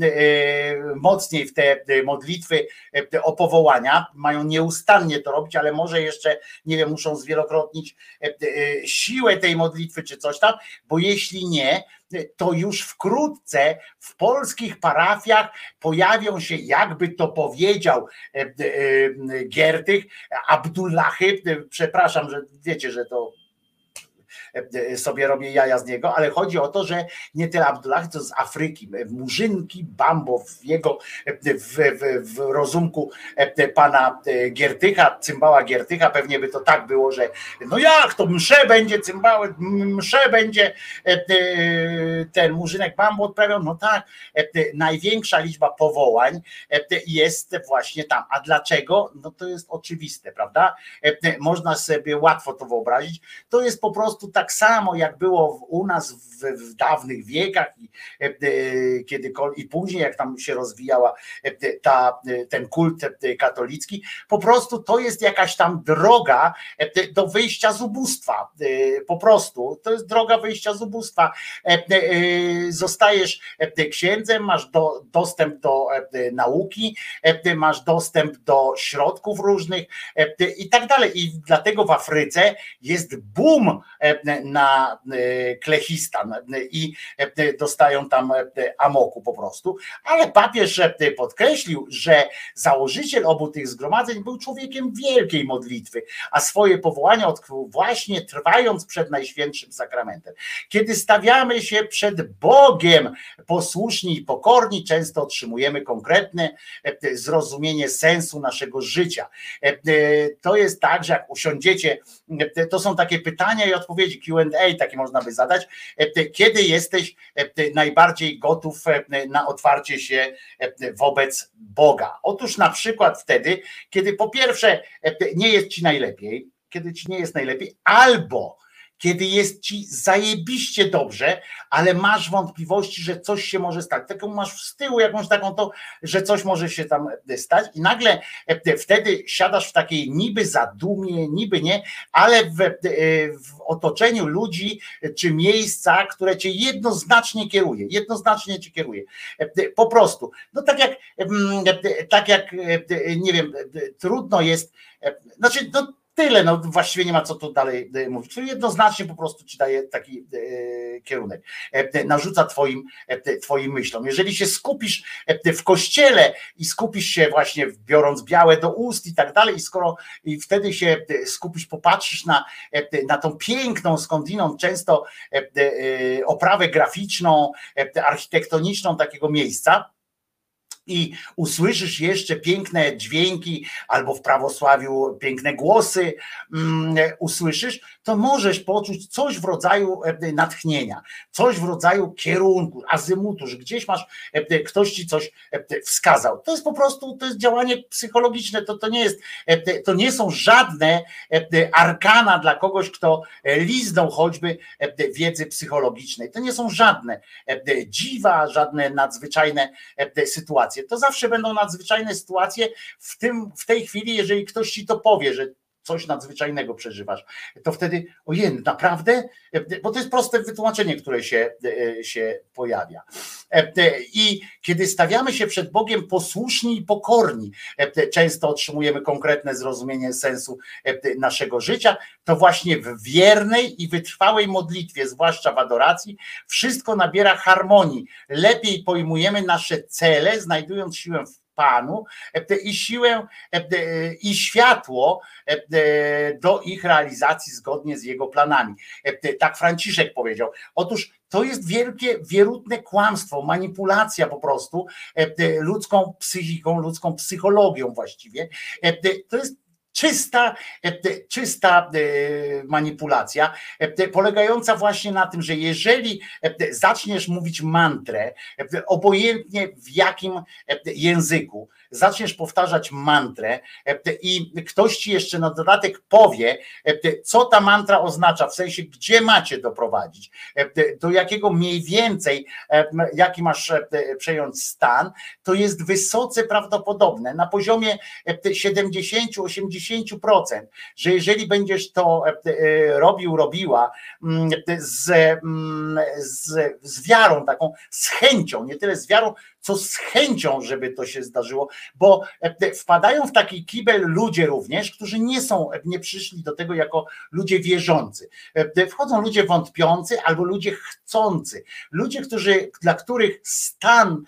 mocniej w te modlitwy o powołania, mają nieustannie to robić, ale może jeszcze, nie wiem, muszą zwielokrotnić siłę tej modlitwy czy coś tam, bo jeśli nie, to już wkrótce w polskich parafiach pojawią się, jakby to powiedział Giertych, Abdullahy, przepraszam, że wiecie, że to sobie robię jaja z niego, ale chodzi o to, że nie tyle Abdullah, co z Afryki, murzynki, bambo w jego w, w, w rozumku pana Giertycha, cymbała Giertycha, pewnie by to tak było, że no jak to msze będzie cymbały, msze będzie ten murzynek bambo odprawiał, no tak, największa liczba powołań jest właśnie tam. A dlaczego? No to jest oczywiste, prawda? Można sobie łatwo to wyobrazić. To jest po prostu tak samo, jak było u nas w, w dawnych wiekach i, kiedy, i później, jak tam się rozwijała ta, ten kult katolicki, po prostu to jest jakaś tam droga do wyjścia z ubóstwa. Po prostu to jest droga wyjścia z ubóstwa. Zostajesz księdzem, masz do, dostęp do nauki, masz dostęp do środków różnych i tak dalej. I dlatego w Afryce jest boom na Klechistan i dostają tam amoku po prostu, ale papież podkreślił, że założyciel obu tych zgromadzeń był człowiekiem wielkiej modlitwy, a swoje powołanie odkrył właśnie trwając przed Najświętszym Sakramentem. Kiedy stawiamy się przed Bogiem posłuszni i pokorni, często otrzymujemy konkretne zrozumienie sensu naszego życia. To jest tak, że jak usiądziecie, to są takie pytania i odpowiedzi, Q and A takie można by zadać, kiedy jesteś najbardziej gotów na otwarcie się wobec Boga. Otóż na przykład wtedy, kiedy po pierwsze nie jest ci najlepiej, kiedy ci nie jest najlepiej, albo kiedy jest ci zajebiście dobrze, ale masz wątpliwości, że coś się może stać. Taką masz z tyłu jakąś taką to, że coś może się tam stać i nagle wtedy siadasz w takiej niby zadumie, niby nie, ale w, w otoczeniu ludzi czy miejsca, które cię jednoznacznie kieruje, jednoznacznie cię kieruje. Po prostu. No tak jak, tak jak, nie wiem, trudno jest, znaczy no tyle, no właściwie nie ma co tu dalej mówić. Czyli jednoznacznie po prostu ci daje taki e, kierunek. E, narzuca twoim, e, twoim myślom. Jeżeli się skupisz e, w kościele i skupisz się właśnie biorąc białe do ust i tak dalej, i skoro i wtedy się skupisz, popatrzysz na, e, na tą piękną skądinąd często e, e, oprawę graficzną, e, architektoniczną takiego miejsca, i usłyszysz jeszcze piękne dźwięki albo w prawosławiu piękne głosy um, usłyszysz, to możesz poczuć coś w rodzaju natchnienia, coś w rodzaju kierunku, azymutu, że gdzieś masz, ktoś ci coś wskazał. To jest po prostu, to jest działanie psychologiczne, to, to, nie, jest, to nie są żadne arkana dla kogoś, kto liznął choćby wiedzy psychologicznej. To nie są żadne dziwa, żadne nadzwyczajne sytuacje. To zawsze będą nadzwyczajne sytuacje w tym, w tej chwili, jeżeli ktoś ci to powie, że coś nadzwyczajnego przeżywasz, to wtedy ojej, naprawdę? Bo to jest proste wytłumaczenie, które się, się pojawia. I kiedy stawiamy się przed Bogiem posłuszni i pokorni, często otrzymujemy konkretne zrozumienie sensu naszego życia, to właśnie w wiernej i wytrwałej modlitwie, zwłaszcza w adoracji, wszystko nabiera harmonii. Lepiej pojmujemy nasze cele, znajdując siłę w Panu i siłę i światło do ich realizacji zgodnie z Jego planami. Tak Franciszek powiedział. Otóż to jest wielkie, wierutne kłamstwo, manipulacja po prostu ludzką psychiką, ludzką psychologią właściwie. To jest Czysta, czysta manipulacja, polegająca właśnie na tym, że jeżeli zaczniesz mówić mantrę, obojętnie w jakim języku, zaczniesz powtarzać mantrę i ktoś ci jeszcze na dodatek powie, co ta mantra oznacza, w sensie gdzie macie doprowadzić, do jakiego mniej więcej, jaki masz przejąć stan, to jest wysoce prawdopodobne, na poziomie siedemdziesiąt do osiemdziesięciu procent, że jeżeli będziesz to robił, robiła z, z, z wiarą taką, z chęcią, nie tyle z wiarą, co z chęcią, żeby to się zdarzyło, bo wpadają w taki kibel ludzie również, którzy nie są, nie przyszli do tego jako ludzie wierzący. Wchodzą ludzie wątpiący albo ludzie chcący. Ludzie, którzy, dla których stan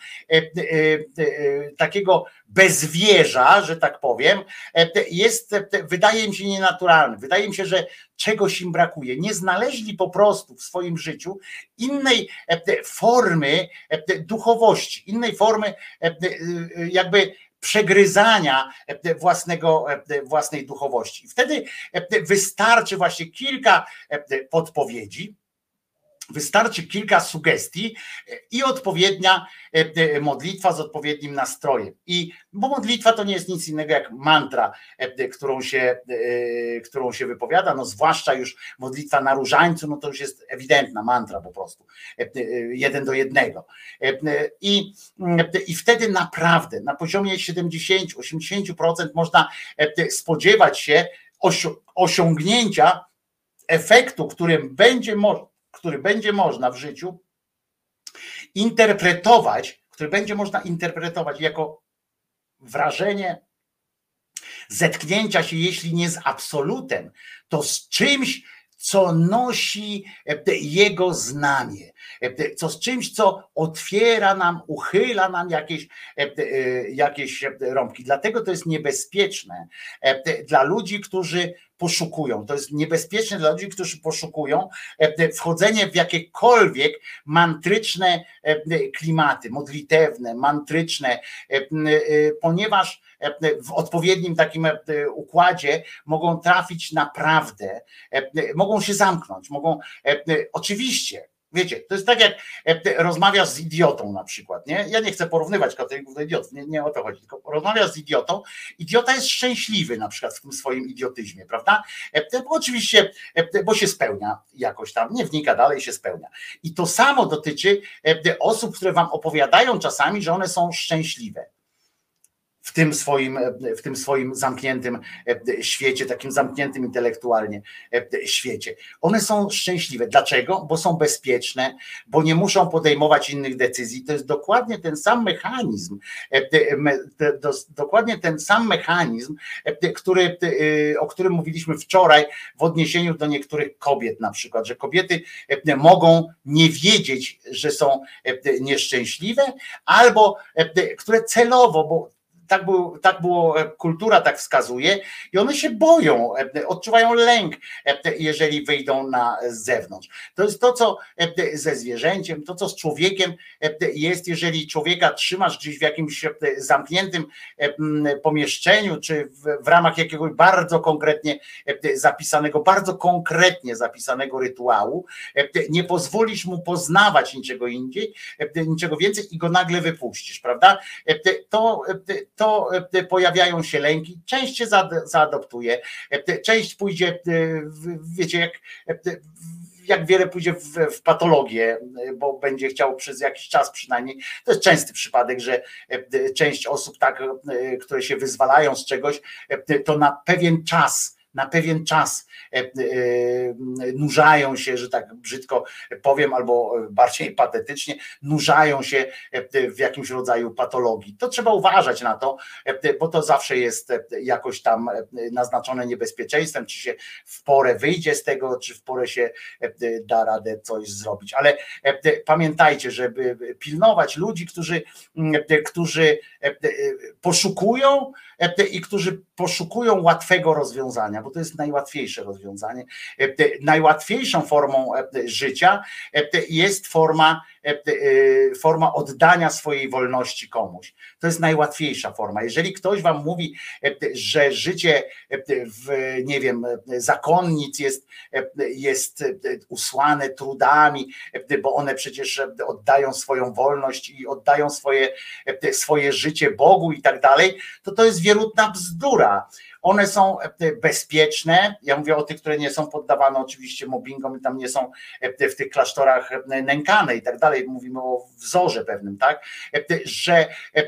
takiego bezwierza, że tak powiem, jest, wydaje mi się nienaturalny. Wydaje mi się, że czegoś im brakuje. Nie znaleźli po prostu w swoim życiu innej formy duchowości, innej formy jakby przegryzania własnego, własnej duchowości. Wtedy wystarczy właśnie kilka podpowiedzi, wystarczy kilka sugestii i odpowiednia modlitwa z odpowiednim nastrojem. I bo modlitwa to nie jest nic innego jak mantra, którą się, którą się wypowiada, no zwłaszcza już modlitwa na różańcu, no to już jest ewidentna mantra po prostu, jeden do jednego. I, i wtedy naprawdę na poziomie siedemdziesiąt do osiemdziesięciu procent można spodziewać się osiągnięcia efektu, którym będzie można który będzie można w życiu interpretować, który będzie można interpretować jako wrażenie zetknięcia się, jeśli nie z absolutem, to z czymś, co nosi jego znamie, co z czymś, co otwiera nam, uchyla nam jakieś, jakieś rąbki. Dlatego to jest niebezpieczne dla ludzi, którzy poszukują. To jest niebezpieczne dla ludzi, którzy poszukują wchodzenie w jakiekolwiek mantryczne klimaty, modlitewne, mantryczne, ponieważ w odpowiednim takim układzie mogą trafić naprawdę, mogą się zamknąć, mogą oczywiście Wiecie, to jest tak jak rozmawiasz z idiotą na przykład, nie? Ja nie chcę porównywać katolików do idiotów, nie, nie o to chodzi, tylko rozmawiasz z idiotą, idiota jest szczęśliwy na przykład w tym swoim idiotyzmie, prawda? Bo oczywiście, bo się spełnia jakoś tam, nie wnika dalej, się spełnia. I to samo dotyczy osób, które wam opowiadają czasami, że one są szczęśliwe. W tym, swoim, w tym swoim zamkniętym świecie, takim zamkniętym intelektualnie świecie. One są szczęśliwe. Dlaczego? Bo są bezpieczne, bo nie muszą podejmować innych decyzji. To jest dokładnie ten sam mechanizm, dokładnie ten sam mechanizm, który, o którym mówiliśmy wczoraj w odniesieniu do niektórych kobiet na przykład, że kobiety mogą nie wiedzieć, że są nieszczęśliwe, albo które celowo, bo Tak, był, tak było, kultura tak wskazuje i one się boją, odczuwają lęk, jeżeli wyjdą na zewnątrz. To jest to, co ze zwierzęciem, to, co z człowiekiem jest, jeżeli człowieka trzymasz gdzieś w jakimś zamkniętym pomieszczeniu, czy w, w ramach jakiegoś bardzo konkretnie zapisanego, bardzo konkretnie zapisanego rytuału, nie pozwolisz mu poznawać niczego indziej, niczego więcej i go nagle wypuścisz, prawda? To to pojawiają się lęki, część się zaadoptuje, część pójdzie, wiecie, jak, jak wiele pójdzie w, w patologię, bo będzie chciał przez jakiś czas przynajmniej. To jest częsty przypadek, że część osób, tak, które się wyzwalają z czegoś, to na pewien czas, na pewien czas nurzają się, że tak brzydko powiem, albo bardziej patetycznie, nurzają się w jakimś rodzaju patologii. To trzeba uważać na to, bo to zawsze jest jakoś tam naznaczone niebezpieczeństwem, czy się w porę wyjdzie z tego, czy w porę się da radę coś zrobić. Ale pamiętajcie, żeby pilnować ludzi, którzy, którzy poszukują i którzy poszukują łatwego rozwiązania, bo to jest najłatwiejsze rozwiązanie. Najłatwiejszą formą życia jest forma, forma oddania swojej wolności komuś. To jest najłatwiejsza forma. Jeżeli ktoś wam mówi, że życie w, nie wiem, zakonnic jest, jest usłane trudami, bo one przecież oddają swoją wolność i oddają swoje, swoje życie Bogu i tak dalej, to to jest wierutna bzdura. One są bezpieczne, ja mówię o tych, które nie są poddawane oczywiście mobbingom i tam nie są w tych klasztorach nękane i tak dalej, mówimy o wzorze pewnym, tak, że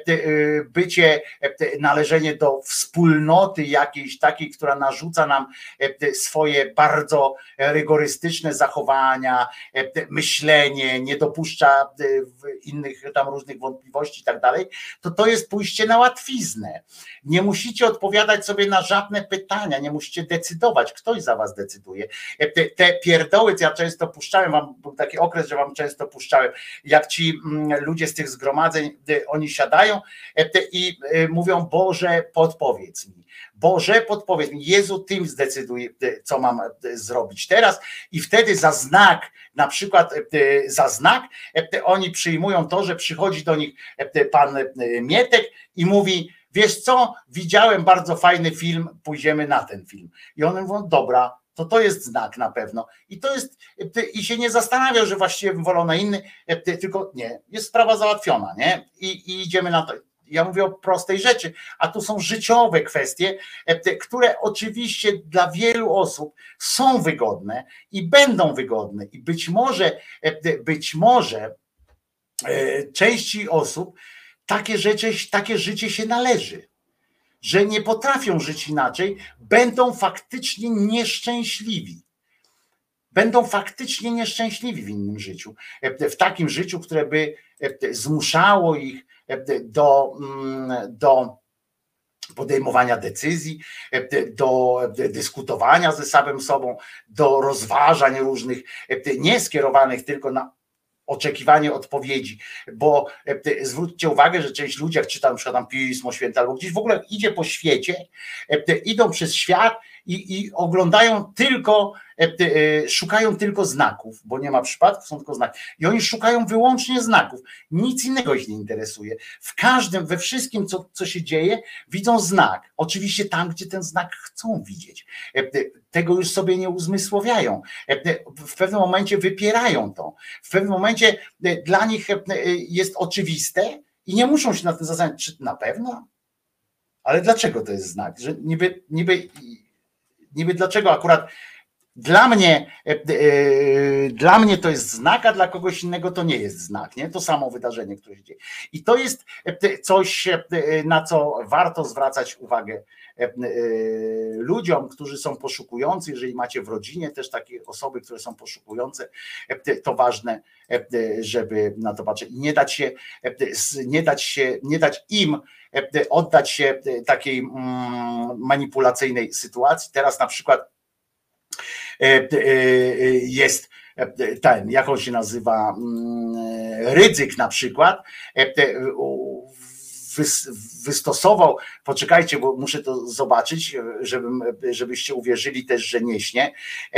bycie, należenie do wspólnoty jakiejś takiej, która narzuca nam swoje bardzo rygorystyczne zachowania, myślenie, nie dopuszcza innych tam różnych wątpliwości i tak dalej, to to jest pójście na łatwiznę. Nie musicie odpowiadać sobie na żadne pytania, nie musicie decydować, ktoś za was decyduje. Te, te pierdoły, ja często puszczałem, wam był taki okres, że wam często puszczałem, jak ci ludzie z tych zgromadzeń, oni siadają i mówią: Boże, podpowiedz mi. Boże, podpowiedz mi, Jezu, Ty zdecyduj, co mam zrobić teraz, i wtedy za znak, na przykład za znak, oni przyjmują to, że przychodzi do nich pan Mietek i mówi: wiesz co, widziałem bardzo fajny film, pójdziemy na ten film. I one mówią: dobra, to to jest znak na pewno. I to jest, i się nie zastanawiał, że właściwie bym wolał na inny, tylko nie, jest sprawa załatwiona, nie? I, i idziemy na to. Ja mówię o prostej rzeczy, a tu są życiowe kwestie, które oczywiście dla wielu osób są wygodne i będą wygodne. I być może, być może części osób takie rzeczy, takie życie się należy, że nie potrafią żyć inaczej, będą faktycznie nieszczęśliwi. Będą faktycznie nieszczęśliwi w innym życiu, w takim życiu, które by zmuszało ich do, do podejmowania decyzji, do dyskutowania ze samym sobą, do rozważań różnych, nie skierowanych tylko na oczekiwanie odpowiedzi, bo zwróćcie uwagę, że część ludzi, jak czyta na przykład tam Pismo Święte albo gdzieś w ogóle idzie po świecie, idą przez świat i, i oglądają tylko, szukają tylko znaków, bo nie ma przypadków, są tylko znaki. I oni szukają wyłącznie znaków. Nic innego ich nie interesuje. W każdym, we wszystkim, co, co się dzieje, widzą znak. Oczywiście tam, gdzie ten znak chcą widzieć. Tego już sobie nie uzmysłowiają. W pewnym momencie wypierają to. W pewnym momencie dla nich jest oczywiste i nie muszą się na tym zastanawiać, czy na pewno? Ale dlaczego to jest znak? Że niby, niby, niby dlaczego akurat dla mnie, dla mnie to jest znak, a dla kogoś innego to nie jest znak, nie? To samo wydarzenie, które się dzieje. I to jest coś, na co warto zwracać uwagę ludziom, którzy są poszukujący. Jeżeli macie w rodzinie też takie osoby, które są poszukujące, to ważne, żeby na to patrzeć i nie dać się, nie dać się, nie dać im oddać się takiej manipulacyjnej sytuacji. Teraz na przykład jest ten, jak on się nazywa, Rydzyk na przykład, wystosował, poczekajcie, bo muszę to zobaczyć, żebym, żebyście uwierzyli też, że nie śnię.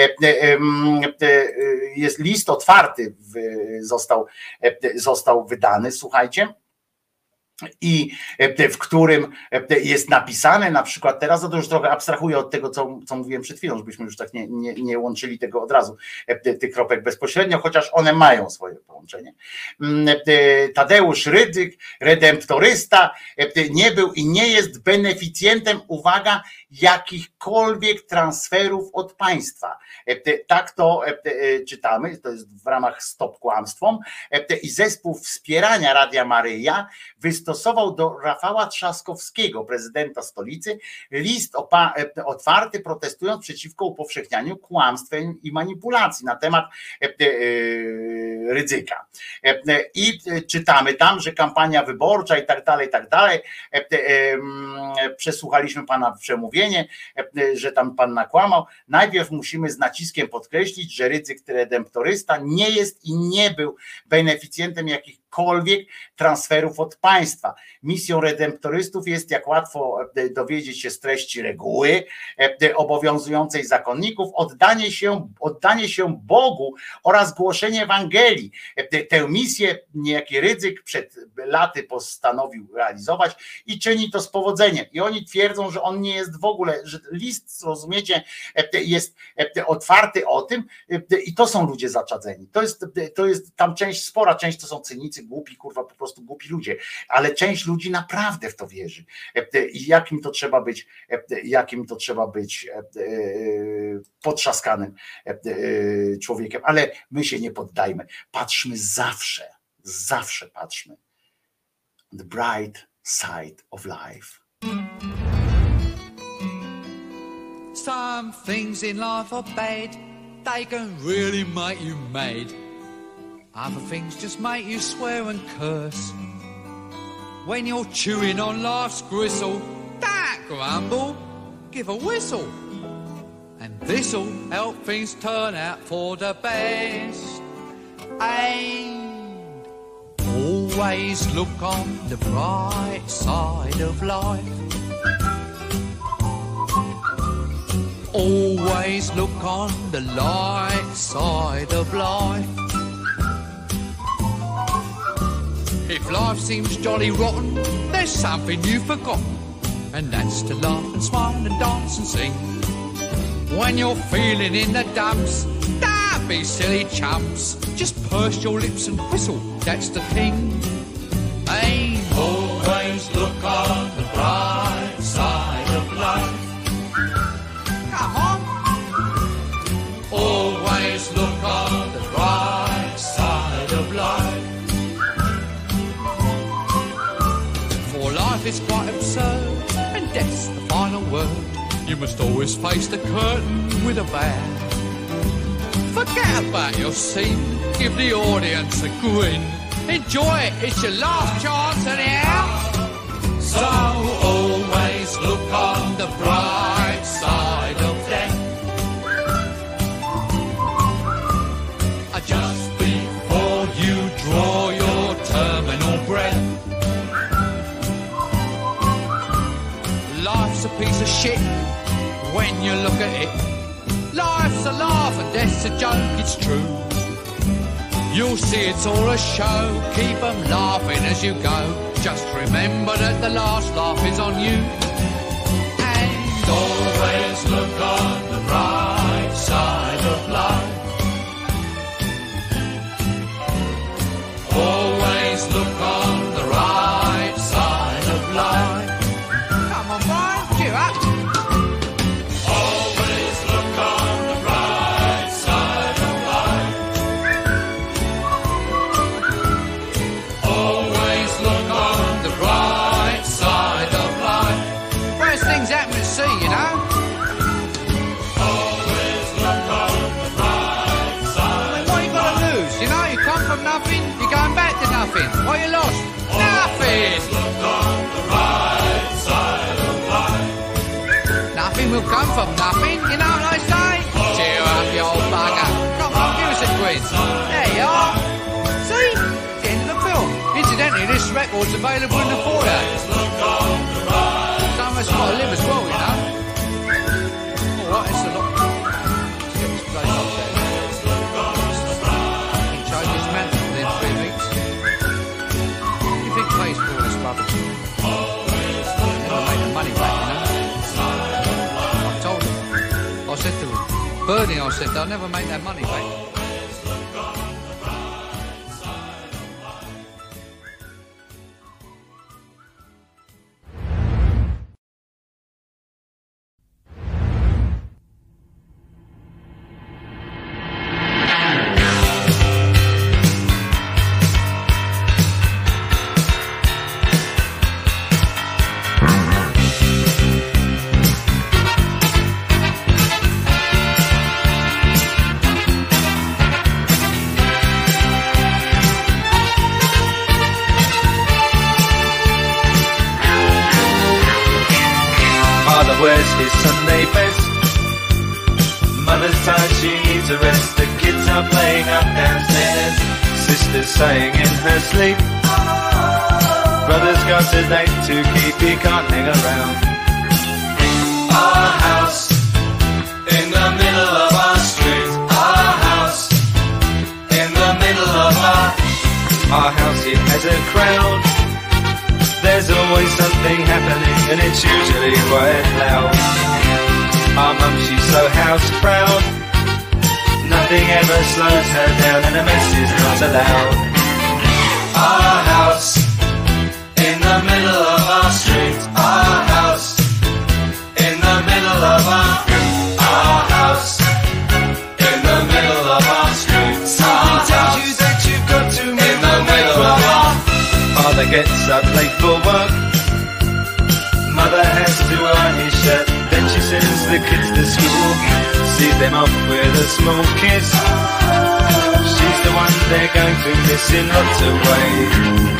Jest list otwarty, został, został wydany, słuchajcie. I w którym jest napisane, na przykład teraz, to już trochę abstrahuję od tego, co, co mówiłem przed chwilą, żebyśmy już tak nie, nie, nie łączyli tego od razu, tych kropek bezpośrednio, chociaż one mają swoje połączenie. Tadeusz Rydzyk, redemptorysta, nie był i nie jest beneficjentem, uwaga, jakichkolwiek transferów od państwa. Tak to czytamy, to jest w ramach Stop Kłamstwom, i zespół wspierania Radia Maryja wystosował do Rafała Trzaskowskiego, prezydenta stolicy, list otwarty, protestując przeciwko upowszechnianiu kłamstw i manipulacji na temat Rydzyka. I czytamy tam, że kampania wyborcza i tak dalej, i tak dalej. Przesłuchaliśmy pana przemówienie, że tam pan nakłamał. Najpierw musimy z naciskiem podkreślić, że Rydzyk, redemptorysta, nie jest i nie był beneficjentem jakichkolwiek transferów od państwa. Misją redemptorystów jest, jak łatwo dowiedzieć się z treści reguły obowiązującej zakonników, oddanie się, oddanie się Bogu oraz głoszenie Ewangelii. Tę misję niejaki Rydzyk przed laty postanowił realizować i czyni to z powodzeniem. I oni twierdzą, że on nie jest w ogóle, że list, rozumiecie, jest otwarty o tym i to są ludzie zaczadzeni. To jest, to jest tam część, spora część to są cynicy, głupi, kurwa, po prostu głupi ludzie, ale część ludzi naprawdę w to wierzy. I jakim to trzeba być, jakim to trzeba być potrzaskanym człowiekiem. Ale my się nie poddajmy. Patrzmy zawsze, zawsze patrzmy. The bright side of life. Some things in life are bad. They can really make you mad. Other things just make you swear and curse. When you're chewing on life's gristle, don't grumble, give a whistle. And this'll help things turn out for the best. And always look on the bright side of life. Always look on the light side of life. If life seems jolly rotten, there's something you've forgotten, and that's to laugh and smile and dance and sing. When you're feeling in the dumps, don't be silly chumps. Just purse your lips and whistle, that's the thing. Hey, always look on the bright side of life. Come on. Always look on the bright side of life. For life is quite absurd, and death's the final word. You must always face the curtain with a bow. Forget about your scene, give the audience a grin. Enjoy it, it's your last chance anyhow. So always look on the bright side of death. Just before you draw your terminal breath. Life's a piece of shit, when you look at it. Life's a laugh and death's a joke, it's true. You'll see it's all a show, keep them laughing as you go. Just remember that the last laugh is on you. And always look on the bright side of life. Always look on the right side of life. Come on, Brian, cheer up. Always look on the right side of life. Always look on the right side of life. Worst things happen at sea, you know. Always look on the right side. I mean, what you got to lose? You know, you come from nothing, you're going back to nothing. What you lost? Nothing. Look on the right side of life. Nothing will come from nothing, you know what I say? Cheer up, you old bugger. Come on, give us a quiz. There you are. See? It's the end of the film. Incidentally, this record's available in the foyer. Some of us got to live as well, you know. Alright, it's a lot. Let's get this place off there. I can change this man within three weeks. What do you think pays for all this rubbish? Never made the money back, you know. I told him. I said to him, Bernie, I said, they'll never make that money back. Wears his Sunday best. Mother's tired, she needs a rest. The kids are playing up downstairs. Sister's saying in her sleep, brother's got a date to keep, he can't hang around. Our house in the middle of our street. Our house in the middle of our Our house, it has a crowd. There's always something happening and it's usually quite loud. Our mum, she's so house proud. Nothing ever slows her down and a mess is not allowed. Our house in the middle of our street. Our house in the middle of our Our house in the middle of our street. Something tells you that you've got to in the middle of our Father gets up late for work. Mother has to iron his shirt. Then she sends the kids to school, sees them off with a small kiss. She's the one they're going to miss in lots of ways.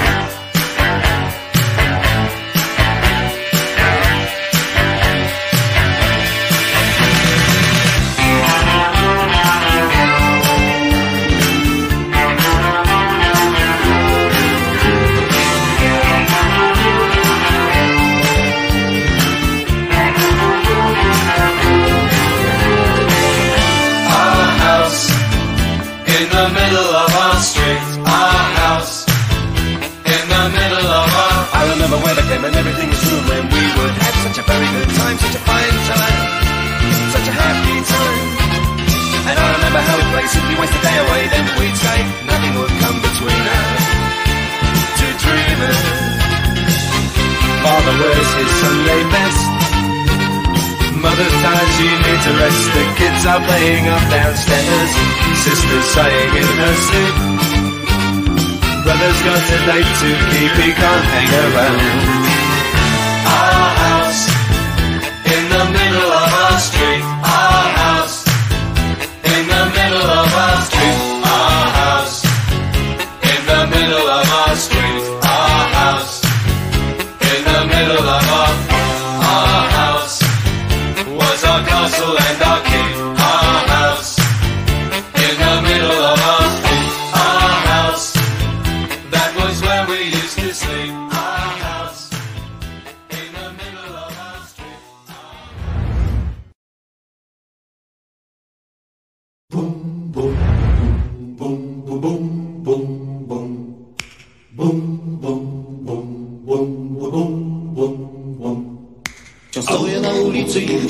In the middle of our street, our house in the middle of our I remember weather came and everything was room when we would have such a very good time, such a fine time, such a happy time. And I remember how we'd play, simply waste the day away, then we'd say nothing would come between us, two dreamers. Father wears his Sunday best. Mother's tired, she needs a rest. The kids are playing up downstairs. Sister's saying in her sleep, brother's got a date to keep, he can't hang around. Our house in the middle of our street. Our house in the middle of our street. Our house in the middle of our street. Our house in the middle of our Our house was our castle and our king. Our house in the middle of our street. Our house, that was where we used to sleep. Our house in the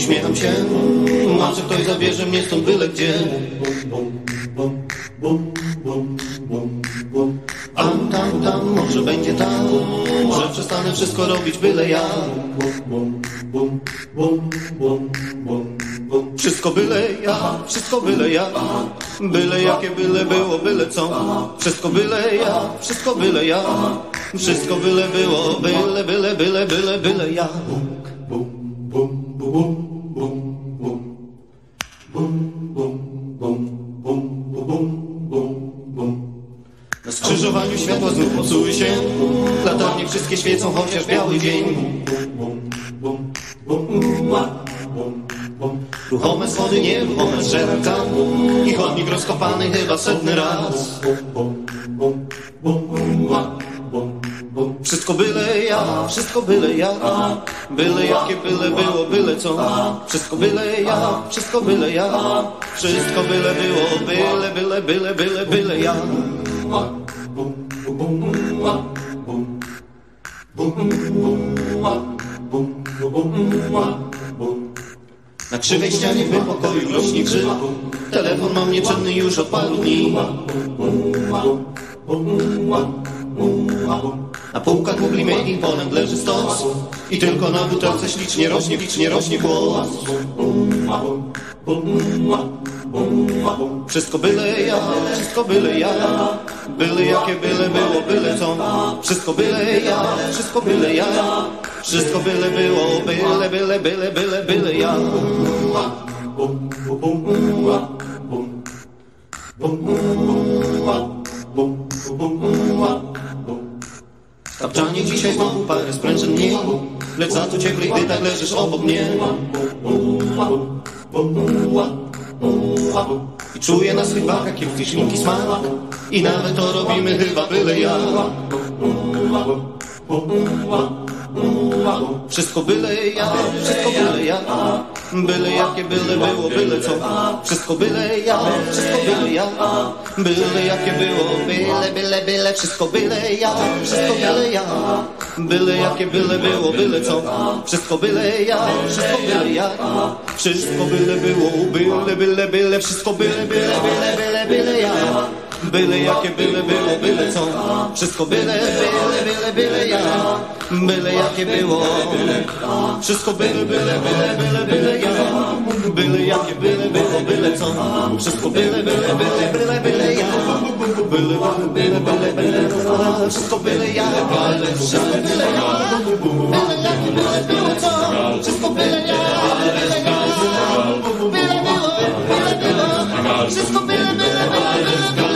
Uśmiecham się, może ktoś zabierze mnie stąd byle gdzie. Tam, tam, tam, może będzie tak, że przestanę wszystko robić byle ja. Wszystko byle ja, wszystko byle ja. Byle jakie byle było, byle co. Wszystko byle ja, wszystko byle ja. Wszystko byle było, byle, byle, byle, byle, byle ja. Na skrzyżowaniu światła znów popsuły się. Latarnie wszystkie świecą, chociaż biały dzień. Ruchome schody, nieruchome drzewka i chodnik rozkopany chyba setny raz. Wszystko byle ja, wszystko byle ja. Byle jakie byle było, byle co. Wszystko byle ja, wszystko byle ja. Wszystko byle było, byle, byle, byle, byle, byle ja. Na krzywej ścianie w pokoju rośnie grzyb. Telefon mam nieczynny już od paru dni. Na półkach Google Mail imponent leży stos i tylko na butelce ślicznie rośnie, licznie rośnie głos. Wszystko byle ja, wszystko byle ja. Byle jakie byle było, byle co. Wszystko byle ja, wszystko byle ja. Wszystko byle było, byle, byle, byle, byle, byle ja. Tapczanie dzisiaj znowu parę sprężyn mniej, lecz za to cieplej ty tak leżysz obok mnie. I czuję na swych barkach kiepski ślinki smak i nawet to robimy chyba byle ja. Wszystko byle ja, wszystko byle ja. Byle jakie byle było, byle co. Wszystko byle ja, wszystko byle ja. Byle jakie było, byle, byle, byle. Wszystko byle ja, wszystko byle ja. Byle jakie byle było, byle co. Wszystko byle ja, wszystko byle ja. Wszystko byle było, byle, byle, byle. Wszystko byle, byle, byle, byle, byle ja. Byle jakie byle było, byle co. Wszystko byle, byle, byle, byle ja. Byle jakie było. Wszystko byle, byle, byle, byle, byle ja. Byle jakie byle było, byle co. Wszystko byle, byle, byle, byle, byle ja. Byle, byle, byle, byle, byle. Wszystko byle ja. Wszystko byle ja. Byle jakie byle, byle co. Wszystko byle ja. Byle ja. Byle było, byle było. Wszystko byle, byle, byle, byle.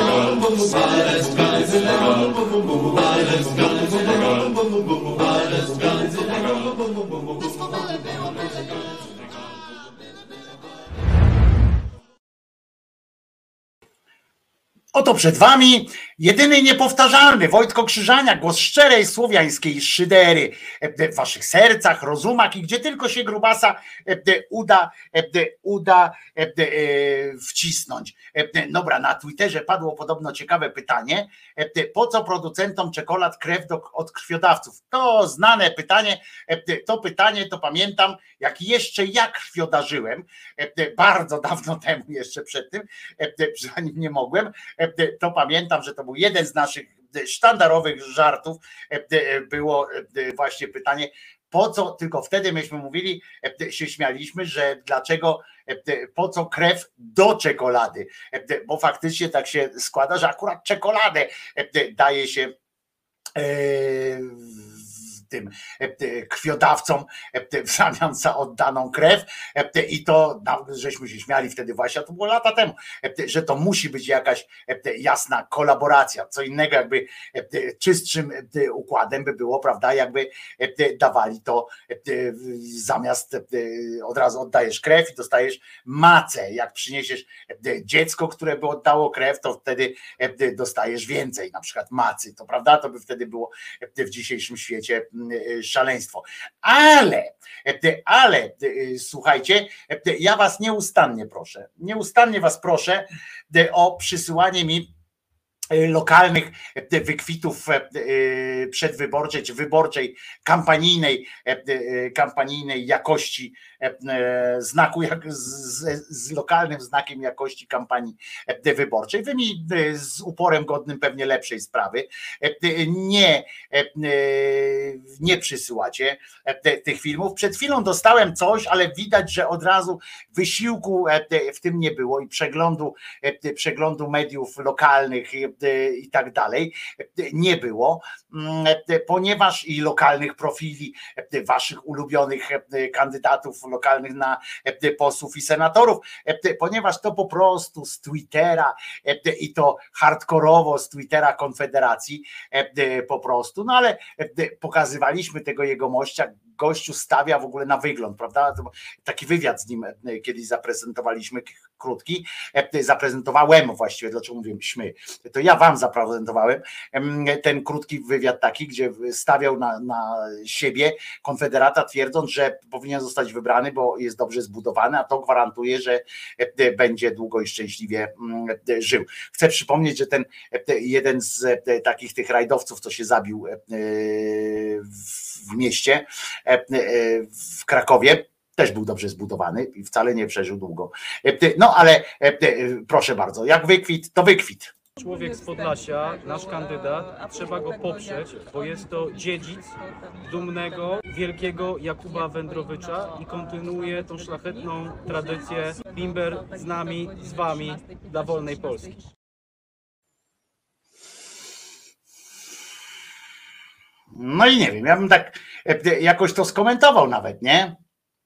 Oto przed wami jedyny niepowtarzalny Wojtko Krzyżania, głos szczerej słowiańskiej szydery w waszych sercach, rozumach i gdzie tylko się grubasa uda, uda wcisnąć. Dobra, na Twitterze padło podobno ciekawe pytanie, po co producentom czekolad krew do, od krwiodawców? To znane pytanie, to pytanie to pamiętam, jak jeszcze ja krwiodarzyłem, bardzo dawno temu jeszcze przed tym, zanim nie mogłem, to pamiętam, że to był jeden z naszych sztandarowych żartów, było właśnie pytanie, po co, tylko wtedy myśmy mówili, się śmialiśmy, że dlaczego, po co krew do czekolady, bo faktycznie tak się składa, że akurat czekoladę daje się tym krwiodawcom w zamian za oddaną krew i to żeśmy się śmiali wtedy właśnie, a to było lata temu, że to musi być jakaś jasna kolaboracja, co innego jakby czystszym układem by było, prawda, jakby dawali to zamiast od razu oddajesz krew i dostajesz macę, jak przyniesiesz dziecko, które by oddało krew, to wtedy dostajesz więcej, na przykład macy, to prawda, to by wtedy było w dzisiejszym świecie szaleństwo. Ale, ale słuchajcie, ja was nieustannie proszę, nieustannie was proszę o przysyłanie mi lokalnych wykwitów przedwyborczej czy wyborczej, kampanijnej, kampanijnej jakości znaku, jak z, z lokalnym znakiem jakości kampanii wyborczej. Wy mi z uporem godnym pewnie lepszej sprawy nie, nie przysyłacie tych filmów. Przed chwilą dostałem coś, ale widać, że od razu wysiłku w tym nie było i przeglądu, przeglądu mediów lokalnych i tak dalej nie było, ponieważ i lokalnych profili waszych ulubionych kandydatów lokalnych na posłów i senatorów, ponieważ to po prostu z Twittera i to hardkorowo z Twittera Konfederacji po prostu, no ale pokazywaliśmy tego jegomościa, gościu stawia w ogóle na wygląd, prawda? Taki wywiad z nim kiedyś zaprezentowaliśmy, krótki, zaprezentowałem właściwie, dlaczego mówimy, to ja wam zaprezentowałem ten krótki wywiad taki, gdzie stawiał na, na siebie konfederata, twierdząc, że powinien zostać wybrany, bo jest dobrze zbudowany, a to gwarantuje, że będzie długo i szczęśliwie żył. Chcę przypomnieć, że ten jeden z takich tych rajdowców, co się zabił w mieście, w Krakowie, też był dobrze zbudowany i wcale nie przeżył długo. No ale proszę bardzo, jak wykwit, to wykwit. Człowiek z Podlasia, nasz kandydat, trzeba go poprzeć, bo jest to dziedzic dumnego, wielkiego Jakuba Wędrowicza i kontynuuje tą szlachetną tradycję Bimber z nami, z wami, dla wolnej Polski. No i nie wiem, ja bym tak jakoś to skomentował nawet, nie?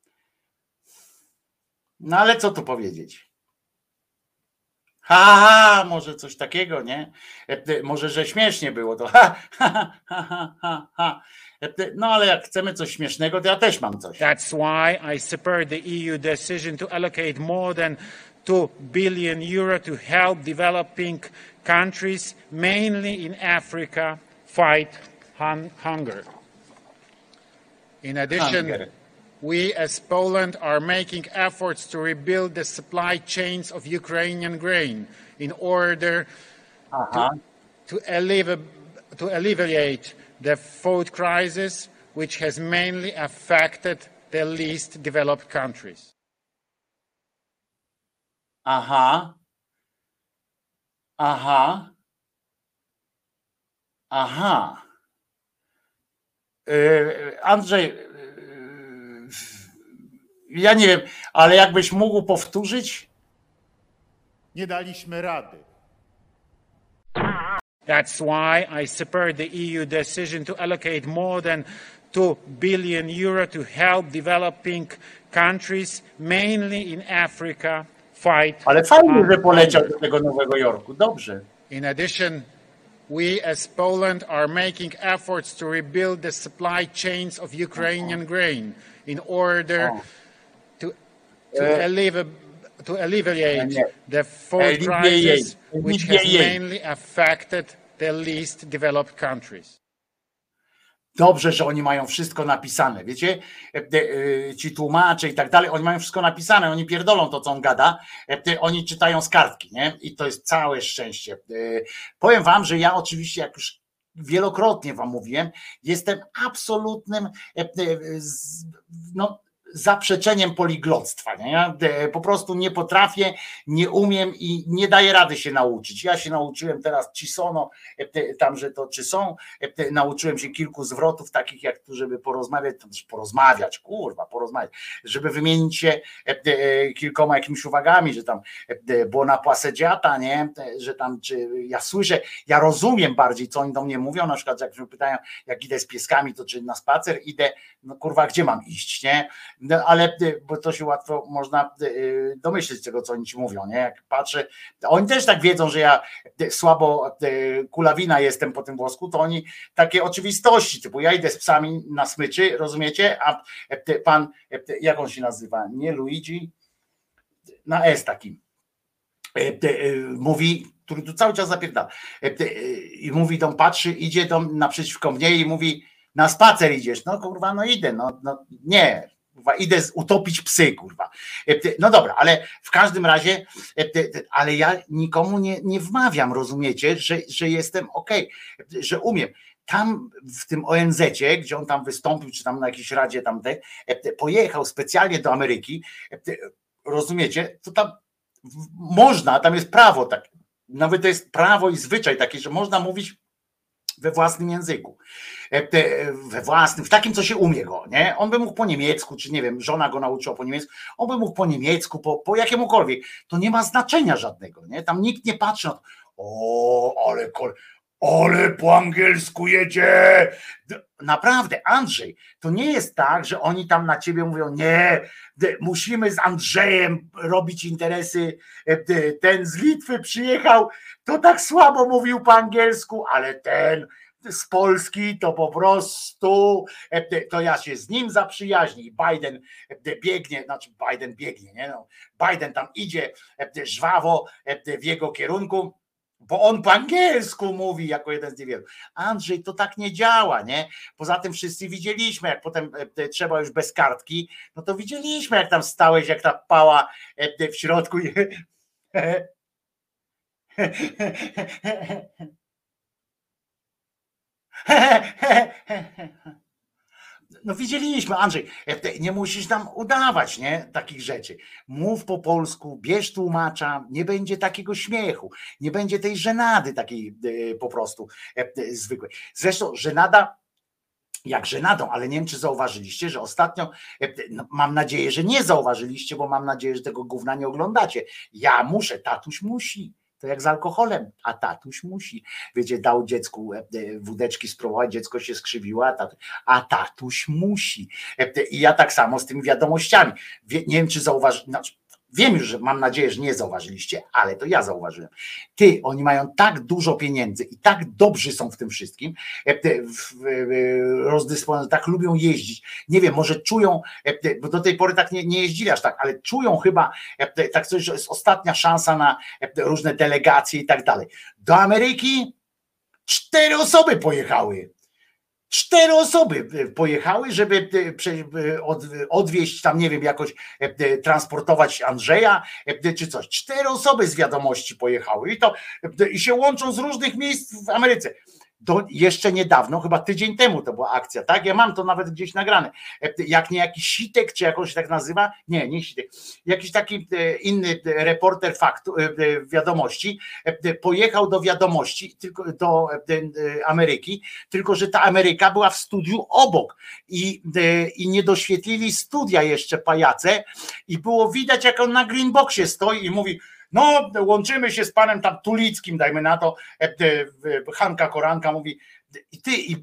No ale co tu powiedzieć? Ha, ha, może coś takiego, nie? Może, że śmiesznie było to. Ha, ha, ha, ha, ha. No ale jak chcemy coś śmiesznego, to ja też mam coś. That's why I support the E U decision to allocate more than two billion euro to help developing countries, mainly in Africa, fight hunger. In addition, hunger. We as Poland are making efforts to rebuild the supply chains of Ukrainian grain in order uh-huh. to, to, allevi- to alleviate the food crisis, which has mainly affected the least developed countries. Aha. Aha. Aha. Andrzej, ja nie wiem, ale jakbyś mógł powtórzyć? Nie daliśmy rady. That's why I support the E U decision to allocate more than two billion euro to help developing countries, mainly in Africa, fight. Ale fajnie, że poleciał do tego Nowego Jorku. Dobrze. In addition, we as Poland are making efforts to rebuild the supply chains of Ukrainian grain in order to, to, allevi- to alleviate the food crisis, which has mainly affected the least developed countries. Dobrze, że oni mają wszystko napisane, wiecie, ci tłumacze i tak dalej, oni mają wszystko napisane, oni pierdolą to, co on gada, oni czytają z kartki, nie? I to jest całe szczęście. Powiem wam, że ja oczywiście, jak już wielokrotnie wam mówiłem, jestem absolutnym no, zaprzeczeniem poliglotstwa. Nie? Ja po prostu nie potrafię, nie umiem i nie daję rady się nauczyć. Ja się nauczyłem teraz cisono, tam, że to czy są, nauczyłem się kilku zwrotów takich, jak tu, żeby porozmawiać, to też porozmawiać, kurwa, porozmawiać, żeby wymienić się kilkoma jakimiś uwagami, że tam buona passeggiata, nie, że tam, czy ja słyszę, ja rozumiem bardziej, co oni do mnie mówią, na przykład jak mnie pytają, jak idę z pieskami, to czy na spacer idę, no kurwa, gdzie mam iść, nie? No, ale bo to się łatwo można domyśleć tego, co oni ci mówią, nie? Jak patrzę, oni też tak wiedzą, że ja słabo kulawina jestem po tym włosku, to oni takie oczywistości, typu ja idę z psami na smyczy, rozumiecie? A pan, jak on się nazywa? Nie Luigi? Na S takim. Mówi, który tu cały czas zapierdala. I mówi, dom patrzy, idzie dom naprzeciwko mnie i mówi, na spacer idziesz. No kurwa, no idę, no, no nie. Kurwa, idę utopić psy, kurwa. No dobra, ale w każdym razie, ale ja nikomu nie, nie wmawiam, rozumiecie, że, że jestem okej, okay, że umiem. tam w tym O N Z-cie, gdzie on tam wystąpił, czy tam na jakiejś radzie tam te, pojechał specjalnie do Ameryki, rozumiecie, to tam można, tam jest prawo takie, nawet to jest prawo i zwyczaj taki, że można mówić we własnym języku, we własnym, w takim, co się umie go, nie? On by mógł po niemiecku, czy nie wiem, żona go nauczyła po niemiecku, on by mógł po niemiecku, po, po jakiemukolwiek, to nie ma znaczenia żadnego, nie? Tam nikt nie patrzy na to, o, ale kol, ale po angielsku jedzie. Naprawdę, Andrzej, to nie jest tak, że oni tam na ciebie mówią, nie, musimy z Andrzejem robić interesy, ten z Litwy przyjechał, to tak słabo mówił po angielsku, ale ten z Polski to po prostu, to ja się z nim zaprzyjaźnię. I Biden biegnie, znaczy Biden biegnie, nie? No, Biden tam idzie żwawo w jego kierunku, bo on po angielsku mówi jako jeden z niewielu. Andrzej, to tak nie działa, nie? Poza tym wszyscy widzieliśmy, jak potem trzeba już bez kartki, no to widzieliśmy, jak tam stałeś, jak ta pała w środku. No widzieliśmy, Andrzej, nie musisz nam udawać, nie, takich rzeczy. Mów po polsku, bierz tłumacza, nie będzie takiego śmiechu, nie będzie tej żenady takiej po prostu zwykłej. Zresztą żenada, jak żenadą, ale nie wiem, czy zauważyliście, że ostatnio, no, mam nadzieję, że nie zauważyliście, bo mam nadzieję, że tego gówna nie oglądacie. Ja muszę, tatuś musi. To jak z alkoholem, a tatuś musi. Wiecie, dał dziecku wódeczki spróbować, dziecko się skrzywiło, a tatuś, a tatuś musi. I ja tak samo z tymi wiadomościami. Nie wiem, czy zauważyliście, znaczy, wiem już, że mam nadzieję, że nie zauważyliście, ale to ja zauważyłem. Ty, oni mają tak dużo pieniędzy i tak dobrzy są w tym wszystkim, rozdysponowani, tak lubią jeździć. Nie wiem, może czują, bo do tej pory tak nie, nie jeździli aż tak, ale czują chyba tak coś, że jest ostatnia szansa na różne delegacje i tak dalej. Do Ameryki cztery osoby pojechały. Cztery osoby pojechały, żeby odwieźć tam, nie wiem, jakoś transportować Andrzeja czy coś. Cztery osoby z wiadomości pojechały i to i się łączą z różnych miejsc w Ameryce. Do, jeszcze niedawno, chyba tydzień temu to była akcja, tak? Ja mam to nawet gdzieś nagrane. Jak nie jakiś Sitek, czy jakoś tak nazywa? Nie, nie Sitek. Jakiś taki inny reporter faktu, wiadomości pojechał do wiadomości, tylko do Ameryki, tylko że ta Ameryka była w studiu obok i, i nie doświetlili studia jeszcze pajace i było widać, jak on na greenboxie stoi i mówi: no, łączymy się z panem tam Tulickim, dajmy na to, Hanka Koranka mówi, i ty, i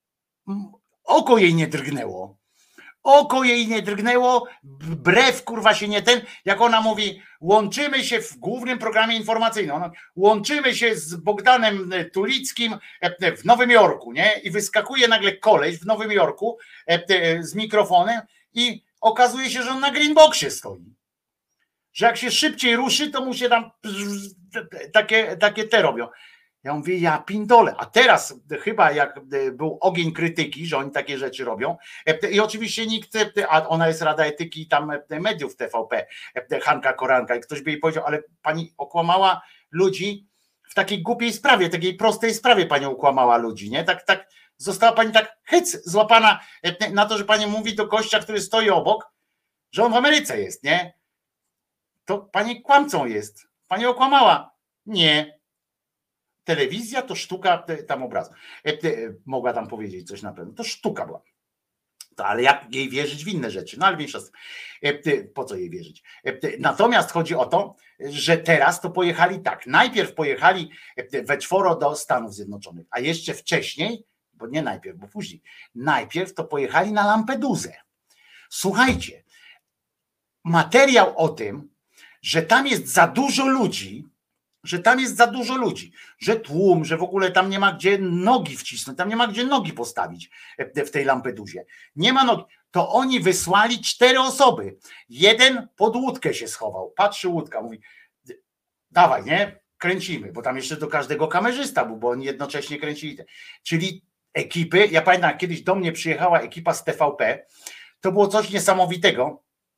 oko jej nie drgnęło, oko jej nie drgnęło, brew kurwa się nie ten, jak ona mówi, łączymy się w głównym programie informacyjnym, ona, łączymy się z Bogdanem Tulickim w Nowym Jorku, nie? I wyskakuje nagle koleś w Nowym Jorku z mikrofonem i okazuje się, że on na greenboxie stoi. Że jak się szybciej ruszy, to mu się tam takie, takie te robią. Ja mówię, ja pindole. A teraz chyba jak był ogień krytyki, że oni takie rzeczy robią i oczywiście nikt, a ona jest Rada Etyki tam mediów T V P, Hanka Koranka i ktoś by jej powiedział, ale pani okłamała ludzi w takiej głupiej sprawie, takiej prostej sprawie pani okłamała ludzi, nie? Tak, tak została pani tak hyc złapana na to, że pani mówi do gościa, który stoi obok, że on w Ameryce jest, nie? To pani kłamcą jest. Pani okłamała. Nie. Telewizja to sztuka tam obrazu. Mogła tam powiedzieć coś na pewno. To sztuka była. To, ale jak jej wierzyć w inne rzeczy? No ale większość. Po co jej wierzyć? Natomiast chodzi o to, że teraz to pojechali tak. Najpierw pojechali we czworo do Stanów Zjednoczonych, a jeszcze wcześniej, bo nie najpierw, bo później, najpierw to pojechali na Lampedusę. Słuchajcie, materiał o tym, że tam jest za dużo ludzi, że tam jest za dużo ludzi, że tłum, że w ogóle tam nie ma gdzie nogi wcisnąć, tam nie ma gdzie nogi postawić w tej Lampedusie. Nie ma nogi. To oni wysłali cztery osoby. Jeden pod łódkę się schował. Patrzy łódka, mówi, dawaj, nie? Kręcimy, bo tam jeszcze do każdego kamerzysta był, bo oni jednocześnie kręcili. Te. Czyli ekipy, ja pamiętam, kiedyś do mnie przyjechała ekipa z T V P, to było coś niesamowitego.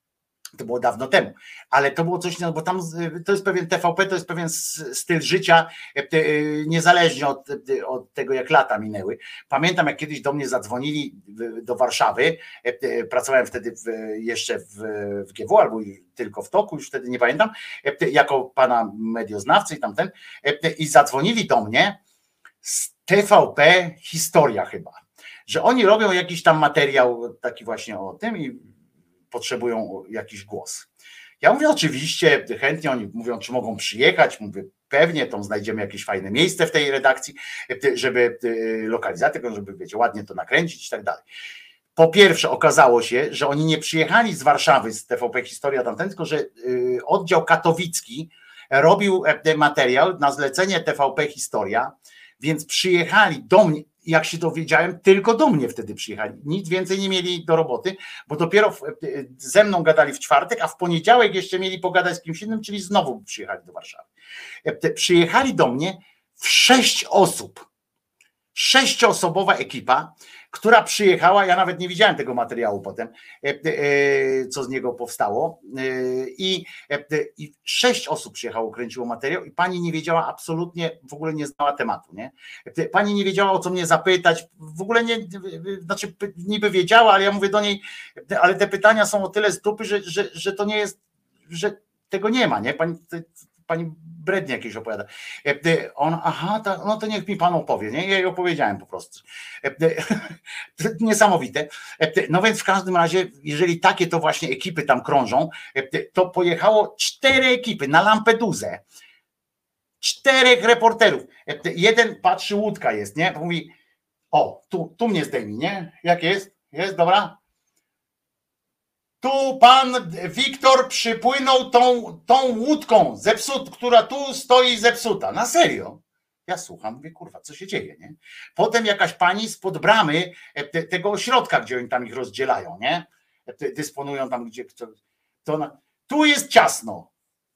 To było dawno temu, ale to było coś, no bo tam to jest pewien T V P, to jest pewien styl życia, niezależnie od, od tego, jak lata minęły. Pamiętam, jak kiedyś do mnie zadzwonili do Warszawy, pracowałem wtedy w, jeszcze w, w G W albo tylko w Toku, już wtedy nie pamiętam, jako pana medioznawcy i tamten, i zadzwonili do mnie z T V P Historia chyba, że oni robią jakiś tam materiał taki właśnie o tym i potrzebują jakiś głos. Ja mówię, oczywiście, chętnie, oni mówią, czy mogą przyjechać, mówię, pewnie, to znajdziemy jakieś fajne miejsce w tej redakcji, żeby lokalizację, żeby, wiecie, ładnie to nakręcić i tak dalej. Po pierwsze okazało się, że oni nie przyjechali z Warszawy, z T V P Historia tamten, tylko że oddział katowicki robił materiał na zlecenie T V P Historia, więc przyjechali do mnie, jak się dowiedziałem, tylko do mnie wtedy przyjechali. Nic więcej nie mieli do roboty, bo dopiero w, ze mną gadali w czwartek, a w poniedziałek jeszcze mieli pogadać z kimś innym, czyli znowu przyjechali do Warszawy. Przyjechali do mnie w sześć osób. Sześcioosobowa ekipa, która przyjechała, ja nawet nie widziałem tego materiału potem, co z niego powstało, i, i sześć osób przyjechało, kręciło materiał i pani nie wiedziała absolutnie, w ogóle nie znała tematu, nie? Pani nie wiedziała, o co mnie zapytać, w ogóle nie, znaczy niby wiedziała, ale ja mówię do niej, ale te pytania są o tyle z dupy, że, że, że to nie jest, że tego nie ma, nie? Pani, pani brednie jakieś opowiada. On, aha, to, no to niech mi pan opowie, nie? Ja jej opowiedziałem po prostu. Niesamowite. No więc w każdym razie, jeżeli takie to właśnie ekipy tam krążą, to pojechało cztery ekipy na Lampedusę. Czterech reporterów. Jeden patrzy, łódka jest, nie? Mówi, o, tu, tu mnie zdejmij, nie? Jak jest? Jest, dobra? Tu pan Wiktor przypłynął tą, tą łódką, zepsut, która tu stoi zepsuta. Na serio. Ja słucham, mówię, kurwa, co się dzieje, nie? Potem jakaś pani spod bramy te, tego ośrodka, gdzie oni tam ich rozdzielają, nie? Dysponują tam, gdzie to, to na, tu jest ciasno.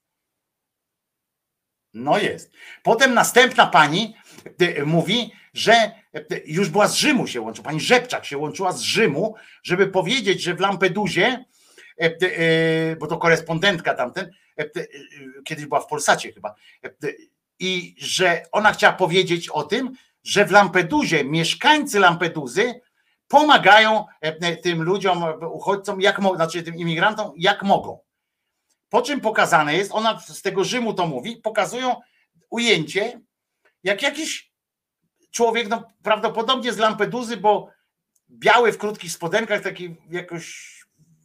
No jest. Potem następna pani mówi, że już była z Rzymu się łączyła, pani Rzepczak się łączyła z Rzymu, żeby powiedzieć, że w Lampedusie, bo to korespondentka tamten, kiedyś była w Polsacie chyba, i że ona chciała powiedzieć o tym, że w Lampedusie mieszkańcy Lampeduzy pomagają tym ludziom, uchodźcom, jak mogą, znaczy tym imigrantom, jak mogą. Po czym pokazane jest, ona z tego Rzymu to mówi, pokazują ujęcie, jak jakiś człowiek, no prawdopodobnie z Lampeduzy, bo biały w krótkich spodenkach, taki jakoś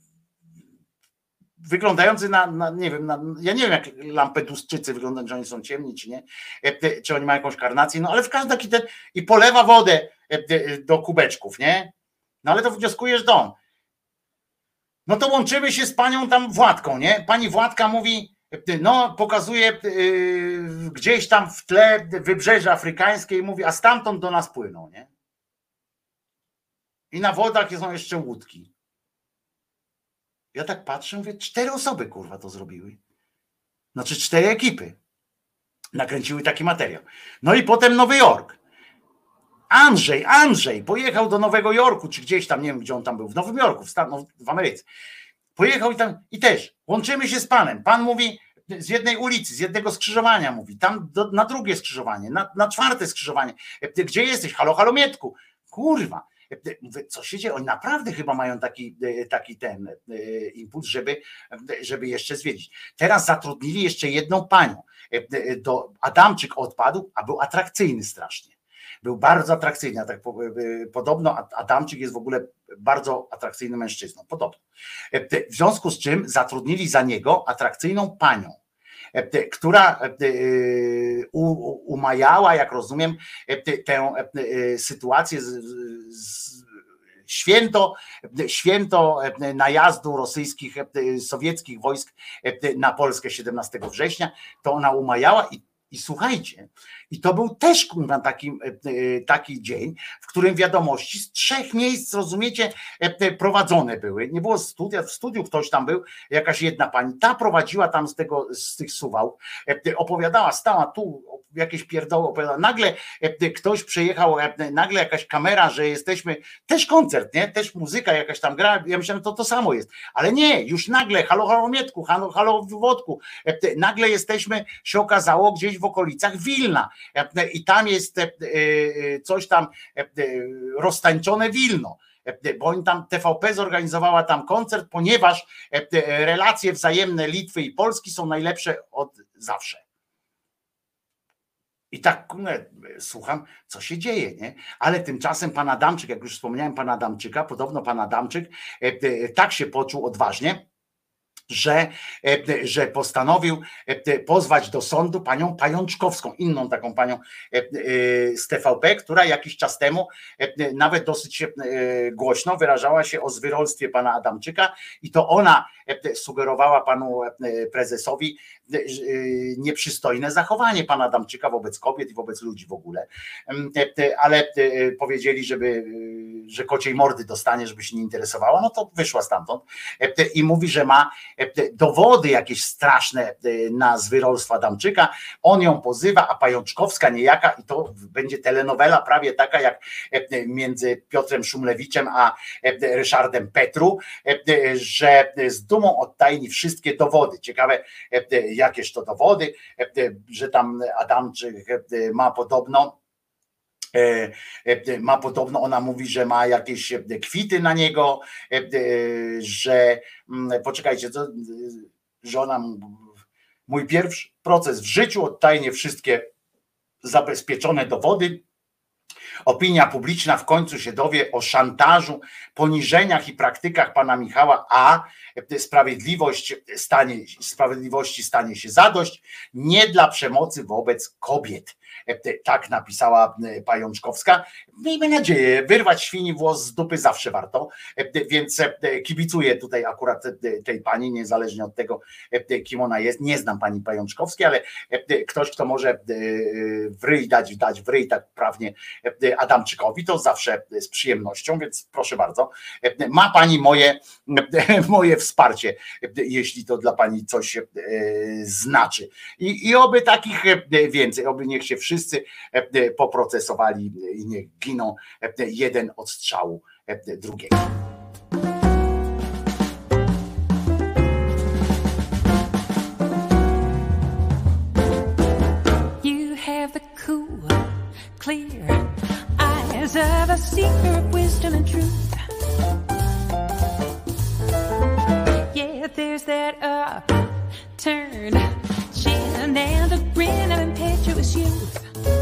wyglądający na, na nie wiem, na, ja nie wiem jak Lampedusczycy wyglądają, czy oni są ciemni, czy nie, czy oni mają jakąś karnację, no ale w każdym taki ten, i polewa wodę do kubeczków, nie? No ale to wnioskujesz do on. No to łączymy się z panią tam Władką, nie? Pani Władka mówi, no pokazuje yy, gdzieś tam w tle wybrzeże afrykańskie i mówi, a stamtąd do nas płyną, nie? I na wodach są jeszcze łódki. Ja tak patrzę, mówię, cztery osoby, kurwa, to zrobiły. Znaczy cztery ekipy nakręciły taki materiał. No i potem Nowy Jork. Andrzej, Andrzej pojechał do Nowego Jorku, czy gdzieś tam, nie wiem, gdzie on tam był, w Nowym Jorku, w, Stan- w Ameryce. Pojechał i tam, i też, łączymy się z panem. Pan mówi z jednej ulicy, z jednego skrzyżowania mówi, tam do, na drugie skrzyżowanie, na, na czwarte skrzyżowanie. Gdzie jesteś? Halo, halo, Mietku. Kurwa. Mówię, co się dzieje? Oni naprawdę chyba mają taki, taki ten impuls, żeby, żeby jeszcze zwiedzić. Teraz zatrudnili jeszcze jedną panią. Do, Adamczyk odpadł, a był atrakcyjny strasznie. Był bardzo atrakcyjny. Tak, podobno Adamczyk jest w ogóle bardzo atrakcyjnym mężczyzną. Podobno. W związku z czym zatrudnili za niego atrakcyjną panią, która umajała, jak rozumiem, tę sytuację z, z święto, święto najazdu rosyjskich, sowieckich wojsk na Polskę siedemnastego września, to ona umajała i I słuchajcie, i to był też kurwa taki, taki dzień, w którym wiadomości z trzech miejsc, rozumiecie, prowadzone były. Nie było studia, w studiu ktoś tam był, jakaś jedna pani, ta prowadziła tam z tego, z tych Suwałk, opowiadała, stała tu jakieś pierdoły opowiadał. Nagle ktoś przejechał, nagle jakaś kamera, że jesteśmy, też koncert, nie? Też muzyka jakaś tam gra, ja myślałem, że to to samo jest, ale nie, już nagle, halo, halo Mietku, halo, halo Wodku, nagle jesteśmy, się okazało, gdzieś w okolicach Wilna i tam jest coś tam roztańczone Wilno, bo oni tam, T V P zorganizowała tam koncert, ponieważ relacje wzajemne Litwy i Polski są najlepsze od zawsze. I tak no, słucham, co się dzieje, nie? Ale tymczasem pan Adamczyk, jak już wspomniałem pana Adamczyka, podobno pan Adamczyk tak się poczuł odważnie, że, że postanowił pozwać do sądu panią Pajączkowską, inną taką panią z T V P, która jakiś czas temu nawet dosyć głośno wyrażała się o zwyrolstwie pana Adamczyka i to ona sugerowała panu prezesowi nieprzystojne zachowanie pana Adamczyka wobec kobiet i wobec ludzi w ogóle, ale powiedzieli, żeby, że kociej mordy dostanie, żeby się nie interesowała, no to wyszła stamtąd i mówi, że ma dowody jakieś straszne na zwyrolstwo Adamczyka, on ją pozywa, a Pajączkowska niejaka, i to będzie telenowela prawie taka jak między Piotrem Szumlewiczem a Ryszardem Petru, że z dumą odtajni wszystkie dowody. Ciekawe, jakież to dowody, że tam Adamczyk ma podobno ma podobno, ona mówi, że ma jakieś kwity na niego, że poczekajcie, co, że ona, mój pierwszy proces w życiu, odtajnie wszystkie zabezpieczone dowody. Opinia publiczna w końcu się dowie o szantażu, poniżeniach i praktykach pana Michała, a sprawiedliwość stanie, sprawiedliwości stanie się zadość, nie dla przemocy wobec kobiet. Tak napisała Pajączkowska. Miejmy nadzieję, wyrwać świni włos z dupy zawsze warto, więc kibicuję tutaj akurat tej pani, niezależnie od tego, kim ona jest. Nie znam pani Pajączkowskiej, ale ktoś, kto może w ryj dać, dać w ryj tak prawnie Adamczykowi, to zawsze z przyjemnością, więc proszę bardzo. Ma pani moje, moje wsparcie, jeśli to dla pani coś znaczy. I, i oby takich więcej, oby niech się wszyscy poprocesowali i niech giną jeden od strzału drugiego. You have the cool, clear eyes of a seeker of wisdom and truth. Yeah, there's that upturned chin and the grin of impetuous youth.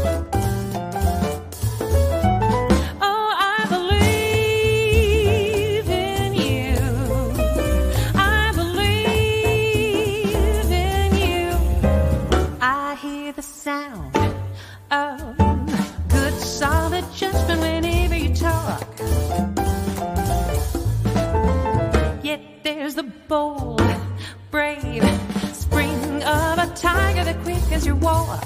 Oh, I believe in you. I believe in you. I hear the sound of good solid judgment whenever you talk. Yet there's the bold, brave spring of a tiger that quickens your walk.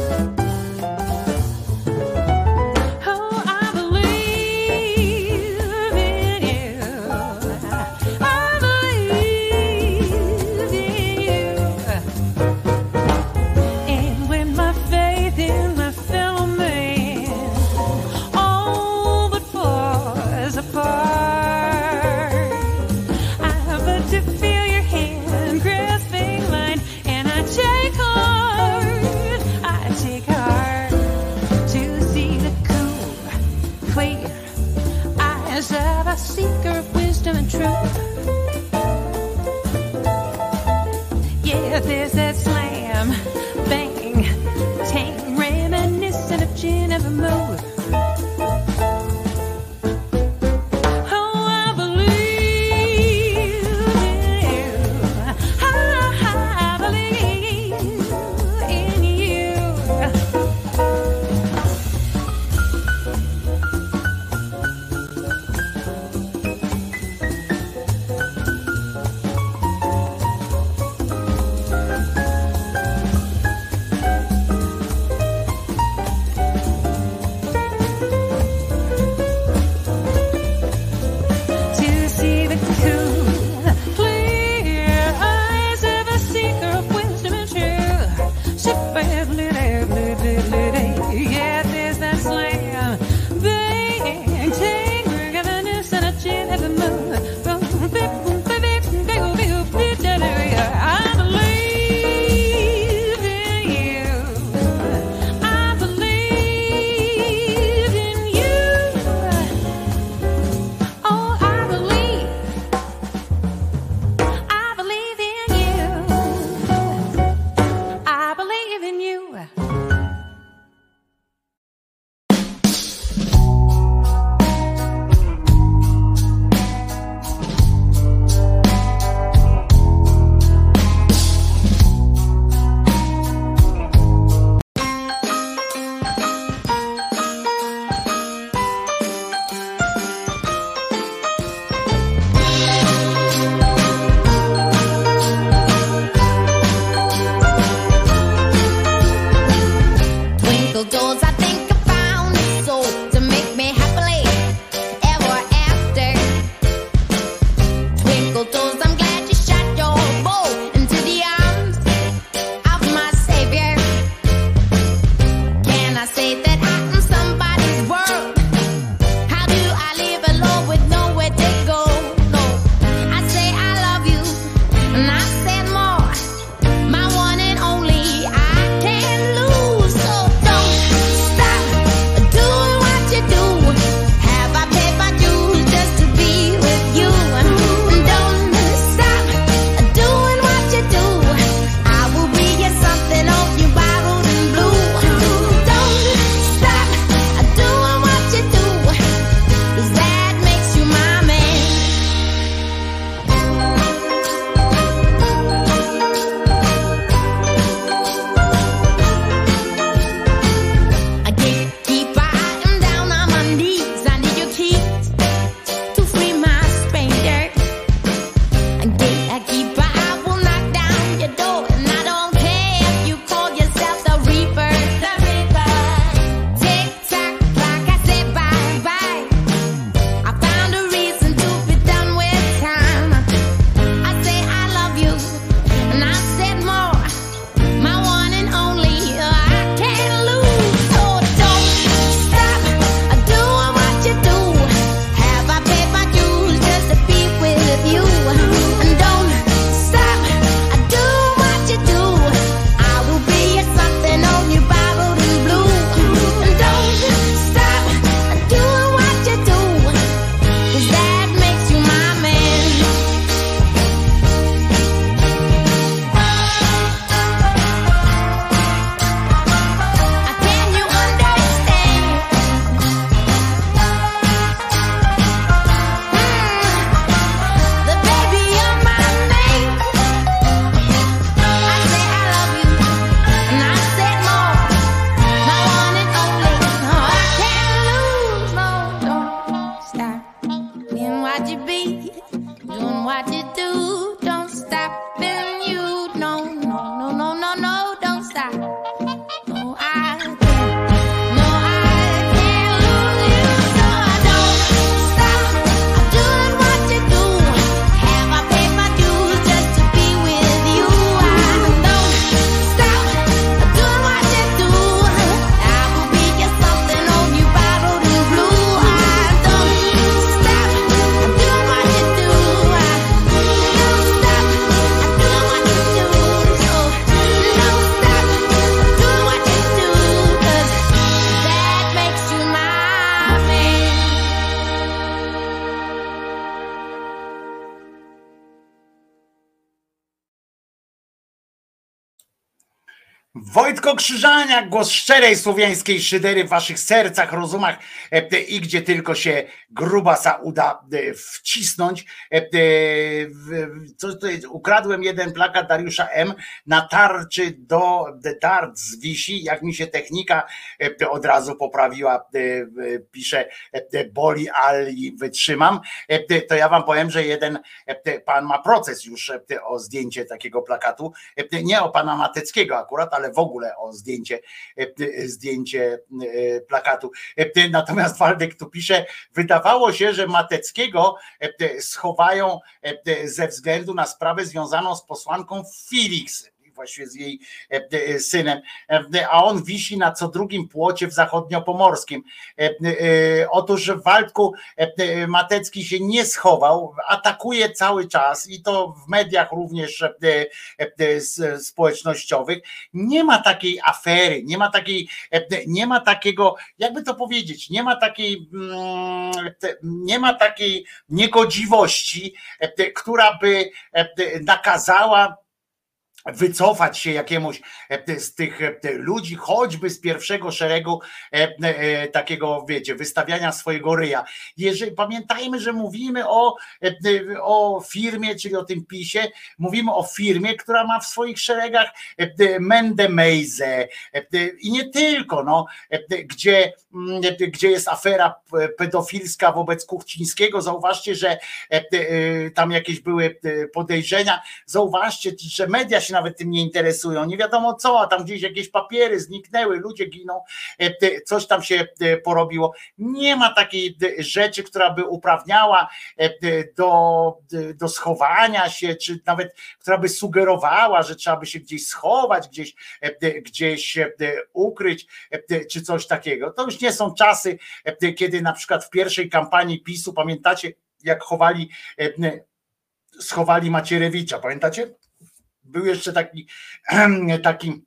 Oh, I believe in you. I believe in you. And when my faith in my fellow man all but falls apart, I but to feel you say that I am somebody's world. How do I live alone with nowhere to go? No, I say I love you, and I said more. My one and only, I can't lose. So don't stop doing what you do. Have I paid my dues just to be with you? And don't stop doing what you do. I will be your something of you borrowed and blue. Don't stop doing what you do, 'cause that makes you my man. A gatekeeper, I am down on my knees. I need your keys to free my stranger. A gatekeeper, I will knock down your door, and I don't care if you call yourself the Reaper. The Reaper. Tick tock clock, I said bye bye. I found a reason to be done with time. I say I love you, and I said more. My one and only, I can't lose. So don't stop doing what you do. Have I paid my dues just to be with you? And don't stop doing what you do. I will be your something on you borrowed and blue. And don't stop doing what you do, 'cause that makes you my man. Can you understand? The baby you're my man. I say I love you, and I said more. My one and only, no, I can't lose. No, don't stop being what you be, doing what you do. Don't stop being you. No, no, no, no, no, no, don't stop. No, I can't. No, I can't lose you. So I don't stop doing what you do. Have I paid my dues just to be with you? I don't stop doing what you do. I will be your something on you borrowed and blue. I don't stop doing what you do. I don't stop doing what you do. So don't stop doing what you do, 'cause that makes you my man. Wojtko Krzyżaniak, głos szczerej słowiańskiej szydery w waszych sercach, rozumach e, i gdzie tylko się grubasa uda e, wcisnąć. E, e, w- co to jest? Ukradłem jeden plakat Dariusza M. Na tarczy do The Darts wisi, jak mi się technika e, od razu poprawiła, e, e, pisze e, boli, ale wytrzymam. E, to ja wam powiem, że jeden e, pan ma proces już e, o zdjęcie takiego plakatu, e, nie o pana Mateckiego akurat, ale w ogóle o zdjęcie, e, zdjęcie e, plakatu. E, Natomiast Waldek tu pisze, wydawało się, że Mateckiego e, schowają e, ze względu na sprawę związaną z posłanką Felix, właściwie z jej e, e, synem, e, a on wisi na co drugim płocie w zachodniopomorskim. E, e, Otóż Waldku, e, Matecki się nie schował, atakuje cały czas i to w mediach również e, e, s- społecznościowych. Nie ma takiej afery, nie ma takiej, e, nie ma takiego, jakby to powiedzieć, nie ma takiej, mm, te- nie ma takiej niegodziwości, e, która by e, nakazała wycofać się jakiemuś e, z tych e, ludzi, choćby z pierwszego szeregu e, e, takiego, wiecie, wystawiania swojego ryja. Jeżeli, pamiętajmy, że mówimy o, e, o firmie, czyli o tym PiSie, mówimy o firmie, która ma w swoich szeregach e, Mendę Mejzę e, i nie tylko, no, e, gdzie, m, e, gdzie jest afera p- pedofilska wobec Kuchcińskiego. Zauważcie, że e, e, tam jakieś były e, podejrzenia. Zauważcie, że media się nawet tym nie interesują, nie wiadomo co, a tam gdzieś jakieś papiery zniknęły, ludzie giną, coś tam się porobiło. Nie ma takiej rzeczy, która by uprawniała do, do schowania się, czy nawet która by sugerowała, że trzeba by się gdzieś schować, gdzieś, gdzieś ukryć, czy coś takiego. To już nie są czasy, kiedy na przykład w pierwszej kampanii PiSu, pamiętacie, jak chowali, schowali Macierewicza, pamiętacie? Był jeszcze taki, taki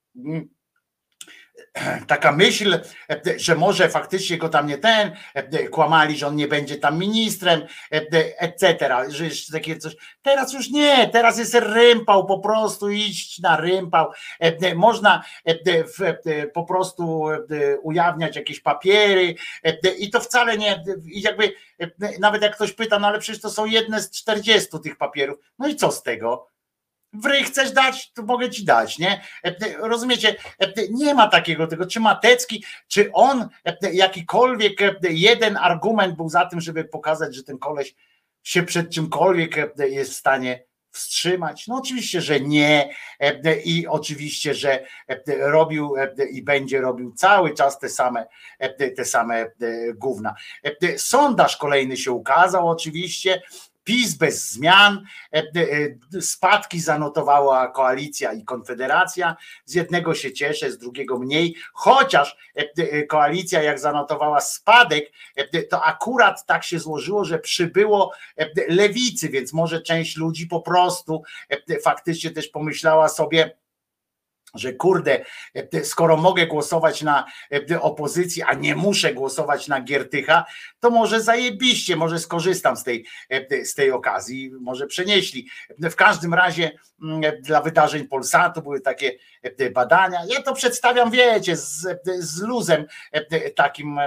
taka myśl, że może faktycznie go tam nie ten, kłamali, że on nie będzie tam ministrem, et cetera. Że jeszcze takie coś. Teraz już nie, teraz jest rympał, po prostu iść na rympał. Można po prostu ujawniać jakieś papiery i to wcale nie, jakby nawet jak ktoś pyta, no ale przecież to są jedne z czterdziestu tych papierów. No i co z tego? W ryj chcesz dać, to mogę ci dać, nie? Rozumiecie? Nie ma takiego tego, czy Matecki, czy on jakikolwiek jeden argument był za tym, żeby pokazać, że ten koleś się przed czymkolwiek jest w stanie wstrzymać? No oczywiście, że nie i oczywiście, że robił i będzie robił cały czas te same, te same gówna. Sondaż kolejny się ukazał oczywiście, PiS bez zmian, spadki zanotowała koalicja i Konfederacja, z jednego się cieszę, z drugiego mniej, chociaż koalicja jak zanotowała spadek, to akurat tak się złożyło, że przybyło lewicy, więc może część ludzi po prostu faktycznie też pomyślała sobie, że kurde, skoro mogę głosować na opozycję, a nie muszę głosować na Giertycha, to może zajebiście, może skorzystam z tej, z tej okazji, może przenieśli. W każdym razie dla wydarzeń Polsatu były takie badania. Ja to przedstawiam, wiecie, z, z luzem takim,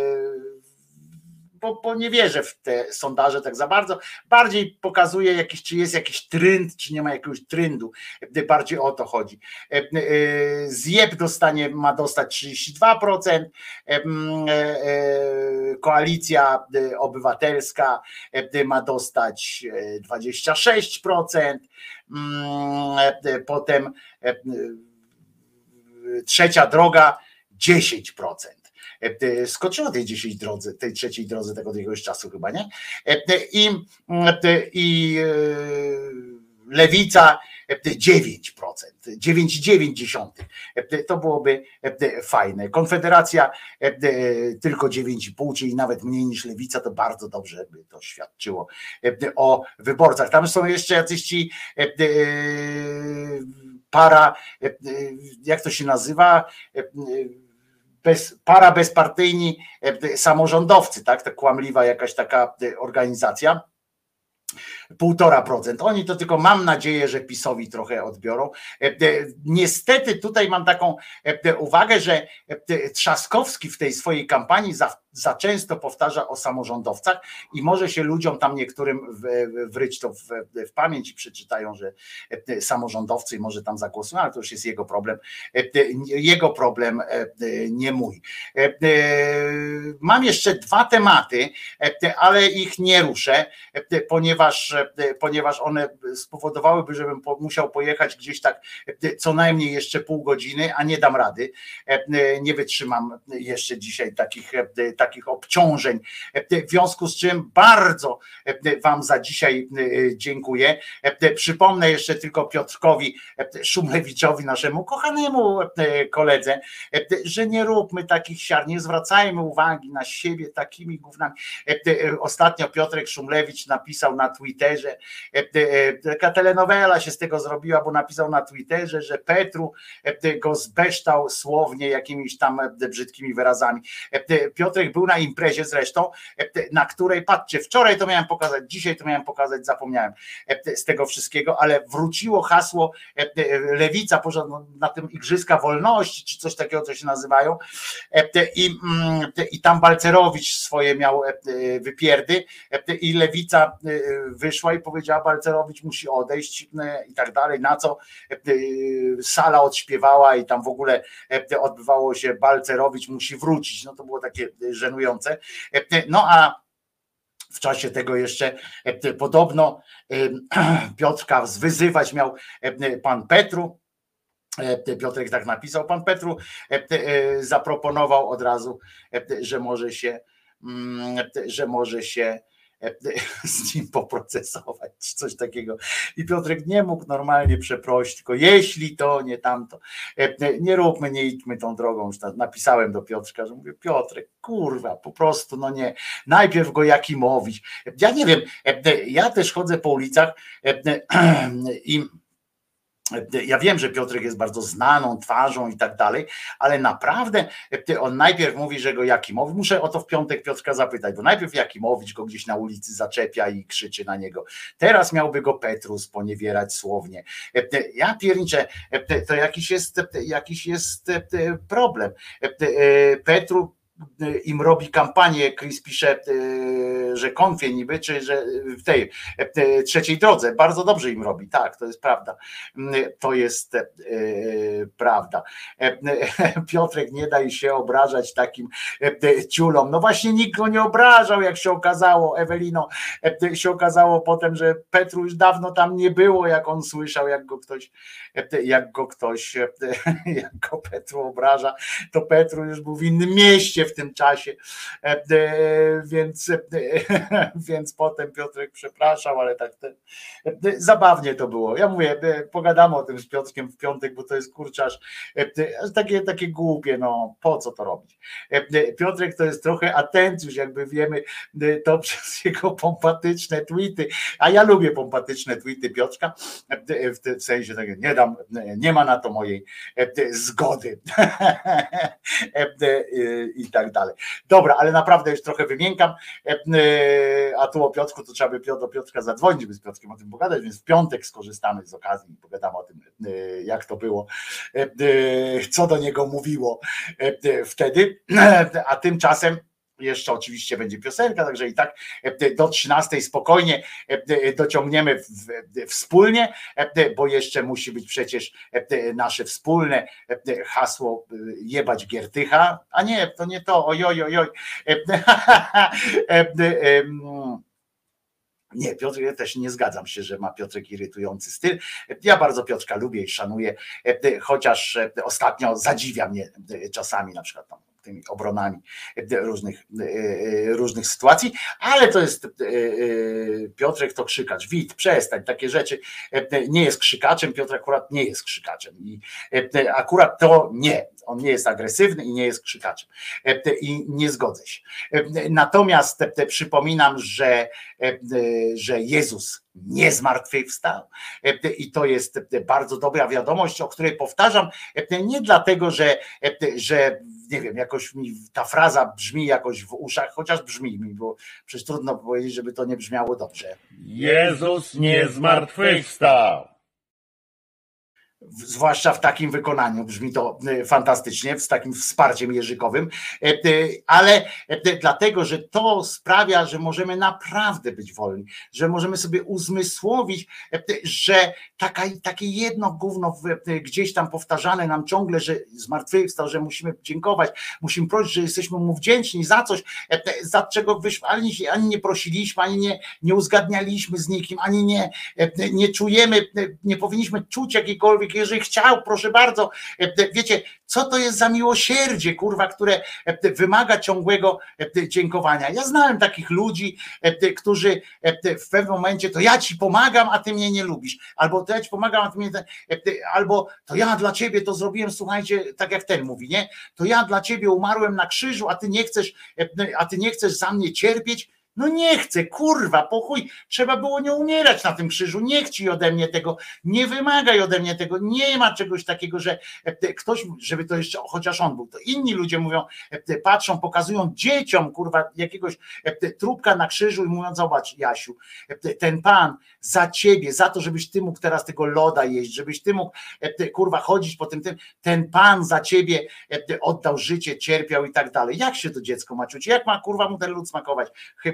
Bo, bo nie wierzę w te sondaże tak za bardzo. Bardziej pokazuje jakiś, czy jest jakiś trend, czy nie ma jakiegoś trendu. Bardziej o to chodzi. Zjeb dostanie, ma dostać trzydzieści dwa procent, Koalicja Obywatelska ma dostać dwadzieścia sześć procent, potem Trzecia Droga dziesięć procent. Skoczyło tej dziesięć drodze, tej trzeciej drodze tego jakiegoś czasu chyba, nie? I, i Lewica dziewięć procent, dziewięć przecinek dziewięć. To byłoby fajne. Konfederacja tylko dziewięć przecinek pięć, czyli nawet mniej niż Lewica, to bardzo dobrze by to świadczyło o wyborcach. Tam są jeszcze jacyś ci para, jak to się nazywa, Bez, para bezpartyjni samorządowcy, tak? Tak kłamliwa jakaś taka organizacja. Półtora procent. Oni to tylko mam nadzieję, że PiS-owi trochę odbiorą. Niestety tutaj mam taką uwagę, że Trzaskowski w tej swojej kampanii za, za często powtarza o samorządowcach i może się ludziom tam niektórym wryć to w, w pamięć i przeczytają, że samorządowcy i może tam zagłosują, ale to już jest jego problem. Jego problem, nie mój. Mam jeszcze dwa tematy, ale ich nie ruszę, ponieważ ponieważ one spowodowałyby, żebym musiał pojechać gdzieś tak co najmniej jeszcze pół godziny, a nie dam rady. Nie wytrzymam jeszcze dzisiaj takich, takich obciążeń. W związku z czym bardzo wam za dzisiaj dziękuję. Przypomnę jeszcze tylko Piotrkowi Szumlewiczowi, naszemu kochanemu koledze, że nie róbmy takich siar, nie zwracajmy uwagi na siebie takimi gównami. Ostatnio Piotrek Szumlewicz napisał na Twitterze, taka telenowela się z tego zrobiła, bo napisał na Twitterze, że Petru go zbeształ słownie jakimiś tam brzydkimi wyrazami. Piotrek był na imprezie zresztą, na której, patrzcie, wczoraj to miałem pokazać, dzisiaj to miałem pokazać, zapomniałem z tego wszystkiego, ale wróciło hasło Lewica na tym Igrzyska Wolności, czy coś takiego, co się nazywają, i, i tam Balcerowicz swoje miał wypierdy i Lewica wyszła i powiedziała, Balcerowicz musi odejść i tak dalej, na co sala odśpiewała i tam w ogóle odbywało się Balcerowicz musi wrócić, no to było takie żenujące. No a w czasie tego jeszcze podobno Piotrka zwyzywać miał pan Petru. Piotrek tak napisał, pan Petru zaproponował od razu, że może się, że może się z nim poprocesować, czy coś takiego. I Piotrek nie mógł normalnie przeprosić, tylko jeśli to, nie tamto. Nie róbmy, nie idźmy tą drogą. Już napisałem do Piotrka, że mówię, Piotrek, kurwa, po prostu, no nie. Najpierw go Jakimowicz. Ja nie wiem, ja też chodzę po ulicach i ja wiem, że Piotrek jest bardzo znaną twarzą i tak dalej, ale naprawdę on najpierw mówi, że go Jakimowicz, muszę o to w piątek Piotrka zapytać, bo najpierw Jakimowicz go gdzieś na ulicy zaczepia i krzyczy na niego. Teraz miałby go Petrus poniewierać słownie. Ja pierniczę, to jakiś jest, jakiś jest problem. Petru im robi kampanię, Chris pisze, że konfie niby, czy że w tej trzeciej drodze, bardzo dobrze im robi, tak, to jest prawda, to jest prawda. Piotrek, nie daj się obrażać takim ciulom, no właśnie nikt go nie obrażał, jak się okazało, Ewelino, się okazało potem, że Petru już dawno tam nie było, jak on słyszał, jak go ktoś, jak go ktoś, jak go Petru obraża, to Petru już był w innym mieście w tym czasie, więc, więc potem Piotrek przepraszał, ale tak te, zabawnie to było. Ja mówię, pogadamy o tym z Piotrkiem w piątek, bo to jest kurczarz takie, takie głupie, no po co to robić. Piotrek to jest trochę atencjusz, jakby wiemy to przez jego pompatyczne tweety, a ja lubię pompatyczne tweety Piotrka, w sensie tak, nie dam, nie ma na to mojej zgody i tak dalej. Dobra, ale naprawdę już trochę wymiękam, a tu o Piotrku to trzeba by do Piotrka zadzwonić, żeby z Piotrkiem o tym pogadać, więc w piątek skorzystamy z okazji i pogadamy o tym, jak to było, co do niego mówiło wtedy, a tymczasem jeszcze oczywiście będzie piosenka, także i tak do trzynastej spokojnie dociągniemy w, w, wspólnie, bo jeszcze musi być przecież nasze wspólne hasło jebać Giertycha, a nie, to nie to, ojoj, ojoj. Nie, Piotr, ja też nie zgadzam się, że ma Piotrek irytujący styl. Ja bardzo Piotrka lubię i szanuję, chociaż ostatnio zadziwia mnie czasami, na przykład tam tymi obronami różnych, różnych sytuacji, ale to jest Piotrek to krzykacz. Wit, przestań, takie rzeczy, nie jest krzykaczem, Piotr akurat nie jest krzykaczem i akurat to nie, on nie jest agresywny i nie jest krzykaczem i nie zgodzę się. Natomiast przypominam, że, że Jezus nie zmartwychwstał i to jest bardzo dobra wiadomość, o której powtarzam, nie dlatego, że, że nie wiem, jakoś mi ta fraza brzmi jakoś w uszach, chociaż brzmi mi, bo przecież trudno powiedzieć, żeby to nie brzmiało dobrze. Jezus nie zmartwychwstał. Zwłaszcza w takim wykonaniu, brzmi to fantastycznie, z takim wsparciem jeżykowym, ale dlatego, że to sprawia, że możemy naprawdę być wolni, że możemy sobie uzmysłowić, że taka, takie jedno gówno gdzieś tam powtarzane nam ciągle, że zmartwychwstał, że musimy dziękować, musimy prosić, że jesteśmy mu wdzięczni za coś, za czego wyszło, ani, ani nie prosiliśmy, ani nie, nie uzgadnialiśmy z nikim, ani nie, nie czujemy, nie powinniśmy czuć jakiejkolwiek, jeżeli chciał, proszę bardzo, wiecie, co to jest za miłosierdzie, kurwa, które wymaga ciągłego dziękowania. Ja znałem takich ludzi, którzy w pewnym momencie to ja ci pomagam, a ty mnie nie lubisz, albo to ja ci pomagam, a ty mnie, albo to ja dla ciebie to zrobiłem, słuchajcie, tak jak ten mówi, nie? To ja dla ciebie umarłem na krzyżu, a ty nie chcesz, a ty nie chcesz za mnie cierpieć. No nie chcę, kurwa, po chuj, trzeba było nie umierać na tym krzyżu, nie chcij ode mnie tego, nie wymagaj ode mnie tego, nie ma czegoś takiego, że ktoś, żeby to jeszcze, chociaż on był, to inni ludzie mówią, patrzą, pokazują dzieciom, kurwa, jakiegoś trupka na krzyżu i mówią, zobacz, Jasiu, ten Pan za ciebie, za to, żebyś ty mógł teraz tego loda jeść, żebyś ty mógł, kurwa, chodzić po tym, tym, ten Pan za ciebie oddał życie, cierpiał i tak dalej. Jak się to dziecko ma czuć? Jak ma, kurwa, mu ten lud smakować? Chyba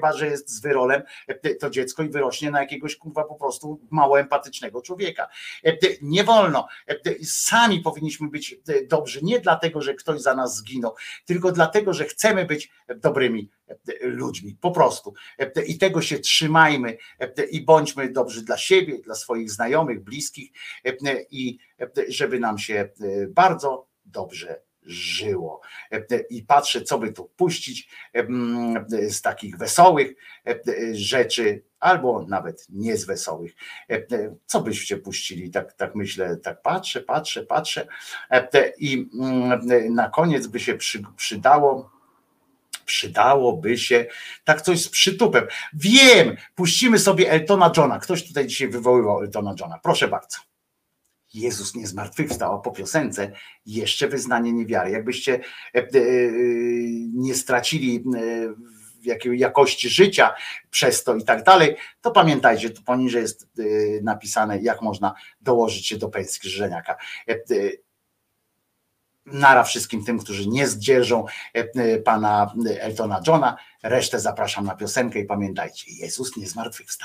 kurwa, że jest z wyrolem to dziecko i wyrośnie na jakiegoś kurwa po prostu mało empatycznego człowieka. Nie wolno. Sami powinniśmy być dobrzy, nie dlatego, że ktoś za nas zginął, tylko dlatego, że chcemy być dobrymi ludźmi, po prostu. I tego się trzymajmy i bądźmy dobrzy dla siebie, dla swoich znajomych, bliskich i żeby nam się bardzo dobrze żyło. I patrzę, co by tu puścić z takich wesołych rzeczy, albo nawet nie z wesołych. Co byście puścili? Tak, tak myślę, tak patrzę, patrzę, patrzę i na koniec by się przy, przydało Przydałoby się tak coś z przytupem. Wiem, puścimy sobie Eltona Johna. Ktoś tutaj dzisiaj wywoływał Eltona Johna. Proszę bardzo. Jezus nie zmartwychwstał, po piosence jeszcze wyznanie niewiary. Jakbyście nie stracili jakiej jakości życia przez to i tak dalej, to pamiętajcie, tu poniżej jest napisane, jak można dołożyć się do pensji krzyżeniaka. Nara wszystkim tym, którzy nie zdzierżą pana Eltona Johna. Resztę zapraszam na piosenkę i pamiętajcie, Jezus nie zmartwychwstał.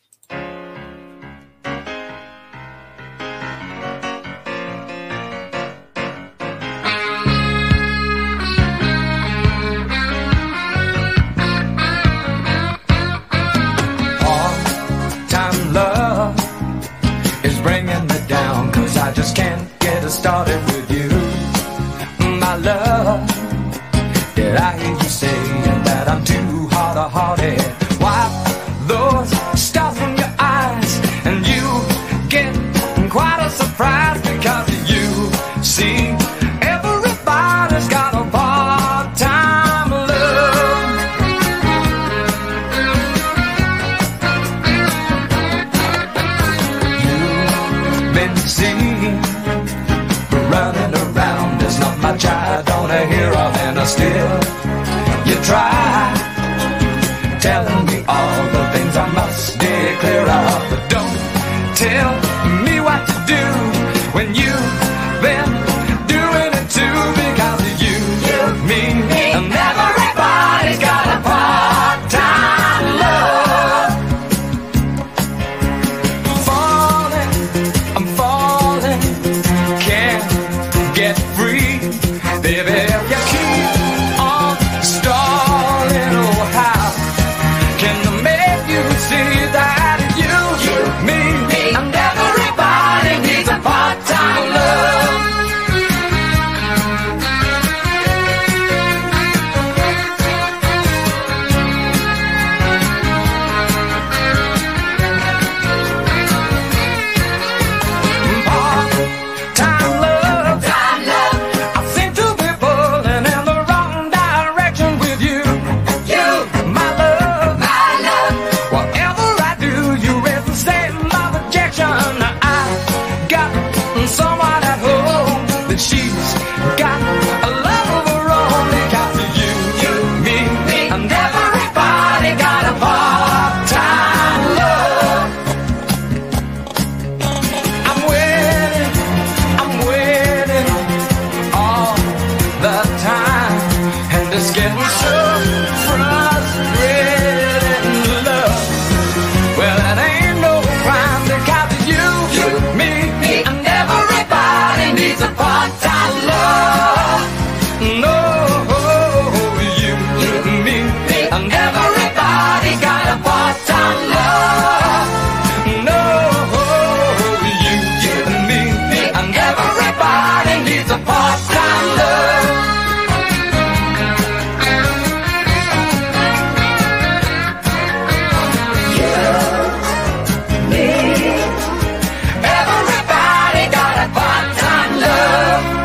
Part-time love is bringing me down, 'cause I just can't get it started with you. My love, did I hear you saying that I'm too hard-hearted? Wipe those stars from your eyes and you get quite a surprise, because you see everybody's got a part-time love. You've been seen running around, there's not much I don't hear of, and still you try telling me all the things I must steer clear of. But don't tell me what to do when you've been doing it too, because you, you me, me, and everybody's got a part-time love. Falling, I'm falling, can't get free, baby, if you keep on stalling. Oh, how can I make you see that you, you, me, me, and everybody needs a part-time love. Part-time love, time love. I seem to be pulling in the wrong direction with you. You, my love, my love. Whatever I do, you resist my rejection. I got someone at home that she's got a love of her own, because of you, you, me, me, and everybody got a part-time love. I'm waiting, I'm waiting all the time, and it's getting so frustrated in love. Well, it ain't no crime, because of you, you, me, me, and everybody needs a part-time love. No, you, you, me, me, and everybody got a part-time love. No, you, you, me, me, and everybody needs a part-time love. You, me, everybody got a part-time love.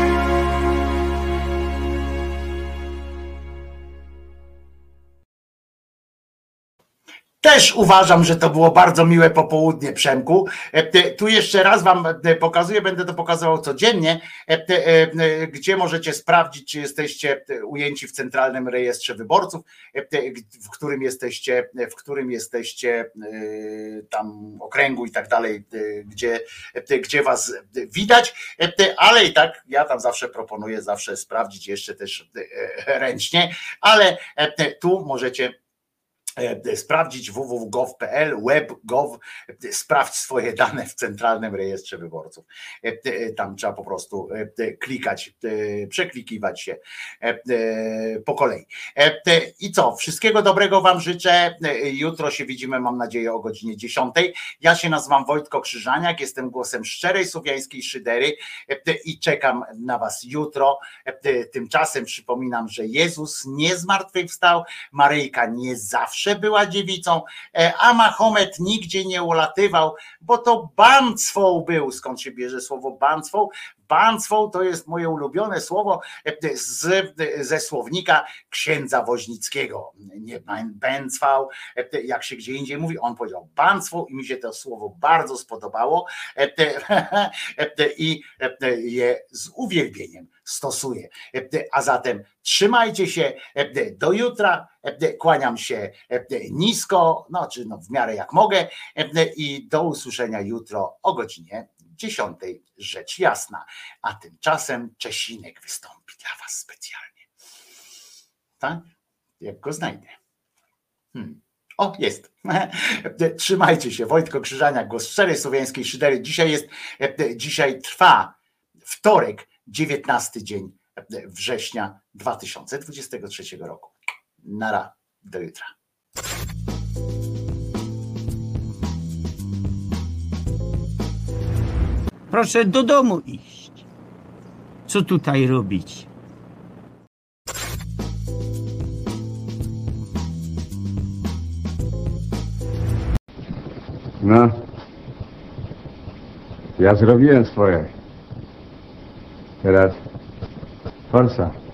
Też uważam, że to było bardzo miłe popołudnie, Przemku. Tu jeszcze raz wam pokazuję, będę to pokazywał codziennie, gdzie możecie sprawdzić, czy jesteście ujęci w Centralnym Rejestrze Wyborców, w którym jesteście, w którym jesteście tam okręgu i tak dalej, gdzie, gdzie was widać, ale i tak ja tam zawsze proponuję zawsze sprawdzić jeszcze też ręcznie, ale tu możecie sprawdzić w w w kropka gov kropka p l, web kropka gov, sprawdź swoje dane w Centralnym Rejestrze Wyborców. Tam trzeba po prostu klikać, przeklikiwać się po kolei. I co? Wszystkiego dobrego wam życzę. Jutro się widzimy, mam nadzieję, o godzinie dziesiątej. Ja się nazywam Wojtko Krzyżaniak, jestem głosem szczerej słowiańskiej szydery i czekam na was jutro. Tymczasem przypominam, że Jezus nie zmartwychwstał, Maryjka nie zawsze była dziewicą, a Mahomet nigdzie nie ulatywał, bo to bancwoł był. Skąd się bierze słowo bancwoł? Bancwoł to jest moje ulubione słowo z, ze słownika księdza Woźnickiego. Nie bęcwał, jak się gdzie indziej mówi, on powiedział bancwoł i mi się to słowo bardzo spodobało i je z uwielbieniem stosuję. A zatem trzymajcie się, do jutra, kłaniam się nisko, no czy no w miarę jak mogę i do usłyszenia jutro o godzinie dziesiątej, rzecz jasna. A tymczasem Czesinek wystąpi dla was specjalnie. Tak? Jak go znajdę. Hmm. O, jest. Trzymajcie się. Wojtko Krzyżaniak, głos szczerej słowiańskiej szydery. Dzisiaj jest, dzisiaj trwa wtorek, dziewiętnasty dzień września dwa tysiące dwudziestego trzeciego roku. Nara, do jutra. Proszę do domu iść. Co tutaj robić? No, ja zrobiłem swoje. Teraz forsa.